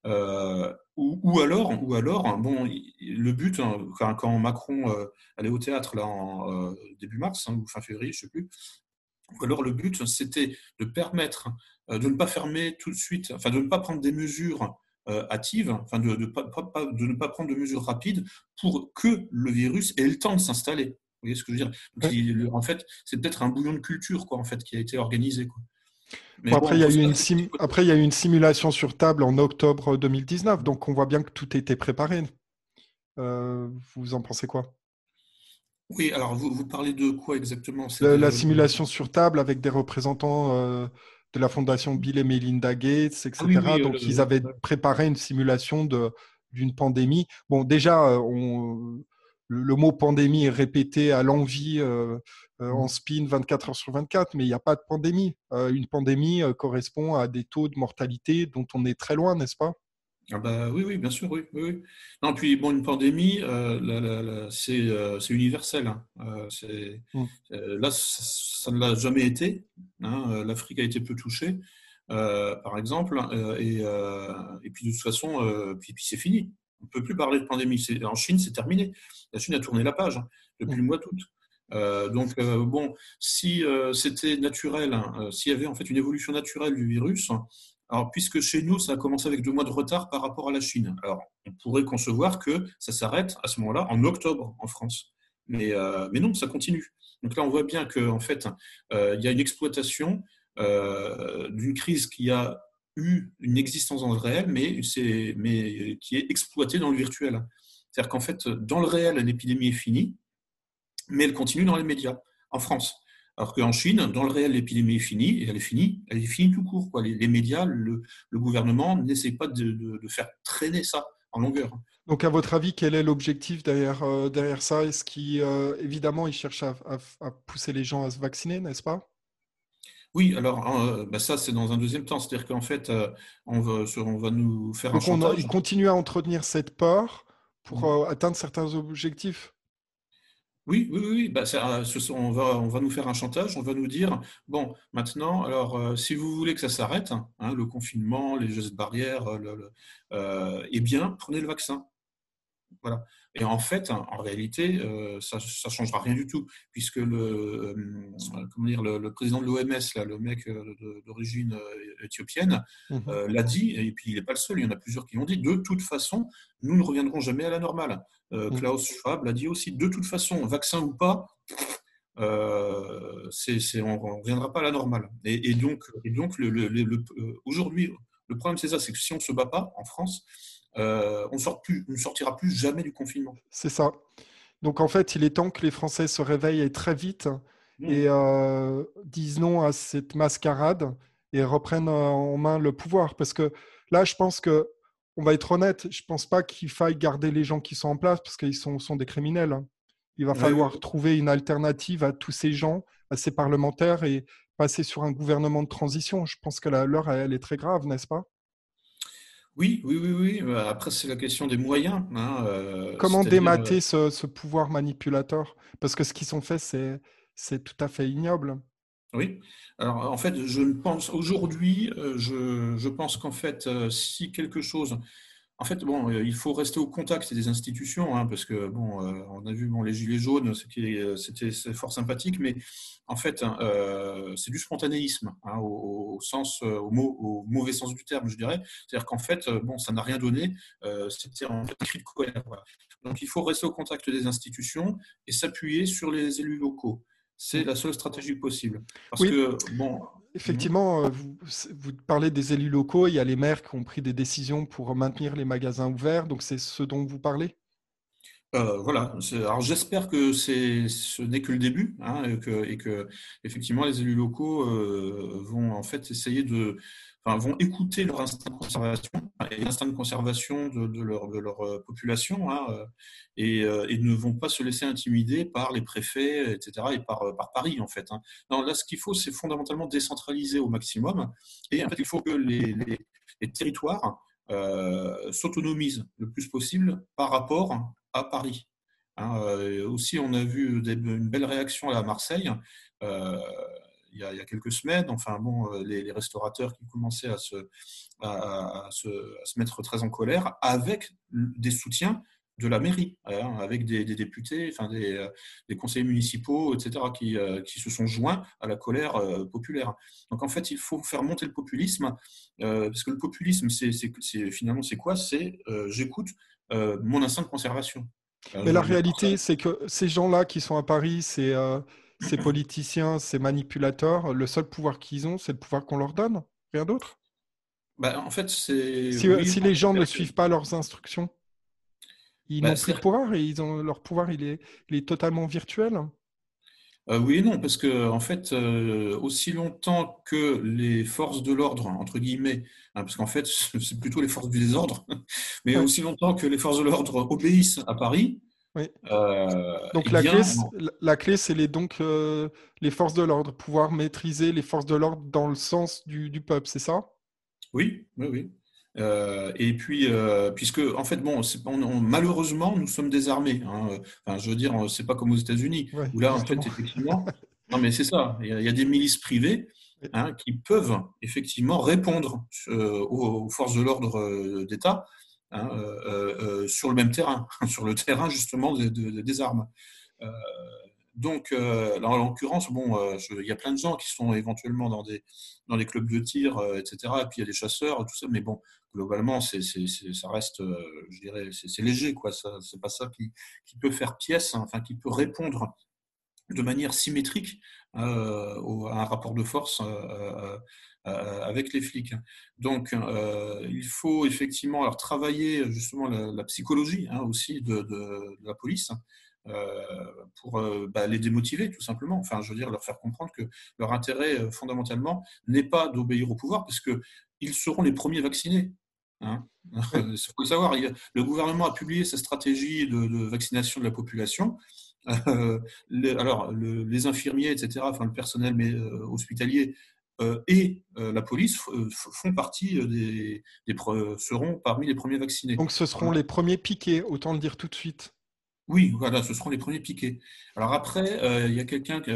S2: euh, ou, ou alors, ou alors, bon, le but hein, quand, quand Macron euh, allait au théâtre là en euh, début mars hein, ou fin février, je sais plus. Ou alors le but c'était de permettre euh, de ne pas fermer tout de suite, enfin de ne pas prendre des mesures euh, hâtives, enfin de, de, pas, pas, de ne pas prendre de mesures rapides pour que le virus ait le temps de s'installer. Vous voyez ce que je veux dire? Donc,
S1: ouais.
S2: il, en fait, c'est peut-être un bouillon de culture quoi, en fait, qui a été organisé. Quoi. Mais
S1: Bon,
S2: bon,
S1: après, il
S2: il
S1: y a
S2: faut
S1: eu une
S2: savoir.
S1: sim... après, il y a eu une simulation sur table en octobre deux mille dix-neuf, donc on voit bien que tout était préparé. Euh, vous en pensez quoi?
S2: Oui, alors vous, vous parlez de quoi exactement? C'est
S1: Le-
S2: de
S1: la
S2: le-
S1: simulation sur table avec des représentants euh, de la fondation Bill et Melinda Gates,
S2: Ah oui,
S1: et cetera.
S2: oui, euh,
S1: Donc, ils
S2: le-
S1: avaient
S2: le-
S1: préparé une simulation de, d'une pandémie. Bon, déjà, euh, on- le, le mot pandémie est répété à l'envi euh, euh, en spin vingt-quatre heures sur vingt-quatre, mais il n'y a pas de pandémie. Euh, une pandémie euh, correspond à des taux de mortalité dont on est très loin, n'est-ce pas?
S2: Ah bah, oui, oui, bien sûr, oui, oui, oui. Non, puis bon, une pandémie, euh, la- la- la- c'est euh, c'est universel, hein. Euh, c'est,
S1: Mm.
S2: euh, là, ça, ça ne l'a jamais été, hein. Euh, L'Afrique a été peu touchée, euh, par exemple, euh, et, euh, et puis de toute façon, euh, puis, puis c'est fini. On ne peut plus parler de pandémie. C'est- En Chine, c'est terminé. La Chine a tourné la page, hein, depuis
S1: Mm.
S2: le mois d'août. Euh, donc, euh, bon, si euh, c'était naturel, hein, euh, s'il y avait en fait une évolution naturelle du virus, alors, puisque chez nous, ça a commencé avec deux mois de retard par rapport à la Chine. Alors, on pourrait concevoir que ça s'arrête à ce moment-là en octobre en France. Mais, euh, mais non, ça continue. Donc là, on voit bien qu'en fait, euh, il y a une exploitation euh, d'une crise qui a eu une existence dans le réel, mais, c'est, mais qui est exploitée dans le virtuel. C'est-à-dire qu'en fait, dans le réel, l'épidémie est finie, mais elle continue dans les médias, en France. Alors qu'en Chine, dans le réel, l'épidémie est finie, et elle est finie, elle est finie tout court, quoi. Les, les médias, le, le gouvernement n'essaie pas de, de, de faire traîner ça en longueur.
S1: Donc, à votre avis, quel est l'objectif derrière, euh, derrière ça? Est-ce qu'ils, euh, évidemment, ils cherchent à, à- à pousser les gens à se vacciner, n'est-ce pas?
S2: Oui, alors euh, bah ça, c'est dans un deuxième temps. C'est-à-dire qu'en fait, euh, on, va, on va nous faire un
S1: Donc, on, a- ils
S2: chantage.
S1: continuent à entretenir cette peur pour
S2: Mhm.
S1: euh, atteindre certains objectifs.
S2: Oui, oui, oui, oui. Bah, ça, ce sont- on va, on va nous faire un chantage, on va nous dire, bon, maintenant, alors, euh, si vous voulez que ça s'arrête, hein, le confinement, les gestes barrières, euh, le- le- euh, eh bien, prenez le vaccin. Voilà. Et en fait, en réalité, euh, ça ne changera rien du tout, puisque le, euh, comment dire, le, le président de l'O M S, là, le mec euh, de- d'origine euh, éthiopienne,
S1: Mhm.
S2: euh, l'a dit, et puis il n'est pas le seul, il y en a plusieurs qui l'ont dit, de toute façon, nous ne reviendrons jamais à la normale. Euh,
S1: Mhm.
S2: Klaus Schwab l'a dit aussi, de toute façon, vaccin ou pas, euh, c'est, c'est, on ne reviendra pas à la normale. Et, et donc, et donc le, le, le, le, euh, aujourd'hui, le problème c'est ça, c'est que si on ne se bat pas en France, euh, on, sort plus, on ne sortira plus jamais du confinement.
S1: C'est ça. Donc, en fait, il est temps que les Français se réveillent et très vite et
S2: Mmh.
S1: euh, disent non à cette mascarade et reprennent euh, en main le pouvoir. Parce que là, je pense que, on va être honnête, je pense pas qu'il faille garder les gens qui sont en place parce qu'ils sont, sont des criminels, hein. Il va
S2: Ouais,
S1: falloir
S2: ouais.
S1: trouver une alternative à tous ces gens, à ces parlementaires et passer sur un gouvernement de transition. Je pense que la- l'heure, elle est très grave, n'est-ce pas?
S2: Oui, oui, oui, oui. Bah, après, c'est la question des moyens, hein, euh,
S1: Comment
S2: c'est-à-dire, euh,
S1: démater ce, ce pouvoir manipulateur? Parce que ce qu'ils ont fait, c'est, c'est tout à fait ignoble.
S2: oui. Alors, en fait, je ne pense aujourd'hui, euh, je, je pense qu'en fait, euh, si quelque chose. En fait, bon, euh, il faut rester au contact des institutions, hein, parce que bon, euh, on a vu bon, les gilets jaunes, c'était euh, c'était- c'est fort sympathique, mais en fait, hein, euh, c'est du spontanéisme, hein, au, au sens, euh, au, mau- au mauvais sens du terme, je dirais. C'est-à-dire qu'en fait, euh, bon, ça n'a rien donné. euh, c'était en fait un cri de colère. Voilà. Donc, il faut rester au contact des institutions et s'appuyer sur les élus locaux. C'est
S1: Mm.
S2: la seule stratégie possible, parce
S1: Oui,
S2: que bon. Mhm.
S1: effectivement, euh, vous, vous parlez des élus locaux, il y a les maires qui ont pris des décisions pour maintenir les magasins ouverts, donc c'est ce dont vous parlez?
S2: Euh, voilà. C'est- Alors j'espère que c'est, ce n'est que le début, hein, et que, et que effectivement les élus locaux euh, vont en fait essayer de, enfin, vont écouter leur instinct de conservation et l'instinct de conservation de, de leur, de leur euh, population, hein, euh, et, euh, et ne vont pas se laisser intimider par les préfets, et cetera, et par, euh, par Paris en fait, hein. Non, là, ce qu'il faut, c'est fondamentalement décentraliser au maximum, et en fait, il faut que les, les, les territoires euh, s'autonomisent le plus possible par rapport à Paris. Hein, euh, aussi, on a vu des, une belle réaction à Marseille euh, il, y a, il y a quelques semaines. Enfin bon, euh, les, les restaurateurs qui commençaient à se, à, à se, à se mettre très en colère avec des soutiens de la mairie, hein, avec des, des députés, enfin des, euh, des conseillers municipaux, et cetera, qui, euh, qui se sont joints à la colère euh, populaire. Donc en fait, il faut faire monter le populisme, euh, parce que le populisme, c'est, c'est, c'est, finalement, c'est quoi? C'est euh, j'écoute euh, mon instinct de conservation.
S1: Mais la
S2: Euh, le
S1: réalité,
S2: partage.
S1: c'est que ces gens-là qui sont à Paris, c'est euh, ces politiciens, ces manipulateurs, le seul pouvoir qu'ils ont, c'est le pouvoir qu'on leur donne, rien d'autre.
S2: Bah, en fait, c'est
S1: Si, euh,
S2: oui,
S1: si
S2: non,
S1: les gens ne
S2: c'est-à-dire que,
S1: suivent pas leurs instructions, ils
S2: bah,
S1: n'ont plus de
S2: c'est-à-dire
S1: pouvoir et ils ont, leur pouvoir, il est, il est totalement virtuel.
S2: Euh, oui et non, parce que en fait, euh, aussi longtemps que les forces de l'ordre, entre guillemets, hein, parce qu'en fait, c'est plutôt les forces du désordre, mais
S1: Ouais,
S2: aussi longtemps que les forces de l'ordre obéissent à Paris,
S1: oui.
S2: euh,
S1: Donc
S2: eh
S1: la
S2: bien,
S1: clé, c- la clé, c'est les, donc, euh, les forces de l'ordre, pouvoir maîtriser les forces de l'ordre dans le sens du, du peuple, c'est ça?
S2: oui, oui, oui. Euh, et puis, euh, puisque en fait, bon, c'est- on- on- malheureusement, nous sommes désarmés, hein. Enfin, je veux dire, c'est pas comme aux États-Unis,
S1: Oui,
S2: où là, en
S1: justement.
S2: fait, effectivement, non, mais c'est ça. Il y a, il y a des milices privées,
S1: Oui.
S2: hein, qui peuvent effectivement répondre euh, aux, aux forces de l'ordre euh, d'État, hein, euh, euh, euh, sur le même terrain, sur le terrain justement de- de- des armes. Euh, donc, euh, là, en l'occurrence, bon, euh, je- il y a plein de gens qui sont éventuellement dans des, dans les clubs de tir, euh, et cetera. Et puis il y a des chasseurs, tout ça. Mais bon, globalement, c'est, c'est, c'est- ça reste, euh, je dirais, c'est, c'est léger, quoi. Ça, c'est pas ça qui, qui peut faire pièce, hein, enfin, qui peut répondre de manière symétrique euh, au- à un rapport de force euh, euh, euh, avec les flics. Donc, euh, il faut effectivement alors, travailler justement la, la psychologie, hein, aussi de, de, de la police, euh, pour euh, bah, les démotiver tout simplement. Enfin, je veux dire, leur faire comprendre que leur intérêt euh, fondamentalement n'est pas d'obéir au pouvoir, parce que ils seront les premiers vaccinés. Hein.
S1: Oui.
S2: Il faut le savoir, il y a- le gouvernement a publié sa stratégie de, de vaccination de la population. Euh, les, alors, le, les infirmiers, et cetera, enfin le personnel mais, euh, hospitalier euh, et euh, la police f- font partie des, des pre- seront parmi les premiers vaccinés.
S1: Donc ce seront
S2: Alors,
S1: les premiers piqués, autant le dire tout de suite.
S2: oui, voilà, ce seront les premiers piquets. Alors après, euh, il y a quelqu'un que,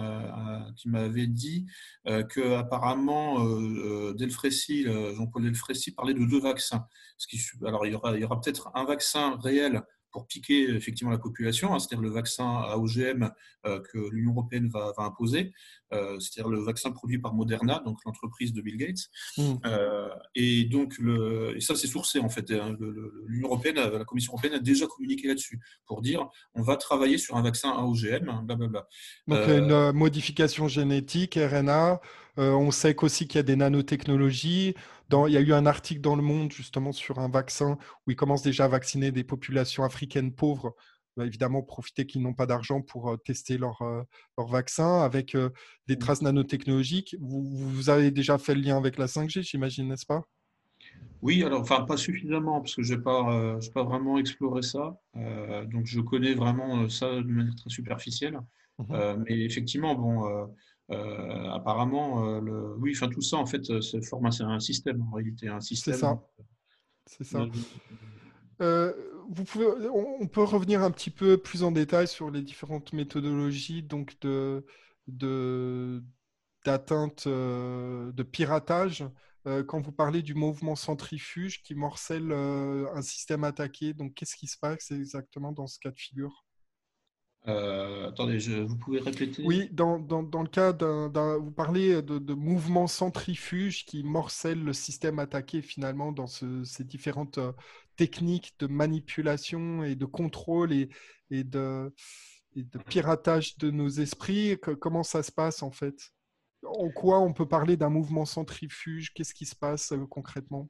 S2: euh, qui m'avait dit euh, que apparemment euh, euh, Delfrécy, euh, Jean-Paul Delfrécy parlait de deux vaccins. Ce qui, alors il y aura, il y aura peut-être un vaccin réel pour piquer effectivement la population, hein, c'est-à-dire le vaccin à O G M euh, que l'Union européenne va, va imposer, euh, c'est-à-dire le vaccin produit par Moderna, donc l'entreprise de Bill Gates.
S1: Hmm.
S2: Euh, et donc, le, et ça c'est sourcé en fait. Hein, le- le- L'Union européenne, la Commission européenne a déjà communiqué là-dessus pour dire on va travailler sur un vaccin à O G M, hein, blablabla.
S1: Donc
S2: Euh,
S1: une euh, modification génétique, R N A. Euh, on sait qu'aussi qu'il y a des nanotechnologies. Dans, il y a eu un article dans Le Monde justement sur un vaccin où ils commencent déjà à vacciner des populations africaines pauvres. Bah, évidemment, profiter qu'ils n'ont pas d'argent pour euh, tester leur, euh, leur vaccin avec euh, des traces nanotechnologiques. Vous, vous avez déjà fait le lien avec la cinq G, j'imagine, n'est-ce pas?
S2: oui, alors enfin pas suffisamment parce que j'ai pas, euh, j'ai pas vraiment exploré ça. Euh, donc je connais vraiment euh, ça de manière très superficielle.
S1: Mhm.
S2: Euh, mais effectivement, bon, euh, euh, apparemment, euh, le, oui, enfin tout ça en fait, euh, ça forme un, un système en réalité, un
S1: C'est
S2: système.
S1: ça, c'est ça. Euh, vous pouvez, on on peut revenir un petit peu plus en détail sur les différentes méthodologies donc de, de, d'atteinte, euh, de piratage. Euh, quand vous parlez du mouvement centrifuge qui morcelle euh, un système attaqué, donc qu'est-ce qui se passe exactement dans ce cas de figure?
S2: Euh, attendez, je, vous pouvez
S1: Oui,
S2: répéter?
S1: dans, dans, dans le cas d'un, d'un- vous parlez de, de mouvement centrifuge qui morcelle le système attaqué finalement dans ce- ces différentes euh, techniques de manipulation et de contrôle et, et de, et de piratage de nos esprits. Que- comment ça se passe en fait? En quoi on peut parler d'un mouvement centrifuge? Qu'est-ce qui se passe euh, concrètement?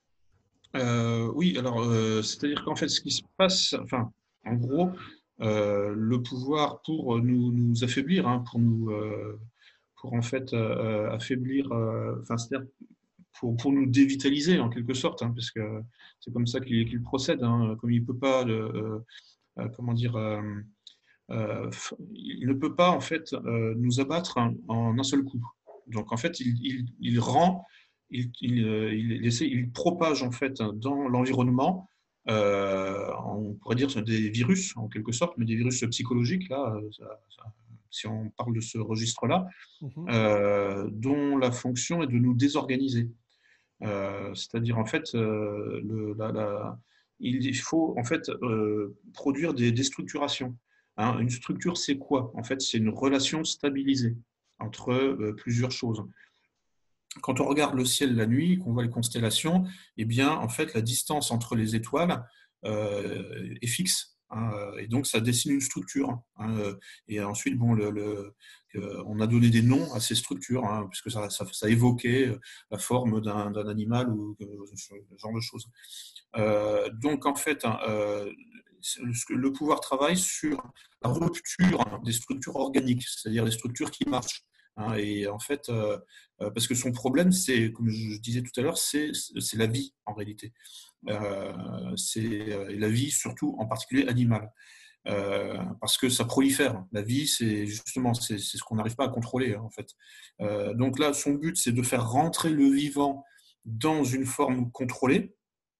S2: Euh, oui, alors, euh, c'est-à-dire qu'en fait, ce qui se passe, enfin, en gros, euh, le pouvoir pour nous, nous affaiblir, hein, pour nous, euh, pour en fait euh, affaiblir, euh, enfin, c'est-à-dire pour, pour nous dévitaliser en quelque sorte, hein, parce que c'est comme ça qu'il qu'il procède, hein, comme il peut pas, euh, euh, comment dire, euh, euh, il ne peut pas en fait euh, nous abattre en, en un seul coup. Donc en fait, il, il, il rend, il, il, euh, il, essaie, il propage en fait dans l'environnement, euh, on pourrait dire des virus en quelque sorte, mais des virus psychologiques là, ça, ça, si on parle de ce registre-là,
S1: Mhm.
S2: euh, dont la fonction est de nous désorganiser. Euh, c'est-à-dire en fait, euh, le, la, la, il faut en fait euh, produire des déstructurations. Hein. Une structure, c'est quoi? En fait, c'est une relation stabilisée entre euh, plusieurs choses. Quand on regarde le ciel la nuit, qu'on voit les constellations, eh bien, en fait, la distance entre les étoiles euh, est fixe. Hein, et donc, ça dessine une structure. Hein, et ensuite, bon, le, le, on a donné des noms à ces structures, hein, puisque ça, ça, ça évoquait la forme d'un, d'un animal ou ce genre de choses. Euh, donc, en fait, euh, le pouvoir travaille sur la rupture des structures organiques, c'est-à-dire les structures qui marchent. Hein, et en fait, euh, parce que son problème, c'est, comme je disais tout à l'heure, c'est, c'est la vie en réalité. Euh, c'est la vie, surtout en particulier animale. Euh, parce que ça prolifère. La vie, c'est justement c'est, c'est ce qu'on n'arrive pas à contrôler, hein, en fait. Euh, donc là, son but, c'est de faire rentrer le vivant dans une forme contrôlée,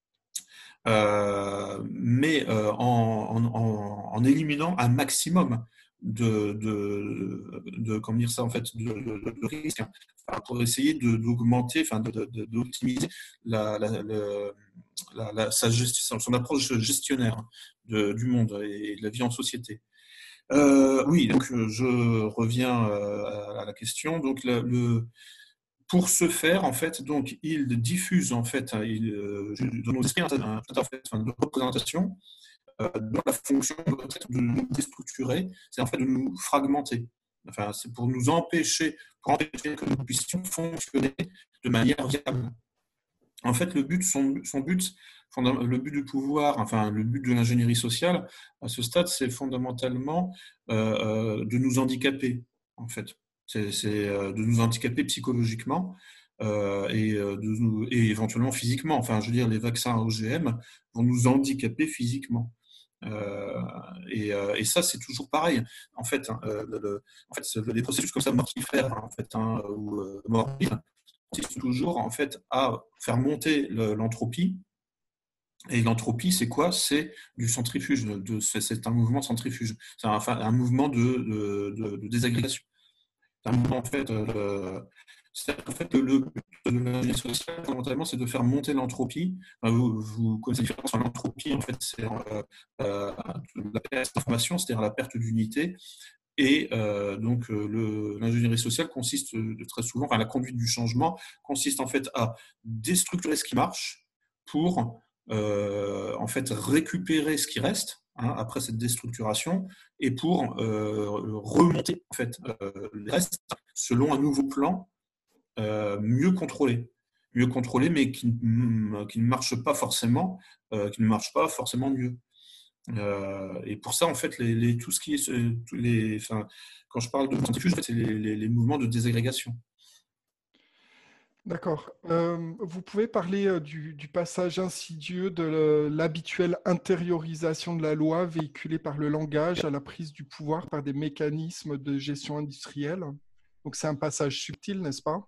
S2: euh, mais euh, en, en, en, éliminant un maximum de, de, de comment dire ça en fait de, de, de risques, hein, pour essayer de, d'augmenter, enfin de, de, d'optimiser la, la, la, la, la, sa gestion, son approche gestionnaire de, du monde et de la vie en société. Euh, oui, donc je reviens à la question. Donc le, le pour ce faire, en fait, donc, il diffuse, en fait, il euh, donne aussi un, un, un de représentation euh, dont la fonction de nous déstructurer, c'est en fait de nous fragmenter. Enfin, c'est pour nous empêcher, pour empêcher que nous puissions fonctionner de manière viable. En fait, le but, son, son but, le but du pouvoir, enfin, le but de l'ingénierie sociale, à ce stade, c'est fondamentalement euh, de nous handicaper, en fait. C'est, c'est de nous handicaper psychologiquement euh, et, de nous, et éventuellement physiquement. Enfin, je veux dire, les vaccins O G M vont nous handicaper physiquement. Euh, et, et ça, c'est toujours pareil. En fait, hein, le, le, en fait les processus comme ça mortifères, en fait, hein, ou euh, morbides, consiste toujours en fait à faire monter le, l'entropie. Et l'entropie, c'est quoi? C'est du centrifuge. De, c'est, c'est un mouvement centrifuge. C'est un, enfin, un mouvement de, de, de, de désagrégation. C'est un mouvement en fait. Euh, c'est en fait le but de l'ingénierie sociale, fondamentalement, c'est de faire monter l'entropie. Vous, vous connaissez la différence entre l'entropie, en fait, c'est euh, euh, la perte d'information, c'est-à-dire la perte d'unité. Et euh, donc, euh, le, l'ingénierie sociale consiste de, très souvent, enfin, la conduite du changement consiste en fait à déstructurer ce qui marche pour euh, en fait récupérer ce qui reste, hein, après cette déstructuration et pour euh, remonter en fait euh, le reste selon un nouveau plan euh, mieux contrôlé, mieux contrôlé, mais qui, qui ne marche pas forcément, euh, qui ne marche pas forcément mieux. Euh, et pour ça, en fait, les, les, tout ce qui est, les, enfin, quand je parle de centrifuge, en fait, c'est les, les, les mouvements de désagrégation.
S1: D'accord. Euh, vous pouvez parler euh, du, du passage insidieux de le, l'habituelle intériorisation de la loi véhiculée par le langage à la prise du pouvoir par des mécanismes de gestion industrielle. Donc c'est un passage subtil, n'est-ce pas?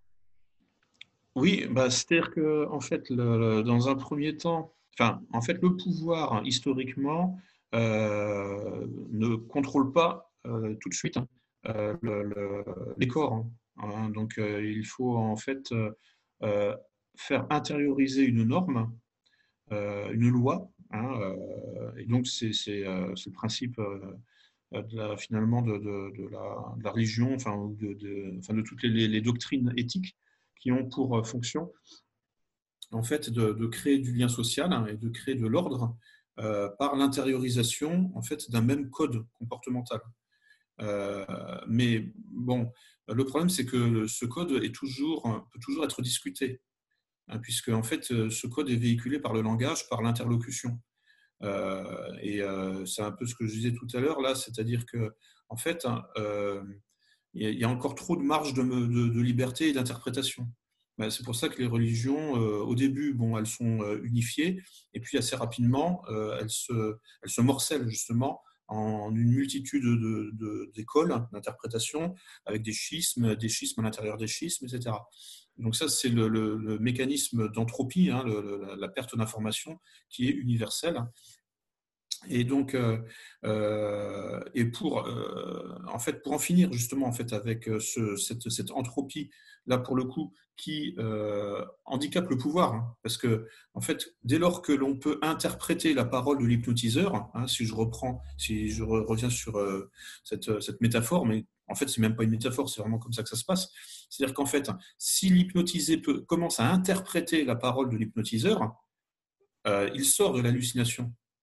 S2: Oui, bah, c'est-à-dire que en fait, le, le, dans un premier temps, enfin, en fait, le pouvoir hein, historiquement euh, ne contrôle pas euh, tout de suite hein, euh, le, le, les corps. Hein, hein. Donc, euh, il faut en fait euh, faire intérioriser une norme, euh, une loi. Hein, euh, et donc, c'est, c'est, euh, c'est le principe. Euh, de la, finalement de, de, de, la, de, la, religion, enfin de, de, enfin de toutes les, les, doctrines éthiques qui ont pour fonction en fait de, de créer du lien social hein, et de créer de l'ordre euh, par l'intériorisation en fait d'un même code comportemental. Euh, mais bon, le problème c'est que ce code est toujours, peut toujours être discuté, hein, puisque en fait ce code est véhiculé par le langage, par l'interlocution. Euh, et euh, c'est un peu ce que je disais tout à l'heure là, c'est-à-dire que en fait, euh, il y a encore trop de marge de, de, de liberté et d'interprétation. Ben, c'est pour ça que les religions, euh, au début, bon, elles sont euh, unifiées, et puis assez rapidement, euh, elles, se, elles se morcellent justement en une multitude de, de, d'écoles d'interprétation, avec des schismes, des schismes à l'intérieur des schismes, et cetera. Donc ça, c'est le, le, le mécanisme d'entropie, hein, le, le, la perte d'information qui est universelle. Et donc, euh, euh, et pour, euh, en fait, pour en finir justement en fait avec ce, cette, cette entropie là pour le coup qui euh, handicape le pouvoir, hein, parce que en fait, dès lors que l'on peut interpréter la parole de l'hypnotiseur, hein, si je reprends, si je re reviens sur euh, cette, cette métaphore, mais en fait, c'est même pas une métaphore, c'est vraiment comme ça que ça se passe. C'est-à-dire qu'en fait, si l'hypnotisé peut, commence à interpréter la parole de l'hypnotiseur, euh, il sort de l'hallucination.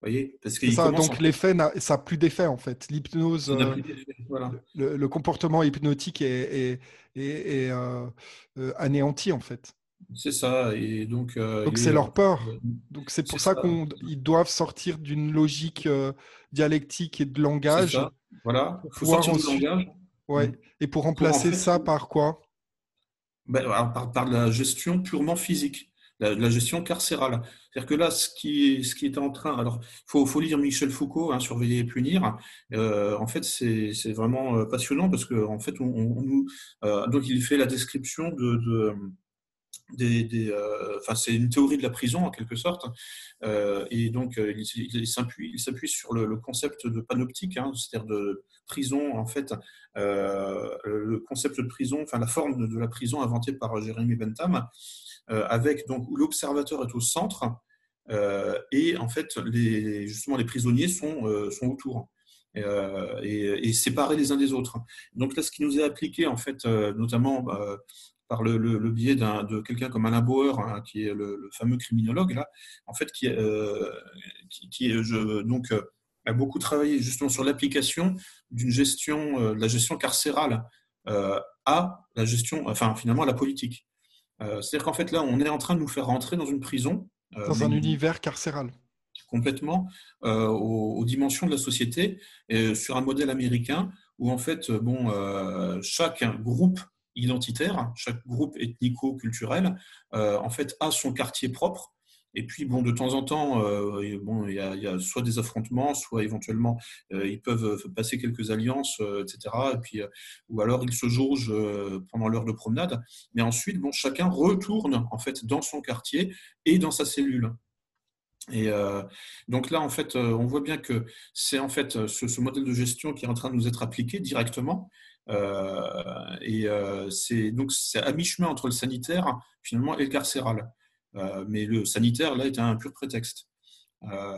S2: voyez, parce
S1: C'est
S2: qu'il
S1: ça,
S2: commence en
S1: donc
S2: fait,
S1: l'effet, n'a- ça n'a plus d'effet en fait. L'hypnose,
S2: ça n'a
S1: euh,
S2: plus d'effet. Voilà.
S1: le, le comportement hypnotique est, est, est- est, euh, euh, anéanti en fait.
S2: C'est ça. Et donc, euh,
S1: Donc
S2: il
S1: c'est
S2: est en
S1: leur
S2: fait,
S1: peur.
S2: euh,
S1: Donc c'est
S2: c'est
S1: pour ça
S2: ça.
S1: qu'ils doivent sortir d'une logique euh, dialectique et de
S2: C'est
S1: langage
S2: ça. Voilà.
S1: pour
S2: Il faut
S1: pouvoir
S2: sortir du
S1: ensuite,
S2: langage.
S1: ouais,
S2: Hum.
S1: et pour
S2: Pour en
S1: remplacer
S2: fait
S1: ça par quoi?
S2: ben, alors, par, par la gestion purement physique, la, la gestion carcérale. C'est-à-dire que là, ce qui est, ce qui est en train, alors il faut, faut lire Michel Foucault, hein, Surveiller et punir. Euh, en fait, c'est c'est vraiment euh, passionnant parce que en fait, on, on nous, euh, donc il fait la description de, de des, des, euh, enfin, c'est une théorie de la prison en quelque sorte, euh, et donc euh, il, il, il s'appuie, il s'appuie sur le, le concept de panoptique, hein, c'est-à-dire de prison en fait, euh, le concept de prison, enfin la forme de, de la prison inventée par Jeremy Bentham, euh, avec donc où l'observateur est au centre euh, et en fait les, justement les prisonniers sont, euh, sont autour. Euh, et, et séparés les uns des autres. Donc là, ce qui nous est appliqué, en fait, euh, notamment euh, par le, le, le biais de quelqu'un comme Alain Bauer, hein, qui est le, le fameux criminologue, là, en fait, qui, euh, qui, qui je, donc, euh, a beaucoup travaillé justement sur l'application d'une gestion, euh, de la gestion carcérale euh, à la gestion, enfin, finalement, à la politique. Euh, c'est-à-dire qu'en fait, là, on est en train de nous faire rentrer dans une prison, euh,
S1: Dans
S2: mais
S1: un univers carcéral.
S2: complètement euh, aux, aux, dimensions de la société, et sur un modèle américain où en fait, bon, euh, chaque groupe identitaire, chaque groupe ethnico-culturel, euh, en fait, a son quartier propre. Et puis, bon, de temps en temps, euh, bon, il y a, il y a soit des affrontements, soit éventuellement, euh, ils peuvent passer quelques alliances, euh, et cetera. Et puis, euh, ou alors, ils se jaugent euh, pendant l'heure de promenade. Mais ensuite, bon, chacun retourne en fait dans son quartier et dans sa cellule. Et euh, donc là, en fait, euh, on voit bien que c'est en fait euh, ce, ce, modèle de gestion qui est en train de nous être appliqué directement. Euh, et euh, c'est donc c'est à mi-chemin entre le sanitaire finalement et le carcéral. Euh, mais le sanitaire là est un pur prétexte. Euh,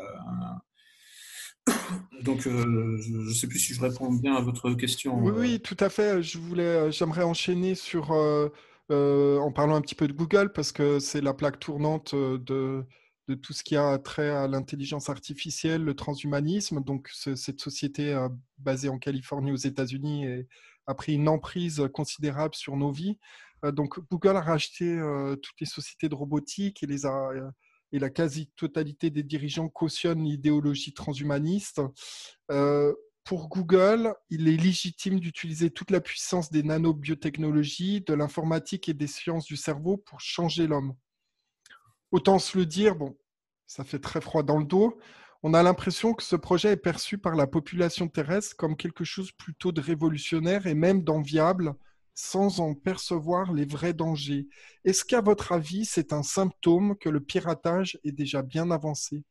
S2: donc euh, je ne sais plus si je réponds bien à votre question.
S1: Oui,
S2: Euh.
S1: oui, tout à fait. Je voulais, j'aimerais enchaîner sur, euh, euh, en parlant un petit peu de Google, parce que c'est la plaque tournante euh, de, de tout ce qui a trait à l'intelligence artificielle, le transhumanisme. Donc, ce- cette société euh, basée en Californie, aux États-Unis, est- a pris une emprise considérable sur nos vies. Euh, donc, Google a racheté euh, toutes les sociétés de robotique et les a, euh, et la quasi-totalité des dirigeants cautionnent l'idéologie transhumaniste. Euh, pour Google, il est légitime d'utiliser toute la puissance des nanobiotechnologies, de l'informatique et des sciences du cerveau pour changer l'homme. Autant se le dire, bon, ça fait très froid dans le dos. On a l'impression que ce projet est perçu par la population terrestre comme quelque chose plutôt de révolutionnaire et même d'enviable, sans en percevoir les vrais dangers. Est-ce qu'à votre avis, c'est un symptôme que le piratage est déjà bien avancé?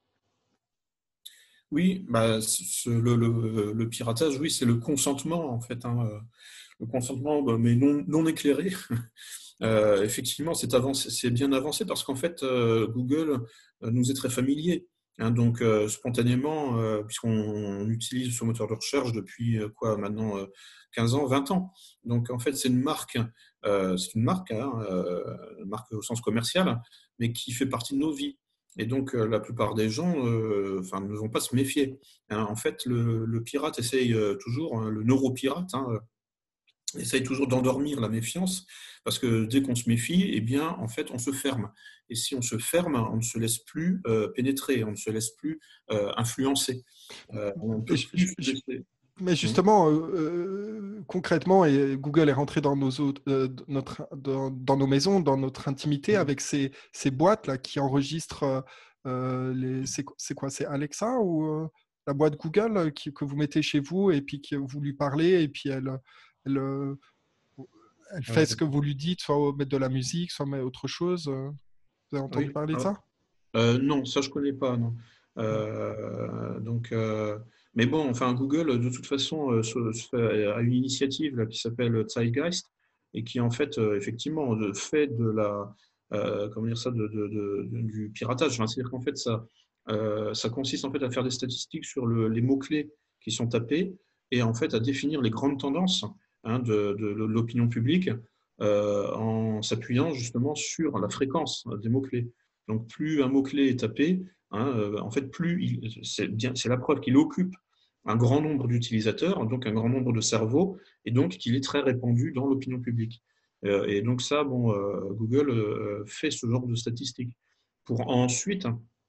S2: Oui, bah, ce, le, le, le, piratage, oui, c'est le consentement en fait, hein, le consentement, bah, mais non, non éclairé. Euh, effectivement, c'est avancé, c'est bien avancé parce qu'en fait, euh, Google euh, nous est très familier. Hein, donc, euh, spontanément, euh, puisqu'on utilise ce moteur de recherche depuis euh, quoi maintenant euh, quinze ans, vingt ans. Donc, en fait, c'est une marque, euh, c'est une marque, hein, euh, une marque au sens commercial, mais qui fait partie de nos vies. Et donc, euh, la plupart des gens, euh, enfin, ne vont pas se méfier. Hein, en fait, le, le pirate essaye euh, toujours, hein, le neuropirate, hein, essaye toujours d'endormir la méfiance, parce que dès qu'on se méfie, eh bien, en fait, on se ferme. Et si on se ferme, on ne se laisse plus euh, pénétrer, on ne se laisse plus euh, influencer. Euh, on ne
S1: Mais
S2: peut
S1: je-
S2: plus
S1: je-
S2: se
S1: je-
S2: laisser.
S1: Mais
S2: Hmm.
S1: justement, euh, euh, concrètement, et Google est rentré dans nos, autres- euh, notre, dans, dans nos maisons, dans notre intimité,
S2: Hmm.
S1: avec ces, ces boîtes-là qui enregistrent euh, euh, les. C'est qu- c'est quoi? C'est Alexa ou euh, la boîte Google euh, qui- que vous mettez chez vous et puis que vous lui parlez et puis elle, elle, euh, elle fait ce
S2: Euh,
S1: que vous lui dites, soit mettre de la musique, soit mettre autre chose. euh. Vous avez entendu
S2: oui.
S1: parler de
S2: Ah,
S1: ça?
S2: euh, non, ça je connais pas, non. Euh, donc, euh, mais bon, enfin, Google, de toute façon, euh, se- se fait- a une initiative là, qui s'appelle Zeitgeist et qui, en fait, euh, effectivement, de, fait de la, euh, comment dire ça, de, de- de- de- du piratage. Enfin, c'est-à-dire qu'en fait, ça, euh, ça consiste en fait à faire des statistiques sur le- les mots-clés qui sont tapés et en fait à définir les grandes tendances, hein, de, de l'opinion publique euh, en s'appuyant justement sur la fréquence des mots-clés. Donc, plus un mot-clé est tapé, hein, euh, en fait, plus il, c'est bien, c'est la preuve qu'il occupe un grand nombre d'utilisateurs, donc un grand nombre de cerveaux, et donc qu'il est très répandu dans l'opinion publique. Euh, et donc ça, bon, euh, Google euh, fait ce genre de statistiques pour ensuite,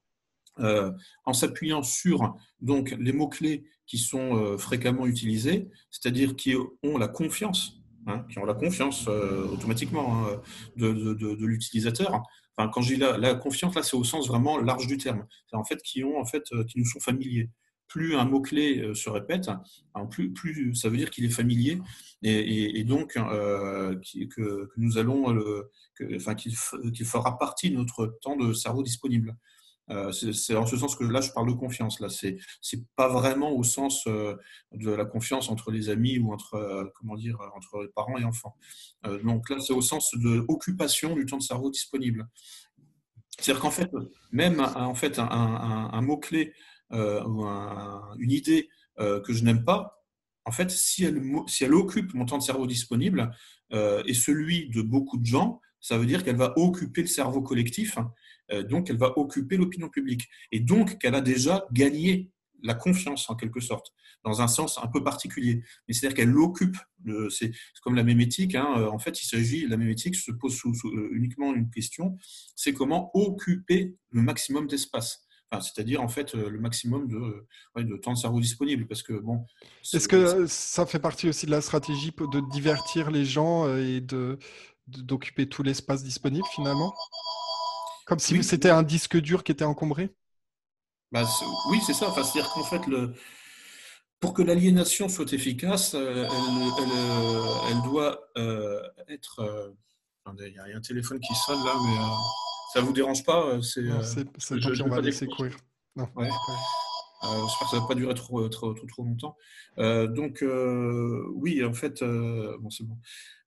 S2: euh, en s'appuyant sur donc les mots-clés qui sont euh, fréquemment utilisés, c'est-à-dire qui ont la confiance, hein, qui ont la confiance euh, automatiquement hein, de, de, de, de l'utilisateur. Enfin, quand je dis la, la confiance, là, c'est au sens vraiment large du terme. C'est en fait qui ont en fait euh, qui nous sont familiers. Plus un mot-clé euh, se répète, hein, plus, plus ça veut dire qu'il est familier et, et, et donc euh, qui, que, que nous allons, le, que, enfin, qu'il, qu'il fera partie de notre temps de cerveau disponible. Euh, c'est, c'est en ce sens que là, je parle de confiance. Là, c'est c'est pas vraiment au sens euh, de la confiance entre les amis ou entre euh, comment dire entre les parents et enfants. Euh, donc là, c'est au sens de occupation du temps de cerveau disponible. C'est-à-dire qu'en fait, même un, en fait un, un, un mot clé euh, ou un, une idée euh, que je n'aime pas, en fait, si elle si elle occupe mon temps de cerveau disponible euh, et celui de beaucoup de gens, ça veut dire qu'elle va occuper le cerveau collectif. Euh, donc, elle va occuper l'opinion publique. Et donc, qu'elle a déjà gagné la confiance, en quelque sorte, dans un sens un peu particulier. Mais c'est-à-dire qu'elle occupe, le, c'est, c'est comme la mémétique, hein, en fait, il s'agit, la mémétique se pose sous, sous, uniquement une question, c'est comment occuper le maximum d'espace. Enfin, c'est-à-dire, en fait, le maximum de, ouais, de temps de cerveau disponible. Parce que, bon...
S1: Est-ce que ça fait partie aussi de la stratégie de divertir les gens et de, de, d'occuper tout l'espace disponible, finalement? Comme si
S2: Oui,
S1: c'était un disque dur qui était encombré?
S2: bah, c'est, oui, c'est ça. Enfin, c'est-à-dire qu'en fait, le, pour que l'aliénation soit efficace, euh, elle, elle, euh, elle doit euh, être... Euh, attendez, il y a un téléphone qui sonne là, mais euh, ça vous dérange pas? C'est,
S1: Non,
S2: euh,
S1: c'est, c'est
S2: je
S1: tant
S2: ne
S1: pis, on
S2: veux
S1: va
S2: pas
S1: laisser
S2: décrocher.
S1: courir. Non,
S2: Ouais.
S1: c'est pas grave.
S2: Euh, j'espère que ça ne va pas durer trop, trop, trop, trop longtemps. Euh, donc, euh, oui, en fait, euh, bon, c'est bon.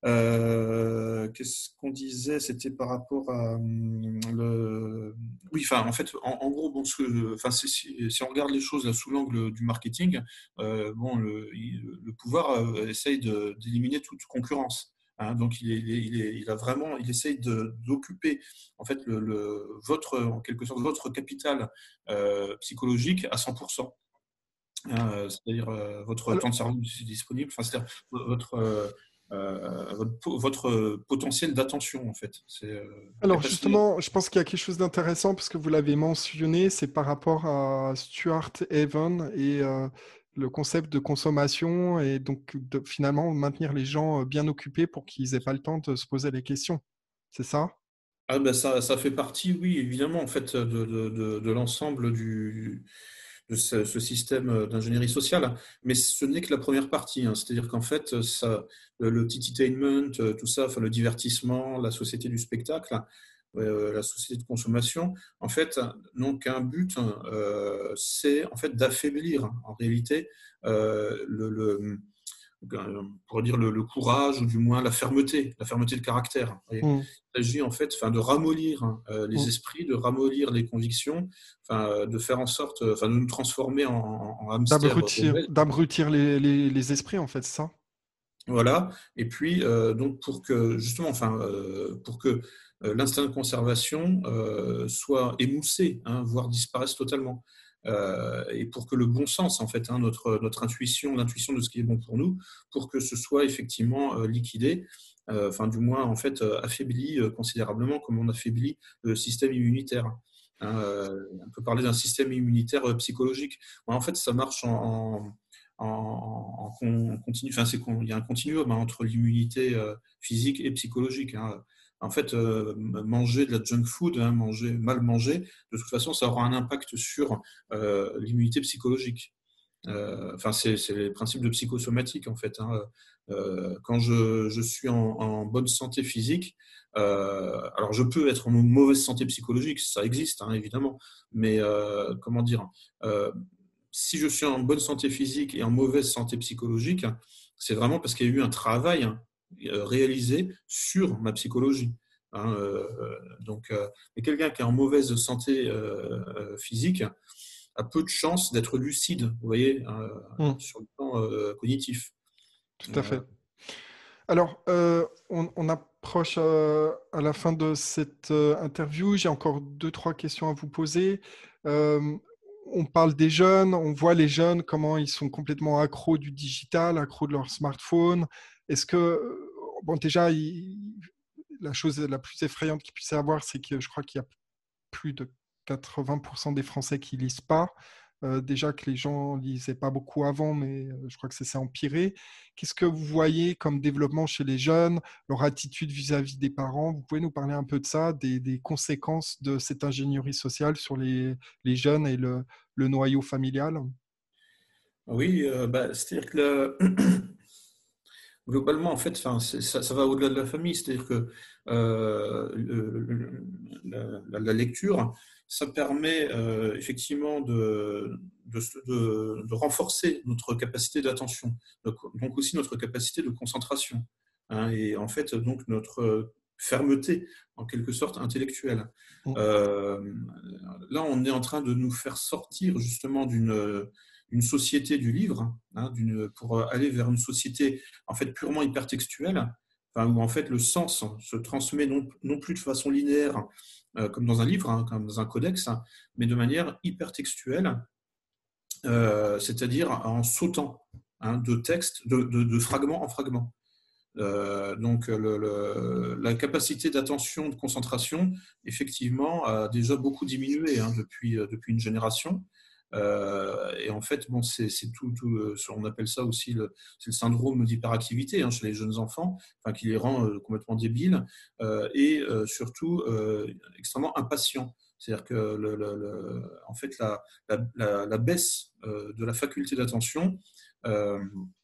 S2: Euh, qu'est-ce qu'on disait? C'était par rapport à hum, le. Oui, enfin, en fait, en, en gros, bon, ce que, enfin, si, si, si on regarde les choses là, sous l'angle du marketing, euh, bon, le, le pouvoir euh, essaye de, d'éliminer toute concurrence. Hein, donc, il, est, il, est, il a vraiment, il essaye de, d'occuper en fait le, le, votre, en quelque sorte, votre capital euh, psychologique à cent pour cent. Euh, c'est-à-dire euh, votre
S1: Alors,
S2: temps de cerveau disponible, enfin, c'est-à-dire votre, euh, euh, votre, votre potentiel d'attention en fait. C'est euh, la
S1: alors
S2: capacité.
S1: justement, je pense qu'il y a quelque chose d'intéressant parce que vous l'avez mentionné, c'est par rapport à Stuart Haven et euh, le concept de consommation et donc de finalement maintenir les gens bien occupés pour qu'ils aient pas le temps de se poser les questions. C'est ça?
S2: Ah ben ça, ça fait partie, oui, évidemment, en fait, de, de, de, de l'ensemble du, de ce, ce système d'ingénierie sociale, mais ce n'est que la première partie. Hein. C'est-à-dire qu'en fait, ça, le, le entertainment, tout ça, enfin, le divertissement, la société du spectacle, euh, la société de consommation, en fait, n'ont qu'un but, euh, c'est en fait d'affaiblir en réalité euh, le, le on pourrait dire le, le courage ou du moins la fermeté, la fermeté de caractère. Il
S1: Mm.
S2: s'agit en fait enfin, de ramollir euh, les
S1: Mm.
S2: esprits, de ramollir les convictions, enfin, de faire en sorte, enfin, de nous transformer en, en hamster
S1: D'abrutir,
S2: obèse.
S1: d'abrutir les, les, les esprits, en fait, c'est ça?
S2: Voilà. Et puis, euh, donc, pour que, justement, enfin, euh, pour que euh, l'instinct de conservation euh, soit émoussé, hein, voire disparaisse totalement. Euh, et pour que le bon sens, en fait, hein, notre, notre intuition, l'intuition de ce qui est bon pour nous, pour que ce soit effectivement euh, liquidé, euh, enfin, du moins, en fait, euh, affaibli euh, considérablement, comme on affaiblit le système immunitaire. Hein, euh, on peut parler d'un système immunitaire euh, psychologique. En fait, ça marche en, en en, en continu, enfin, c'est il y a un continuum hein, entre l'immunité euh, physique et psychologique. Hein. En fait, euh, manger de la junk food, hein, manger, mal manger, de toute façon, ça aura un impact sur euh, l'immunité psychologique. Euh, enfin, c'est, c'est les principes de psychosomatique, en fait. Hein. Euh, quand je, je suis en, en, bonne santé physique, euh, alors je peux être en mauvaise santé psychologique, ça existe, hein, évidemment, mais euh, comment dire euh, si je suis en bonne santé physique et en mauvaise santé psychologique, c'est vraiment parce qu'il y a eu un travail réalisé sur ma psychologie. Hein, euh, donc, euh, mais quelqu'un qui est en mauvaise santé euh, physique a peu de chances d'être lucide, vous voyez, euh,
S1: Mm.
S2: sur le plan euh, cognitif.
S1: Tout à
S2: Euh,
S1: fait. Alors, euh, on, on approche euh, à la fin de cette euh, interview. J'ai encore deux, trois questions à vous poser. Euh, on parle des jeunes, on voit les jeunes, comment ils sont complètement accros du digital, accros de leur smartphone. Est-ce que, bon, déjà, il- la chose la plus effrayante qu'il puisse y avoir, c'est que je crois qu'il y a plus de quatre-vingts pour cent des Français qui lisent pas. Euh, déjà que les gens lisaient pas beaucoup avant, mais euh, je crois que ça s'est empiré. Qu'est-ce que vous voyez comme développement chez les jeunes, leur attitude vis-à-vis des parents? Vous pouvez nous parler un peu de ça, des, des conséquences de cette ingénierie sociale sur les, les jeunes et le, le noyau familial?
S2: Oui, euh, bah, c'est-à-dire que le- globalement, en fait, enfin, c'est- ça, ça va au-delà de la famille. C'est-à-dire que euh, le- le- la, la- la lecture, ça permet euh, effectivement de, de, de- de renforcer notre capacité d'attention, donc, donc aussi notre capacité de concentration, hein, et en fait, donc notre fermeté, en quelque sorte, intellectuelle.
S1: Mm.
S2: Euh, Là, on est en train de nous faire sortir justement d'une une société du livre, hein, d'une, pour aller vers une société en fait purement hypertextuelle, enfin, où en fait le sens se transmet non, non plus de façon linéaire, euh, comme dans un livre, hein, comme dans un codex, hein, mais de manière hypertextuelle, euh, c'est-à-dire en sautant, hein, de texte, de, de, de fragment en fragment. Euh, donc le, le, la capacité d'attention, de concentration, effectivement, a déjà beaucoup diminué, hein, depuis, euh, depuis une génération. Euh, et en fait, bon, c'est tout, tout, on appelle ça aussi le, le syndrome d'hyperactivité, hein, chez les jeunes enfants, enfin, qui les rend euh, complètement débiles, euh, et euh, surtout euh, extrêmement impatients. C'est-à-dire que le, le, le, en fait, la, la, la baisse euh, de la faculté d'attention euh,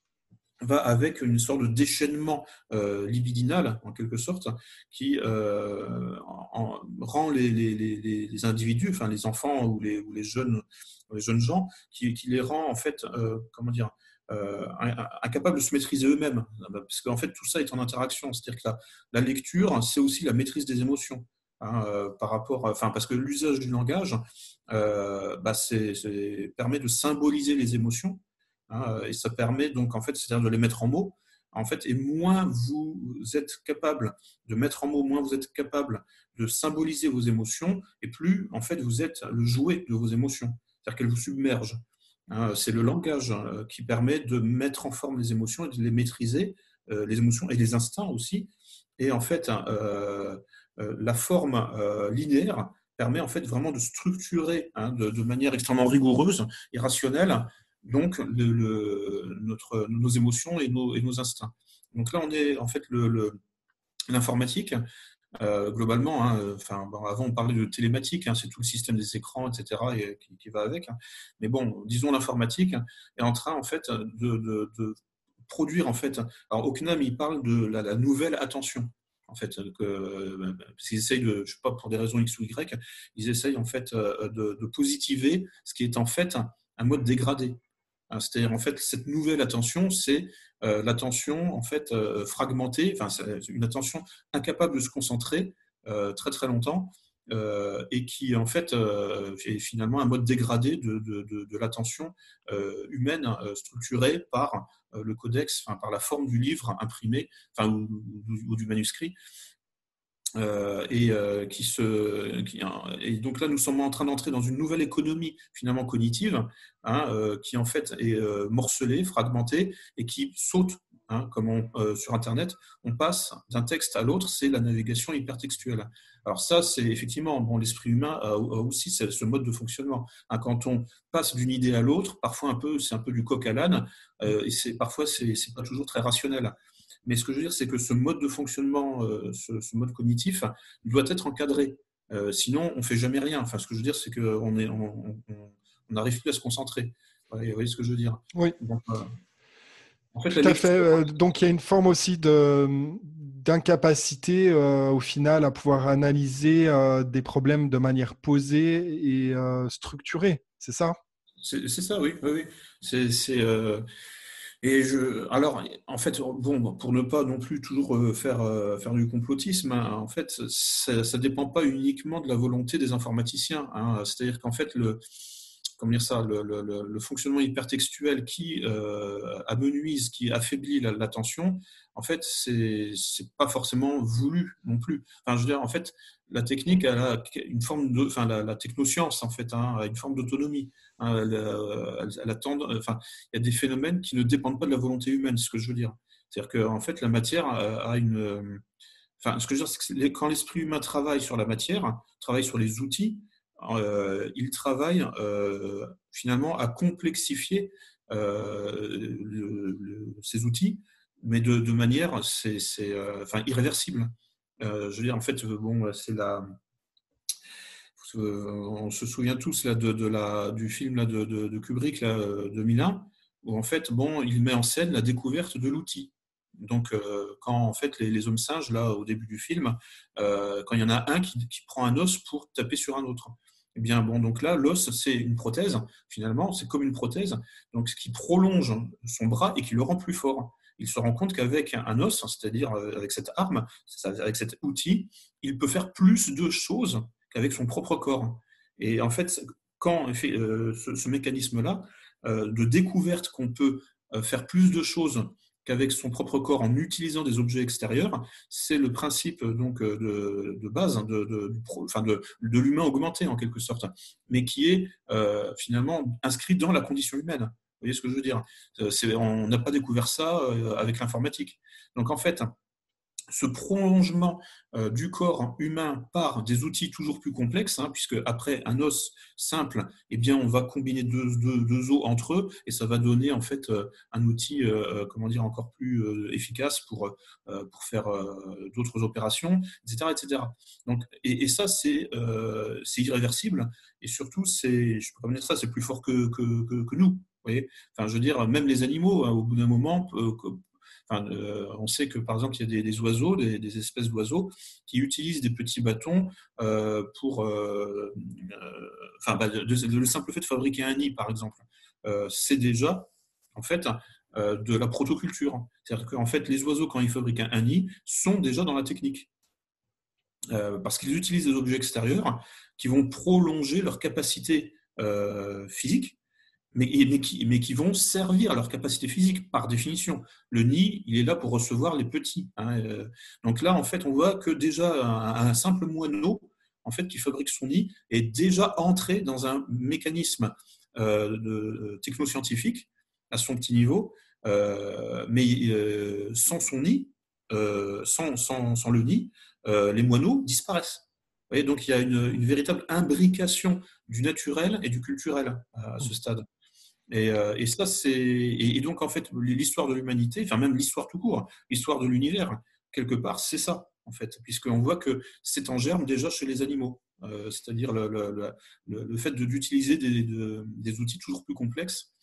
S2: va avec une sorte de déchaînement euh, libidinal, en quelque sorte, qui euh, en, rend les, les, les, les individus, enfin les enfants ou les, ou les, jeunes, les jeunes gens, qui, qui les rend en fait, euh, comment dire, euh, incapables de se maîtriser eux-mêmes, parce qu'en fait tout ça est en interaction, c'est-à-dire que la, la lecture, c'est aussi la maîtrise des émotions. Hein, euh, par rapport, enfin, parce que l'usage du langage euh, bah, c'est, c'est, permet de symboliser les émotions, hein, et ça permet donc en fait, c'est-à-dire de les mettre en mots. En fait, et moins vous êtes capable de mettre en mots, moins vous êtes capable de symboliser vos émotions, et plus en fait vous êtes le jouet de vos émotions, c'est-à-dire qu'elles vous submergent. Hein, c'est le langage qui permet de mettre en forme les émotions et de les maîtriser, euh, les émotions et les instincts aussi. Et en fait, euh, euh, la forme euh, linéaire permet en fait vraiment de structurer, hein, de, de manière extrêmement rigoureuse et rationnelle, donc le, le, notre, nos émotions et nos, et nos instincts. Donc là, on est en fait le, le, l'informatique, euh, globalement, hein, enfin, bon, avant on parlait de télématique, hein, c'est tout le système des écrans, et cetera, et, qui, qui va avec. Hein. Mais bon, disons l'informatique est en train en fait de, de, de produire en fait. Alors Ocknam, il parle de la, la nouvelle attention. En fait, que, parce qu'ils essayent de, je sais pas, pour des raisons X ou Y, ils essayent en fait de, de positiver ce qui est en fait un mode dégradé. C'est-à-dire, en fait, cette nouvelle attention, c'est euh, l'attention en fait euh, fragmentée, enfin, c'est une attention incapable de se concentrer euh, très très longtemps, euh, et qui en fait euh, est finalement un mode dégradé de, de, de, de l'attention euh, humaine, euh, structurée par euh, le codex, enfin, par la forme du livre imprimé, enfin, ou, ou, ou du manuscrit. Euh, et euh, qui se qui, et donc là nous sommes en train d'entrer dans une nouvelle économie finalement cognitive, hein, euh, qui en fait est euh, morcelée, fragmentée et qui saute, hein, comme on, euh, sur internet on passe d'un texte à l'autre, c'est la navigation hypertextuelle. Alors ça c'est effectivement, bon, l'esprit humain a, a aussi ce, ce mode de fonctionnement, hein, quand on passe d'une idée à l'autre, parfois un peu c'est un peu du coq à l'âne, euh, et c'est parfois c'est c'est pas toujours très rationnel. Mais ce que je veux dire, c'est que ce mode de fonctionnement, euh, ce, ce, mode cognitif, doit être encadré. Euh, sinon, on ne fait jamais rien. Enfin, ce que je veux dire, c'est qu'on n'arrive on, on, on plus à se concentrer. Vous voyez ce que je veux dire?
S1: Oui.
S2: Donc, euh, en fait,
S1: Tout
S2: la
S1: à
S2: lecture.
S1: fait. Donc, il y a une forme aussi de, d'incapacité, euh, au final, à pouvoir analyser euh, des problèmes de manière posée et euh, structurée. C'est ça?
S2: C'est, c'est ça, oui. oui, oui. C'est, c'est, euh, et je, alors, en fait, bon, pour ne pas non plus toujours faire, faire du complotisme, hein, en fait, ça ne dépend pas uniquement de la volonté des informaticiens. Hein. C'est-à-dire qu'en fait, le, comment dire ça, le, le, le fonctionnement hypertextuel qui euh, amenuise, qui affaiblit l'attention, en fait, c'est c'est pas forcément voulu non plus. Enfin, je veux dire, en fait, la technique, elle a une forme de, enfin, la, la technoscience, en fait, hein, a une forme d'autonomie. Hein, elle, elle, elle attend, enfin, il y a des phénomènes qui ne dépendent pas de la volonté humaine, c'est ce que je veux dire. C'est-à-dire qu'en fait, la matière a une, enfin, ce que je veux dire, c'est que quand l'esprit humain travaille sur la matière, travaille sur les outils, euh, il travaille euh, finalement à complexifier euh, le, le, ces outils, mais de, de manière c'est, c'est, euh, enfin, irréversible. Euh, je veux dire, en fait, bon, c'est la. On se souvient tous là, de, de la, du film là, de, de, de Kubrick, là, deux mille un, où en fait, bon, il met en scène la découverte de l'outil. Donc, euh, quand en fait les, les hommes singes, là, au début du film, euh, quand il y en a un qui, qui prend un os pour taper sur un autre, eh bien, bon, donc là, l'os, c'est une prothèse, finalement, c'est comme une prothèse, donc ce qui prolonge son bras et qui le rend plus fort. Il se rend compte qu'avec un os, c'est-à-dire avec cette arme, avec cet outil, il peut faire plus de choses qu'avec son propre corps. Et en fait, quand fait, euh, ce, ce mécanisme-là, euh, de découverte qu'on peut euh, faire plus de choses qu'avec son propre corps en utilisant des objets extérieurs, c'est le principe donc de, de base de, de, enfin de, de l'humain augmenté en quelque sorte, mais qui est euh, finalement inscrit dans la condition humaine. Vous voyez ce que je veux dire? C'est, on n'a pas découvert ça avec l'informatique. Donc en fait, ce prolongement euh, du corps humain par des outils toujours plus complexes, hein, puisque après un os simple, eh bien, on va combiner deux, deux, deux os entre eux et ça va donner en fait euh, un outil euh, comment dire, encore plus euh, efficace pour, euh, pour faire euh, d'autres opérations, et cetera, et cetera. Donc, et, et ça, c'est, euh, c'est irréversible et surtout, c'est, je peux pas dire ça, c'est plus fort que, que, que, que nous. Vous voyez, enfin, je veux dire, même les animaux, hein, au bout d'un moment, euh, Enfin, euh, on sait que par exemple, il y a des, des oiseaux, des, des, espèces d'oiseaux qui utilisent des petits bâtons euh, pour. Euh, euh, enfin, bah, de, de, le simple fait de fabriquer un nid, par exemple, euh, c'est déjà, en fait, euh, de la protoculture. C'est-à-dire qu'en fait, les oiseaux, quand ils fabriquent un, un nid, sont déjà dans la technique. Euh, parce qu'ils utilisent des objets extérieurs qui vont prolonger leur capacité euh, physique. Mais, mais, qui, mais qui vont servir à leur capacité physique, par définition. Le nid, il est là pour recevoir les petits. Hein. Donc là, en fait, on voit que déjà un, un simple moineau, en fait, qui fabrique son nid, est déjà entré dans un mécanisme euh, de, technoscientifique à son petit niveau, euh, mais euh, sans son nid, euh, sans, sans, sans le nid, euh, les moineaux disparaissent. Vous voyez, donc il y a une, une véritable imbrication du naturel et du culturel à ce stade. Et, euh, et ça, c'est et, et donc en fait l'histoire de l'humanité, enfin même l'histoire tout court, l'histoire de l'univers, quelque part, c'est ça en fait, puisqu'on voit que c'est en germe déjà chez les animaux, euh, c'est-à-dire le, le, le, le fait de, d'utiliser des, de, des outils toujours plus complexes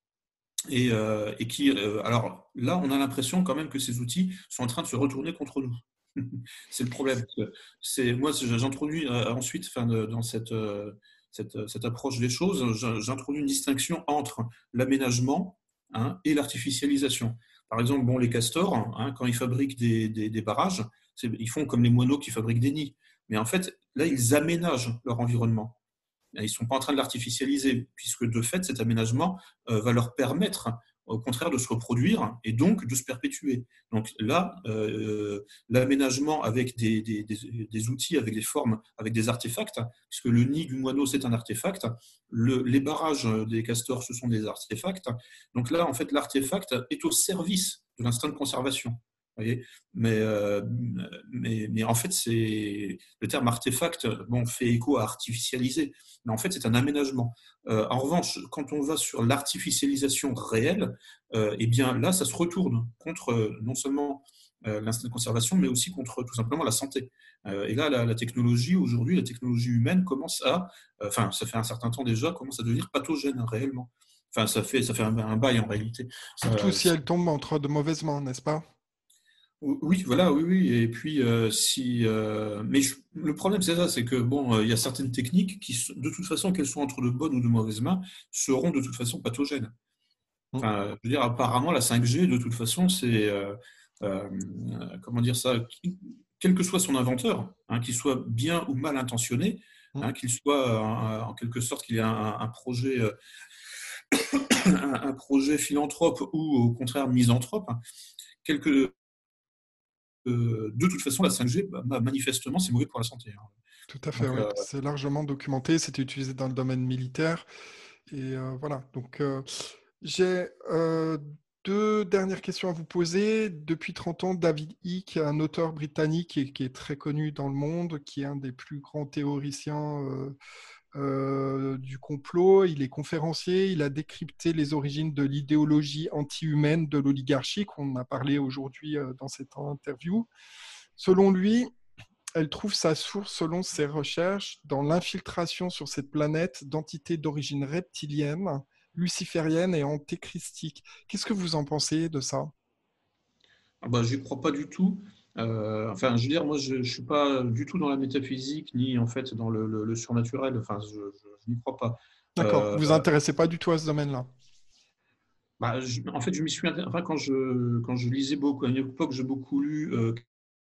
S2: et, euh, et qui, euh, alors là, on a l'impression quand même que ces outils sont en train de se retourner contre nous. C'est le problème. C'est moi, j'introduis euh, ensuite, enfin, de, dans cette euh, Cette, cette, approche des choses, j'introduis une distinction entre l'aménagement hein, et l'artificialisation. Par exemple, bon, les castors, hein, quand ils fabriquent des, des, des barrages, ils font comme les moineaux qui fabriquent des nids. Mais en fait, là, ils aménagent leur environnement. Ils ne sont pas en train de l'artificialiser, puisque de fait, cet aménagement euh, va leur permettre au contraire de se reproduire et donc de se perpétuer. Donc là, euh, l'aménagement avec des, des, des, des outils, avec des formes, avec des artefacts, puisque le nid du moineau, c'est un artefact, le, les barrages des castors, ce sont des artefacts. Donc là, en fait, l'artefact est au service de l'instinct de conservation. Voyez, mais, euh, mais, mais en fait, c'est le terme artefact bon, fait écho à artificialiser, mais en fait, c'est un aménagement. Euh, en revanche, quand on va sur l'artificialisation réelle, euh, eh bien là, ça se retourne contre euh, non seulement euh, l'instinct de conservation, mais aussi contre tout simplement la santé. Euh, et là, la, la technologie, aujourd'hui, la technologie humaine commence à, euh, enfin, ça fait un certain temps déjà, commence à devenir pathogène réellement. Enfin, ça fait, ça fait un, un bail en réalité. Ça,
S1: Surtout si
S2: ça...
S1: elle tombe entre de mauvaises mains, n'est-ce pas?
S2: Oui, voilà, oui, oui. Et puis, euh, si, euh, mais je, le problème, c'est ça, c'est que bon, euh, il y a certaines techniques qui, de toute façon, qu'elles soient entre de bonnes ou de mauvaises mains, seront de toute façon pathogènes. Enfin, je veux dire, apparemment, la cinq G, de toute façon, c'est, euh, euh, comment dire ça, quel que soit son inventeur, hein, qu'il soit bien ou mal intentionné, hein, qu'il soit en, en quelque sorte qu'il y ait un, un projet, un, un projet philanthrope ou au contraire misanthrope, quelque, euh, de toute façon la cinq G, bah, manifestement, c'est mauvais pour la santé. Hein.
S1: Tout à fait,
S2: Donc,
S1: oui.
S2: euh,
S1: C'est largement documenté. C'était utilisé dans le domaine militaire. Et euh, voilà. Donc, euh, j'ai euh, deux dernières questions à vous poser. Depuis trente ans, David Icke, un auteur britannique qui est, qui est très connu dans le monde, qui est un des plus grands théoriciens euh, euh, du complot. Il est conférencier. Il a décrypté les origines de l'idéologie anti-humaine de l'oligarchie qu'on a parlé aujourd'hui euh, dans cette interview. Selon lui, elle trouve sa source, selon ses recherches, dans l'infiltration sur cette planète d'entités d'origine reptilienne, luciférienne et antéchristique. Qu'est-ce que vous en pensez de ça?
S2: ah bah, j'y crois pas du tout. Euh, enfin, je veux dire, moi, je, je suis pas du tout dans la métaphysique ni en fait dans le, le- le surnaturel. Enfin, je, je- je n'y crois pas.
S1: D'accord,
S2: Euh,
S1: vous vous intéressez pas du tout à ce domaine-là.
S2: bah, je- en fait, je m'y suis, intér- enfin, quand je quand je lisais beaucoup à une époque, j'ai beaucoup lu euh,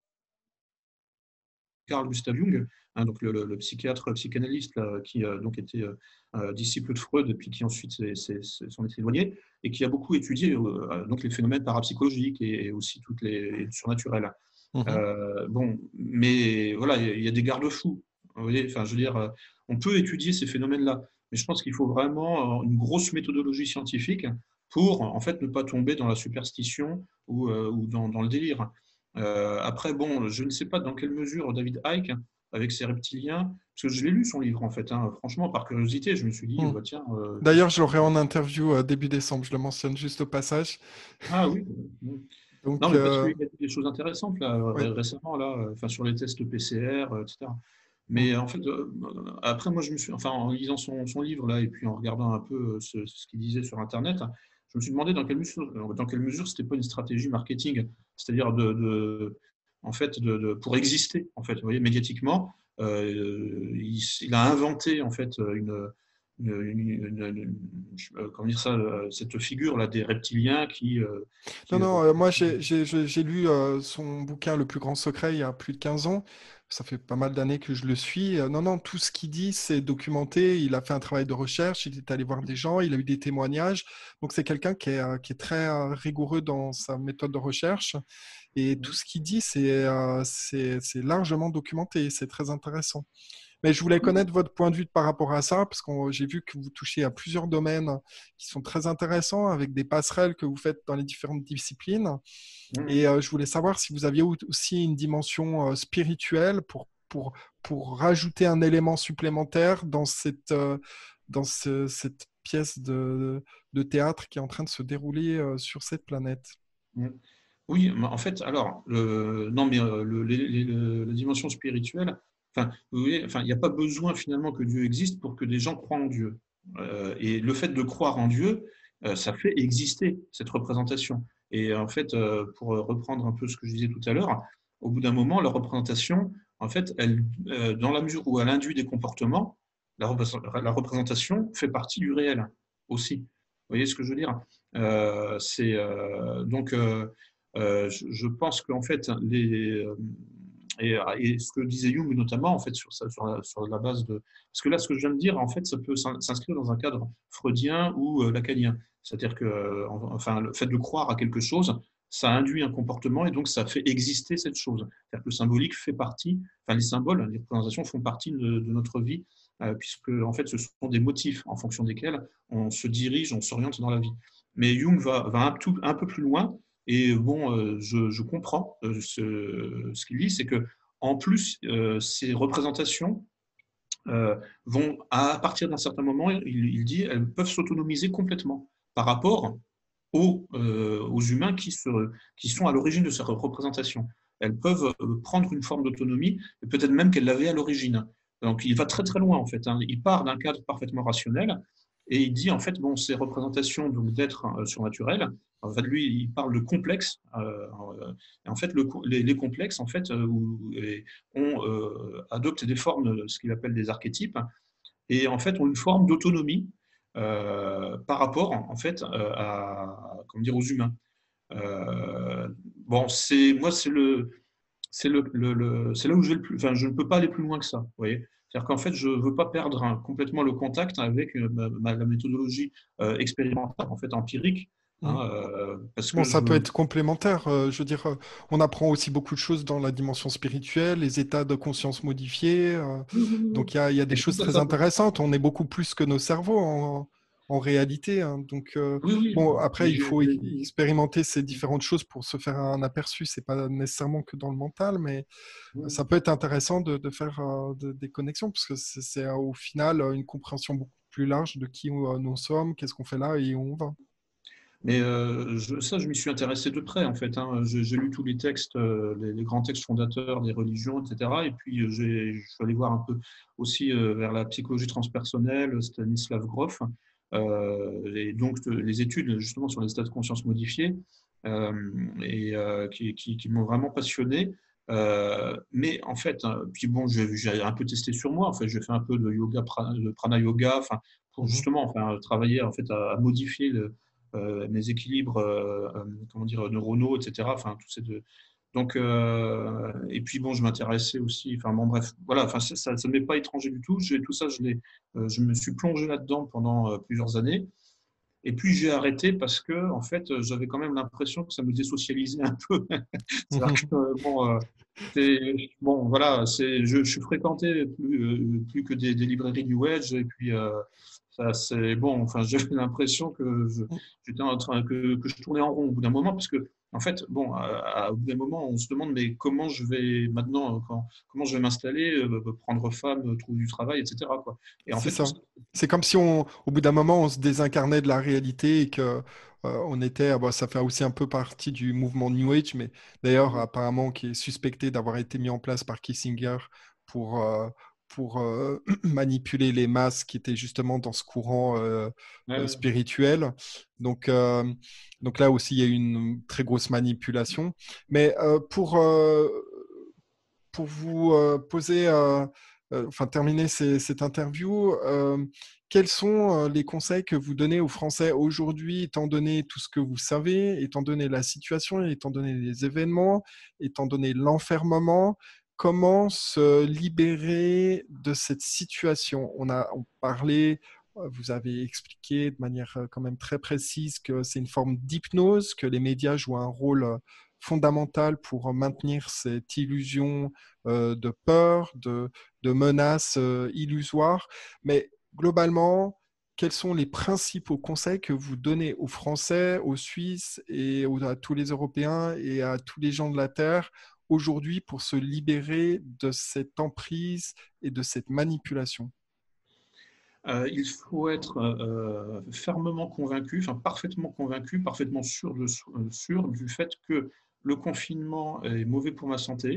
S2: Carl Gustav Jung, hein, donc le, le- le psychiatre psychanalyste là, qui euh, donc était euh, euh, disciple de Freud et puis qui ensuite s'est- s'est- s'est- s'en est éloigné et qui a beaucoup étudié euh, donc les phénomènes parapsychologiques et, et aussi toutes les et le surnaturel.
S1: Mhm.
S2: Euh, bon, mais voilà, il y, a il y a des garde-fous. Vous voyez, enfin, je veux dire, euh, on peut étudier ces phénomènes-là, mais je pense qu'il faut vraiment euh, une grosse méthodologie scientifique pour, en fait, ne pas tomber dans la superstition ou, euh, ou dans, dans le délire. Euh, après, bon, je ne sais pas dans quelle mesure David Icke, avec ses reptiliens, parce que je l'ai lu son livre, en fait, hein, franchement, par curiosité, je me suis dit,
S1: Mhm.
S2: bah, tiens, euh, qu'est-ce
S1: D'ailleurs,
S2: que...
S1: je l'aurai en interview euh, début décembre, je le mentionne juste au passage.
S2: Ah oui. Non,
S1: Donc,
S2: mais parce
S1: euh,
S2: qu'il y a des choses intéressantes là,
S1: oui.
S2: ré- récemment, là, euh, enfin, sur les tests P C R, euh, et cetera.
S1: Mhm.
S2: Mais en fait, euh, après, moi, je me suis, enfin, en lisant son, son livre là, et puis en regardant un peu euh, ce, ce qu'il disait sur Internet, je me suis demandé dans quelle mesure, dans quelle mesure c'était pas une stratégie marketing, c'est-à-dire de, de- en fait, de, de- pour exister, en fait, vous voyez, médiatiquement, euh, il, il a inventé en fait une, une, une- une- une- euh, comment dire ça, euh, cette figure là des reptiliens qui, euh,
S1: Non,
S2: qui
S1: non, euh, moi j'ai j'ai- j'ai- j'ai lu euh, son bouquin Le plus grand secret il y a plus de quinze ans. Ça fait pas mal d'années que je le suis. Euh, non, non, tout ce qu'il dit, c'est documenté. Il a fait un travail de recherche, il est allé voir des gens, il a eu des témoignages. Donc c'est quelqu'un qui est, euh, qui est très euh, rigoureux dans sa méthode de recherche. Et tout ce qu'il dit, c'est euh, c'est c'est largement documenté. C'est très intéressant. Mais je voulais connaître votre point de vue par rapport à ça, parce que j'ai vu que vous touchez à plusieurs domaines qui sont très intéressants, avec des passerelles que vous faites dans les différentes disciplines. Et euh, je voulais savoir si vous aviez aussi une dimension euh, spirituelle pour, pour, pour rajouter un élément supplémentaire dans cette, euh, dans ce- cette pièce de, de théâtre qui est en train de se dérouler euh, sur cette planète.
S2: Oui, mais en fait, alors, le, non, mais euh, le- les- les- le- la dimension spirituelle, enfin, vous voyez, enfin, il n'y a pas besoin finalement que Dieu existe pour que des gens croient en Dieu. Euh, et le fait de croire en Dieu, euh, ça fait exister cette représentation. Et en fait, euh, pour reprendre un peu ce que je disais tout à l'heure, au bout d'un moment, la représentation, en fait, elle, euh, dans la mesure où elle induit des comportements, la, repré- la représentation fait partie du réel aussi. Vous voyez ce que je veux dire? Euh, c'est euh, donc. Euh, euh, je, je pense qu'en fait, les, euh, et, et ce que disait Jung notamment, en fait, sur, ça, sur, la, sur la base de... Parce que là, ce que je viens de dire, en fait, ça peut s'inscrire dans un cadre freudien ou euh, lacanien. C'est-à-dire que euh, enfin, le fait de croire à quelque chose, ça induit un comportement et donc ça fait exister cette chose. C'est-à-dire que le symbolique fait partie, enfin les symboles, les représentations font partie de, de notre vie, euh, puisque en fait ce sont des motifs en fonction desquels on se dirige, on s'oriente dans la vie. Mais Jung va, va un, tout, un peu plus loin et bon, euh, je, je, comprends euh, ce, ce qu'il dit, c'est que en plus, euh, ces représentations euh, vont, à partir d'un certain moment, il, il, dit, elles peuvent s'autonomiser complètement par rapport aux, euh, aux humains qui, se, qui sont à l'origine de ces représentations. Elles peuvent prendre une forme d'autonomie, et peut-être même qu'elles l'avaient à l'origine. Donc il va très très loin en fait. Hein. Il part d'un cadre parfaitement rationnel et il dit en fait bon ces représentations donc d'êtres euh, surnaturels. En fait lui il parle de complexes. Euh, et en fait le, les, les, complexes en fait euh, où, les, on euh, adopte des formes, ce qu'il appelle des archétypes, et en fait ont une forme d'autonomie euh, par rapport en fait euh, à comment dire aux humains. Euh, bon c'est moi c'est le c'est le, le, le- c'est là où je vais le plus, enfin, je ne peux pas aller plus loin que ça, vous voyez. C'est-à-dire qu'en fait, je ne veux pas perdre hein, complètement le contact avec euh, ma- ma- la méthodologie euh, expérimentale, en fait, empirique,
S1: Mm.
S2: hein, euh, parce
S1: Bon,
S2: que
S1: ça
S2: je,
S1: peut être complémentaire. euh, je veux dire, euh, on apprend aussi beaucoup de choses dans la dimension spirituelle, les états de conscience modifiés. euh,
S2: oui, oui, oui, oui.
S1: donc, il y a, il y a des
S2: Et tout
S1: choses
S2: à
S1: très
S2: fait.
S1: intéressantes. On est beaucoup plus que nos cerveaux en, en réalité, hein. Donc, euh,
S2: Oui, oui,
S1: bon, après, il
S2: mais,
S1: faut
S2: mais-
S1: e- expérimenter ces différentes choses pour se faire un aperçu. C'est pas nécessairement que dans le mental, mais ça peut être intéressant de, de faire euh, de- des connexions parce que c'est c'est, euh, au final euh, une compréhension beaucoup plus large de qui euh, nous sommes, qu'est-ce qu'on fait là et où on va.
S2: Mais euh, je- ça, je m'y suis intéressé de près, en fait, hein. J'ai j'ai lu tous les textes, euh, les, les grands textes fondateurs des religions, et cetera. Et puis, euh, j'ai- je suis allé voir un peu aussi euh, vers la psychologie transpersonnelle, Stanislav Grof, euh, et donc de- les études justement sur les états de conscience modifiés, euh, et euh, qui, qui- qui m'ont vraiment passionné. Euh, mais en fait, hein, puis bon, j'ai j'ai un peu testé sur moi. En fait, j'ai fait un peu de yoga, prana, de prana yoga, enfin, pour
S1: Mhm.
S2: justement, enfin, travailler en fait à, à modifier le euh, mes équilibres euh, euh, comment dire, neuronaux, et cetera. Enfin, tout ces deux. Donc, euh, et puis bon, je m'intéressais aussi, enfin bon, bref, voilà, enfin, ça, ça, ça ne m'est pas étranger du tout. J'ai, tout ça, je, l'ai, euh, je me suis plongé là-dedans pendant euh, plusieurs années. Et puis j'ai arrêté parce que, en fait, j'avais quand même l'impression que ça me désocialisait un peu. C'est-à-dire
S1: Mhm.
S2: que, euh, bon, euh, c'est, bon, voilà, c'est, je, je suis fréquenté plus, euh, plus que des, des librairies New Age, et puis euh, ça, c'est bon, enfin, j'avais l'impression que je, j'étais en train, que, que je tournais en rond au bout d'un moment, parce que, en fait, bon, à, à- au bout d'un moment, on se demande, mais comment je vais maintenant, quand, comment je vais m'installer, euh, prendre femme, trouver du travail, et cetera, quoi. Et en
S1: C'est
S2: fait, tout
S1: ça.
S2: ça.
S1: C'est comme si on, au bout d'un moment, on se désincarnait de la réalité et que euh, on était. Ah bah, ça fait aussi un peu partie du mouvement New Age, mais d'ailleurs, apparemment, qui est suspecté d'avoir été mis en place par Kissinger pour, euh, pour euh, manipuler les masses qui étaient justement dans ce courant euh, euh,
S2: Ouais,
S1: spirituel. Donc, euh, donc là aussi, il y a eu une très grosse manipulation. Mais euh, pour, euh, pour vous euh, poser, euh, euh, enfin terminer ces- cette interview, euh, quels sont euh, les conseils que vous donnez aux Français aujourd'hui, étant donné tout ce que vous savez, étant donné la situation, étant donné les événements, étant donné l'enfermement, comment se libérer de cette situation? On a on parlait, euh, vous avez expliqué de manière euh, quand même très précise que c'est une forme d'hypnose, que les médias jouent un rôle euh, fondamental pour maintenir cette illusion euh, de peur, de, de menaces euh, illusoires. Mais globalement, quels sont les principaux conseils que vous donnez aux Français, aux Suisses et aux- à tous les Européens et à tous les gens de la Terre aujourd'hui pour se libérer de cette emprise et de cette manipulation?
S2: Euh, il faut être euh, fermement convaincu, enfin parfaitement convaincu, parfaitement sûr, de, euh, sûr du fait que le confinement est mauvais pour ma santé,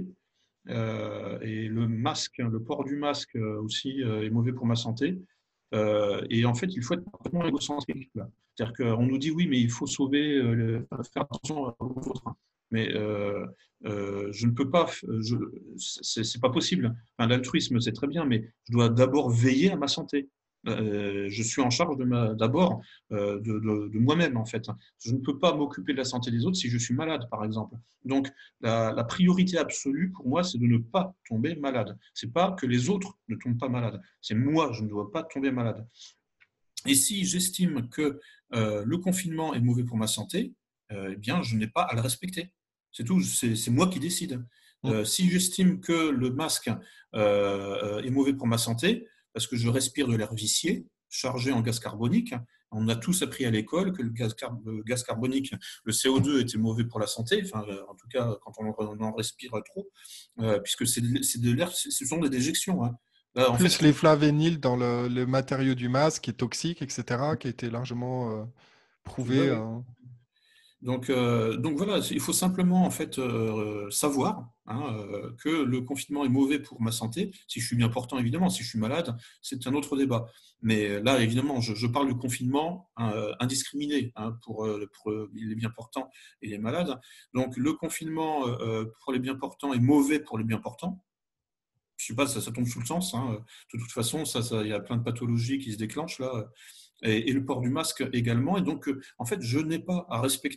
S2: euh, et le masque, le port du masque euh, aussi euh, est mauvais pour ma santé. Euh, et en fait, il faut être parfaitement égocentrique là. C'est-à-dire qu'on nous dit oui, mais il faut sauver, euh, le- faire attention aux autres. Mais euh, euh, je ne peux pas, je, c'est c'est pas possible. Enfin, l'altruisme, c'est très bien, mais je dois d'abord veiller à ma santé. Euh, je suis en charge de ma, d'abord euh, de, de, de moi-même en fait. Je ne peux pas m'occuper de la santé des autres si je suis malade, par exemple. Donc, la, la priorité absolue pour moi, c'est de ne pas tomber malade. C'est pas que les autres ne tombent pas malades. C'est moi, je ne dois pas tomber malade. Et si j'estime que euh, le confinement est mauvais pour ma santé, euh, eh bien, je n'ai pas à le respecter. C'est tout, c'est c'est moi qui décide.
S1: Mm.
S2: Euh, si j'estime que le masque euh, est mauvais pour ma santé, parce que je respire de l'air vicié, chargé en gaz carbonique, on a tous appris à l'école que le gaz, car le gaz, carbonique, le C O deux, était mauvais pour la santé, enfin, en tout cas quand on, on en respire trop, euh, puisque c'est de, de l'air, ce sont des déjections. Hein. Là, en fait,
S1: Plus les flavéniles dans le, le matériau du masque qui est toxique, et cetera, qui a été largement euh,
S2: ouais,
S1: prouvé.
S2: ouais.
S1: euh.
S2: Donc, euh, donc voilà, il faut simplement en fait euh, savoir hein, euh, que le confinement est mauvais pour ma santé. Si je suis bien portant, évidemment, si je suis malade, c'est un autre débat. Mais là, évidemment, je, je parle du confinement euh, indiscriminé hein, pour, euh, pour, les bien portants et les malades. Donc le confinement euh, pour les bien portants est mauvais pour les bien portants. Je sais pas, ça, ça tombe sous le sens. Hein. De toute façon, ça, ça, il y a plein de pathologies qui se déclenchent là et, et le port du masque également. Et donc, euh, en fait, je n'ai pas à respecter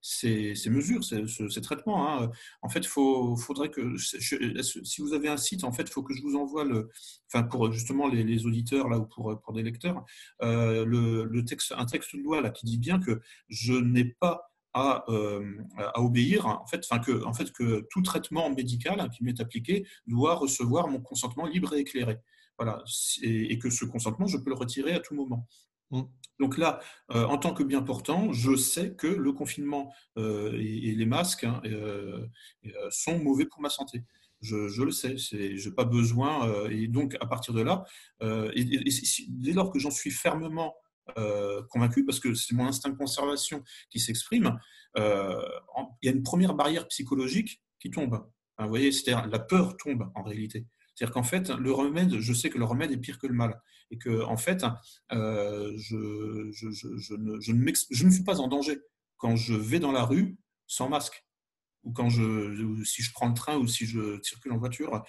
S2: ces, ces mesures, ces, ces traitements. Hein. En fait, faut, faudrait que, je, si vous avez un site, en fait, il faut que je vous envoie le, enfin pour justement les, les auditeurs là ou pour pour des lecteurs, euh, le, le texte, un texte de loi là qui dit bien que je n'ai pas à, euh, à obéir, en fait, enfin que, en fait, que tout traitement médical qui m'est appliqué doit recevoir mon consentement libre et éclairé. Voilà, et, et que ce consentement, je peux le retirer à tout moment.
S1: Mm.
S2: Donc là, euh, en tant que bien portant, je sais que le confinement euh, et, et les masques hein, euh, sont mauvais pour ma santé. Je, je le sais, je n'ai pas besoin. Euh, et donc, à partir de là, euh, et, et, et dès lors que j'en suis fermement euh, convaincu, parce que c'est mon instinct de conservation qui s'exprime, euh, il y a une première barrière psychologique qui tombe. Hein, vous voyez, c'est-à-dire la peur tombe en réalité. C'est-à-dire qu'en fait, le remède, je sais que le remède est pire que le mal. Et que, en fait, euh, je, je, je, je, ne, je, ne je ne suis pas en danger quand je vais dans la rue sans masque. Ou quand je, si je prends le train ou si je circule en voiture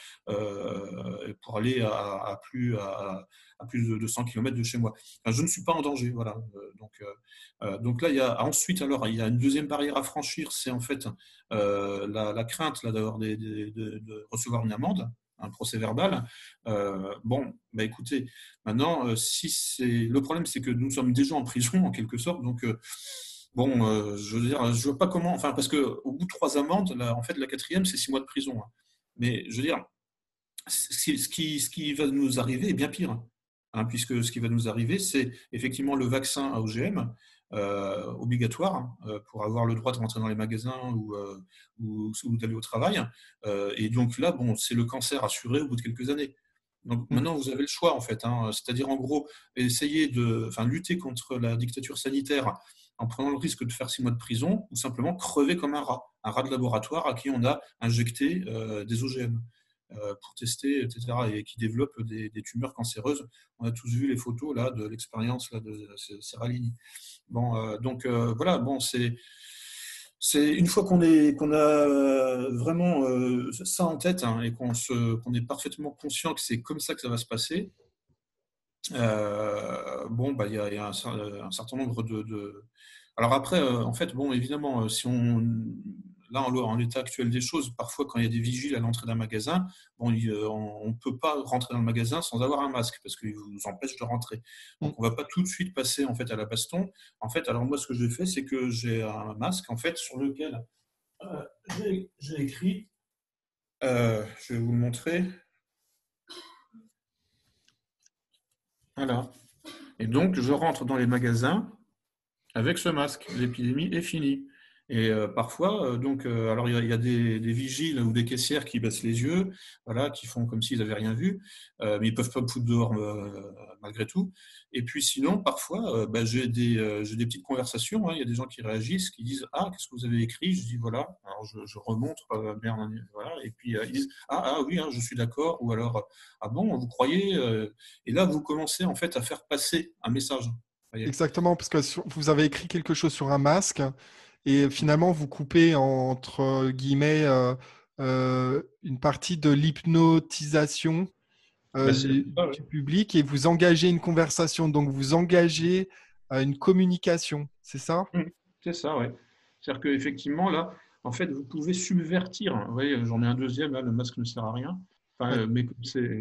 S2: euh, pour aller à, à, plus, à, à plus de cent kilomètres de chez moi. Enfin, je ne suis pas en danger. Voilà. Donc, euh, donc là, il y a ensuite, alors, il y a une deuxième barrière à franchir, c'est en fait euh, la, la crainte là, d'avoir des, des, de, de recevoir une amende, un procès verbal. Euh, bon, bah écoutez, maintenant, euh, si c'est le problème, c'est que nous sommes déjà en prison en quelque sorte, donc. Euh, Bon, euh, je veux dire, je vois pas comment. Enfin, parce que au bout de trois amendes, là, en fait, la quatrième, c'est six mois de prison. Hein. Mais je veux dire, ce qui, ce qui va nous arriver est bien pire, hein, puisque ce qui va nous arriver, c'est effectivement le vaccin à O G M euh, obligatoire euh, pour avoir le droit de rentrer dans les magasins ou, euh, ou, ou d'aller au travail. Euh, et donc là, bon, c'est le cancer assuré au bout de quelques années. Donc maintenant, vous avez le choix, en fait. Hein, c'est-à-dire, en gros, essayer de enfin, lutter contre la dictature sanitaire en prenant le risque de faire six mois de prison ou simplement crever comme un rat, un rat de laboratoire à qui on a injecté euh, des O G M euh, pour tester, et cetera, et qui développe des, des tumeurs cancéreuses. On a tous vu les photos là, de l'expérience là, de Serralini. Bon, euh, donc euh, voilà, bon, c'est. C'est une fois qu'on est qu'on a vraiment euh, ça en tête hein, et qu'on se qu'on est parfaitement conscient que c'est comme ça que ça va se passer. Euh, bon, bah il y a, y a un, un, certain nombre de, de... Alors après, euh, en fait, bon, évidemment, si on là en, en l'état actuel des choses, parfois quand il y a des vigiles à l'entrée d'un magasin, bon, il, on ne peut pas rentrer dans le magasin sans avoir un masque parce qu'il vous empêche de rentrer. Donc on va pas tout de suite passer en fait à la baston. En fait, alors moi ce que j'ai fait, c'est que j'ai un masque en fait sur lequel euh, j'ai, j'ai écrit. Euh, je vais vous le montrer. Voilà. Et donc, je rentre dans les magasins avec ce masque. L'épidémie est finie. Et euh, parfois, euh, donc, euh, alors il y a, y a des, des vigiles ou des caissières qui baissent les yeux, voilà, qui font comme s'ils n'avaient rien vu, euh, mais ils peuvent pas me foutre dehors euh, malgré tout. Et puis sinon, parfois, euh, bah, j'ai des, euh, j'ai des petites conversations. Hein, il y a des gens qui réagissent, qui disent ah qu'est-ce que vous avez écrit? Je dis voilà. Alors je, je remontre, euh, bien, voilà. Et puis euh, ils disent ah ah oui, hein, je suis d'accord. Ou alors ah bon, vous croyez? euh, Et là, vous commencez en fait à faire passer un message.
S1: Exactement, parce que sur- vous avez écrit quelque chose sur un masque et finalement vous coupez entre guillemets euh, euh, une partie de l'hypnotisation
S2: Ben,
S1: euh,
S2: c'est
S1: du,
S2: ça, ouais.
S1: du public et vous engagez une conversation, donc vous engagez euh, une communication, c'est ça?
S2: Mmh, c'est ça, ouais. C'est-à-dire qu'effectivement, là, en fait, vous pouvez subvertir. Vous voyez, j'en ai un deuxième, là, le masque ne sert à rien. Enfin,
S1: Ouais.
S2: euh, mais comme c'est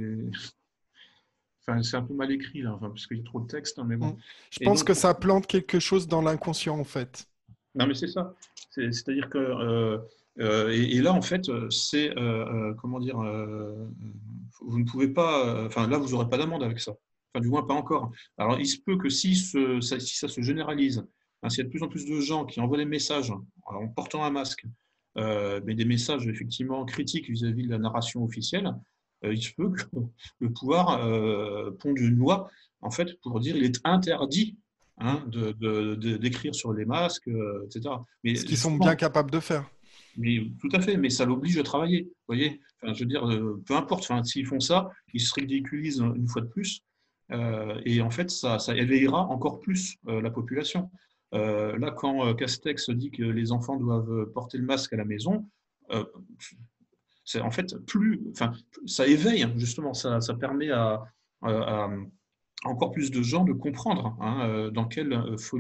S2: enfin, c'est un peu mal écrit, là, enfin, parce qu'il y a trop de texte, hein, mais
S1: Mm.
S2: bon.
S1: Je
S2: Et
S1: pense
S2: donc,
S1: que ça plante quelque chose dans l'inconscient en fait.
S2: non, mais c'est ça. C'est- C'est-à-dire que, euh, euh, et, et là, en fait, c'est, euh, euh, comment dire, euh, vous ne pouvez pas, euh, enfin, là, vous n'aurez pas d'amende avec ça. Enfin, du moins, pas encore. Alors, il se peut que si, ce, ça, si ça se généralise, hein, s'il y a de plus en plus de gens qui envoient des messages en portant un masque, euh, mais des messages effectivement critiques vis-à-vis de la narration officielle, euh, il se peut que le pouvoir euh, ponde une loi, en fait, pour dire il est interdit hein, de, de, de, d'écrire sur les masques, euh, et cetera. Mais
S1: Ce qu'ils sont bien
S2: justement,
S1: capables de faire.
S2: mais tout à fait, mais ça l'oblige à travailler. Vous voyez, enfin, je veux dire, euh, peu importe. Enfin, s'ils font ça, ils se ridiculisent une fois de plus, euh, et en fait, ça, ça éveillera encore plus euh, la population. Euh, là, quand euh, Castex dit que les enfants doivent porter le masque à la maison, euh, c'est en fait plus, enfin, ça éveille justement, ça, ça permet à, à, à encore plus de gens de comprendre hein, euh, dans quelle euh, folie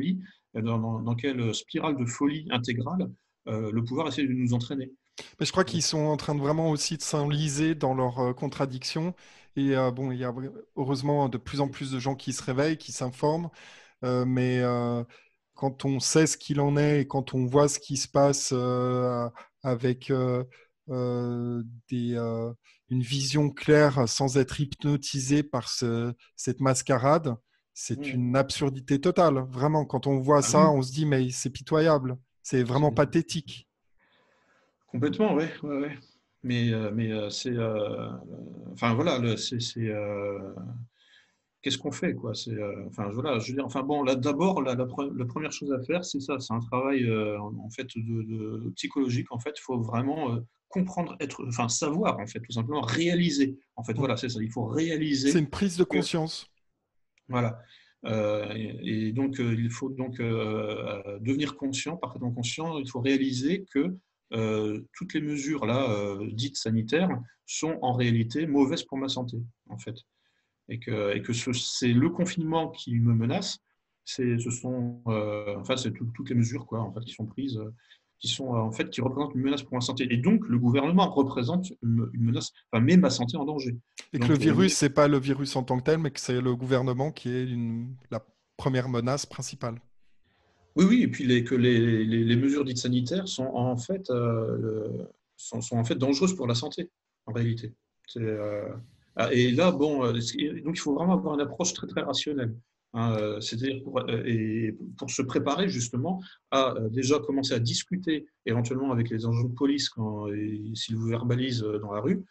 S2: dans, dans, dans quelle spirale de folie intégrale euh, le pouvoir essaie de nous entraîner.
S1: Mais je crois qu'ils sont en train de vraiment aussi de s'enliser dans leurs euh, contradictions. Et euh, bon, il y a heureusement de plus en plus de gens qui se réveillent, qui s'informent. Euh, mais euh, quand on sait ce qu'il en est et quand on voit ce qui se passe euh, avec euh, euh, des, euh, une vision claire sans être hypnotisé par ce- cette mascarade, c'est
S2: Mmh.
S1: une absurdité totale. Vraiment, quand on voit
S2: Ah
S1: ça,
S2: oui,
S1: on se dit, mais c'est pitoyable. C'est vraiment
S2: c'est
S1: pathétique.
S2: complètement, ouais, ouais, ouais. Mais, euh, mais euh, c'est, euh, enfin voilà, le- c'est, c'est, euh, qu'est-ce qu'on fait, quoi? C'est, euh, enfin voilà, je veux dire, enfin bon, là d'abord, la, la, pre- la première chose à faire, c'est ça, c'est un travail euh, en en fait de, de- psychologique. En fait, il faut vraiment euh, comprendre, être, enfin savoir, en fait, tout simplement réaliser. En fait,
S1: Mm.
S2: voilà, c'est ça. Il faut
S1: C'est
S2: réaliser
S1: une prise de
S2: que,
S1: conscience.
S2: voilà. Euh, et, et donc, euh, il faut donc euh, euh, devenir conscient, parfaitement conscient. Il faut réaliser que euh, toutes les mesures là euh, dites sanitaires sont en réalité mauvaises pour ma santé, en fait, et que, et que ce- c'est le confinement qui me menace. C'est, ce sont, euh, enfin, c'est tout- toutes les mesures quoi, en fait, qui sont prises, euh, qui sont euh, en fait, qui représentent une menace pour ma santé. Et donc, le gouvernement représente une, une menace, enfin, met ma santé en danger.
S1: Et que le
S2: Donc, euh,
S1: virus, c'est pas le virus en tant que tel, mais que c'est le gouvernement qui est une- la première menace principale.
S2: oui, oui, et puis les, que les, les, les mesures dites sanitaires sont en fait, euh, sont, sont en fait dangereuses pour la santé, en réalité. C'est, euh, ah, et là, bon, euh, donc il faut vraiment avoir une approche très très rationnelle. Hein, euh, c'est-à-dire pour, euh, et pour se préparer justement à euh, déjà commencer à discuter éventuellement avec les agents de police quand et s'ils vous verbalisent euh, dans la rue.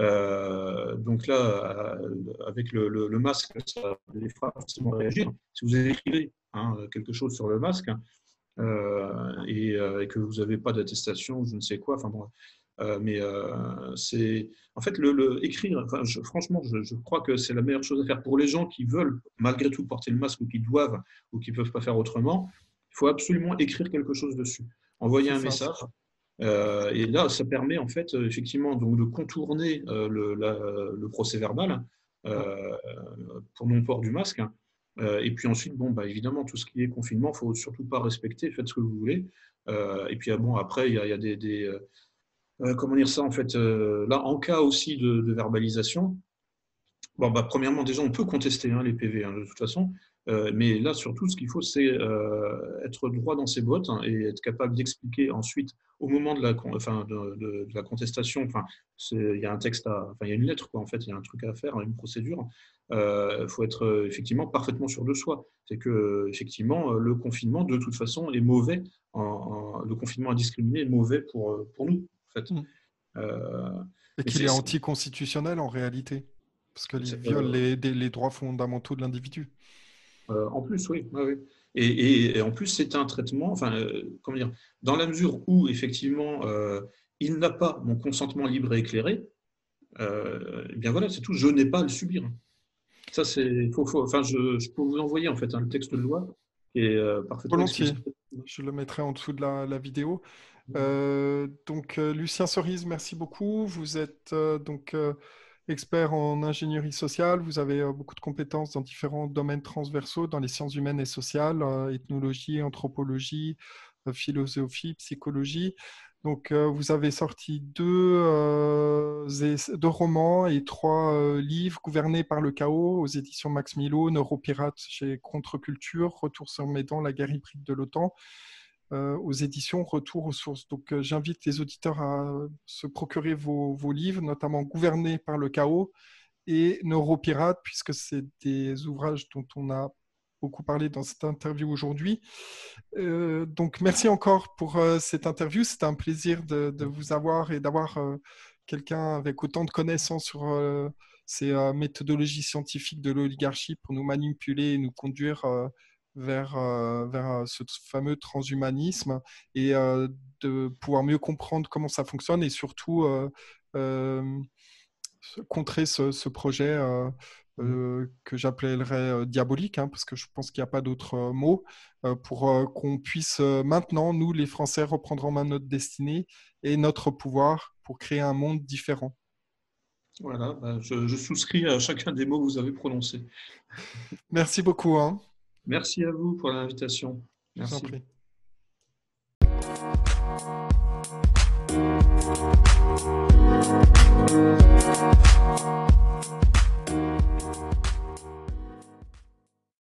S2: Euh, donc là, euh, avec le, le, le masque, ça les fera forcément réagir. Si vous écrivez hein, quelque chose sur le masque euh, et, euh, et que vous n'avez pas d'attestation, je ne sais quoi. Enfin bon, euh, mais euh, c'est en fait le, le écrire. Enfin, je, franchement, je, je, crois que c'est la meilleure chose à faire pour les gens qui veulent malgré tout porter le masque ou qui doivent ou qui peuvent pas faire autrement. Il faut absolument écrire quelque chose dessus, envoyer
S1: C'est
S2: un
S1: ça.
S2: message. Euh, et là, ça permet en fait effectivement donc de contourner euh, le, la, le procès verbal euh, pour non-port du masque. Euh, et puis ensuite, bon, bah, évidemment, tout ce qui est confinement, il ne faut surtout pas respecter, faites ce que vous voulez. Euh, et puis ah, bon, après, il y a, il y a des, des euh, comment dire ça en fait. Euh, là, en cas aussi de, de verbalisation, bon, bah, premièrement, déjà, on peut contester hein, les P V hein, de toute façon, euh, mais là, surtout, ce qu'il faut, c'est euh, être droit dans ses bottes hein, et être capable d'expliquer ensuite, au moment de la, enfin, de, de, de la contestation, enfin, il y a un texte, à, enfin, il y a une lettre, quoi, en fait, il y a un truc à faire, une procédure. Il euh, faut être euh, effectivement parfaitement sûr de soi. C'est que, effectivement, le confinement, de toute façon, est mauvais. En, en, le confinement indiscriminé est mauvais pour, pour nous, en fait.
S1: Mm.
S2: Euh,
S1: Et
S2: mais
S1: qu'il
S2: c'est,
S1: est
S2: c'est,
S1: anticonstitutionnel en réalité, parce qu'il viole
S2: euh,
S1: les, des- les droits fondamentaux de l'individu.
S2: Euh, en plus, oui. oui, oui. Et, et- et en plus, c'est un traitement, enfin, euh, comment dire, dans la mesure où, effectivement, euh, il n'a pas mon consentement libre et éclairé, euh, eh bien voilà, c'est tout, je n'ai pas à le subir. Ça, c'est, faut, faut- enfin, je, je peux vous envoyer, en fait, hein, le texte de loi qui est euh, parfaitement
S1: Volontiers.
S2: explicite.
S1: Je le mettrai en dessous de la, la vidéo. Euh, donc, euh, Lucien Cerise, merci beaucoup. Vous êtes euh, donc euh, expert en ingénierie sociale. Vous avez euh, beaucoup de compétences dans différents domaines transversaux, dans les sciences humaines et sociales, euh, ethnologie, anthropologie, euh, philosophie, psychologie. Donc, euh, vous avez sorti deux, euh, ess- deux romans et trois euh, livres, Gouvernés par le chaos aux éditions Max Milo, Neuropirates chez Contre-Culture, Retour sur mes dents, la guerre hybride de l'OTAN euh, aux éditions Retour aux sources. Donc, euh, j'invite les auditeurs à se procurer vos, vos livres, notamment Gouvernés par le chaos et Neuropirates, puisque c'est des ouvrages dont on a beaucoup parlé dans cette interview aujourd'hui. Euh, donc, merci encore pour euh, cette interview. C'était un plaisir de, de vous avoir et d'avoir euh, quelqu'un avec autant de connaissances sur euh, ces euh, méthodologies scientifiques de l'oligarchie pour nous manipuler et nous conduire euh, vers, euh, vers euh, ce fameux transhumanisme et euh, de pouvoir mieux comprendre comment ça fonctionne et surtout euh, euh, contrer ce, ce projet euh, euh, que j'appellerais euh, diabolique, hein, parce que je pense qu'il n'y a pas d'autre euh, mot, euh, pour euh, qu'on puisse euh, maintenant, nous, les Français, reprendre en main notre destinée et notre pouvoir pour créer un monde différent.
S2: Voilà, bah, je, je souscris à chacun des mots que vous avez prononcés.
S1: Merci beaucoup, hein.
S2: Merci à vous pour l'invitation.
S1: Je vous en prie.
S2: Merci.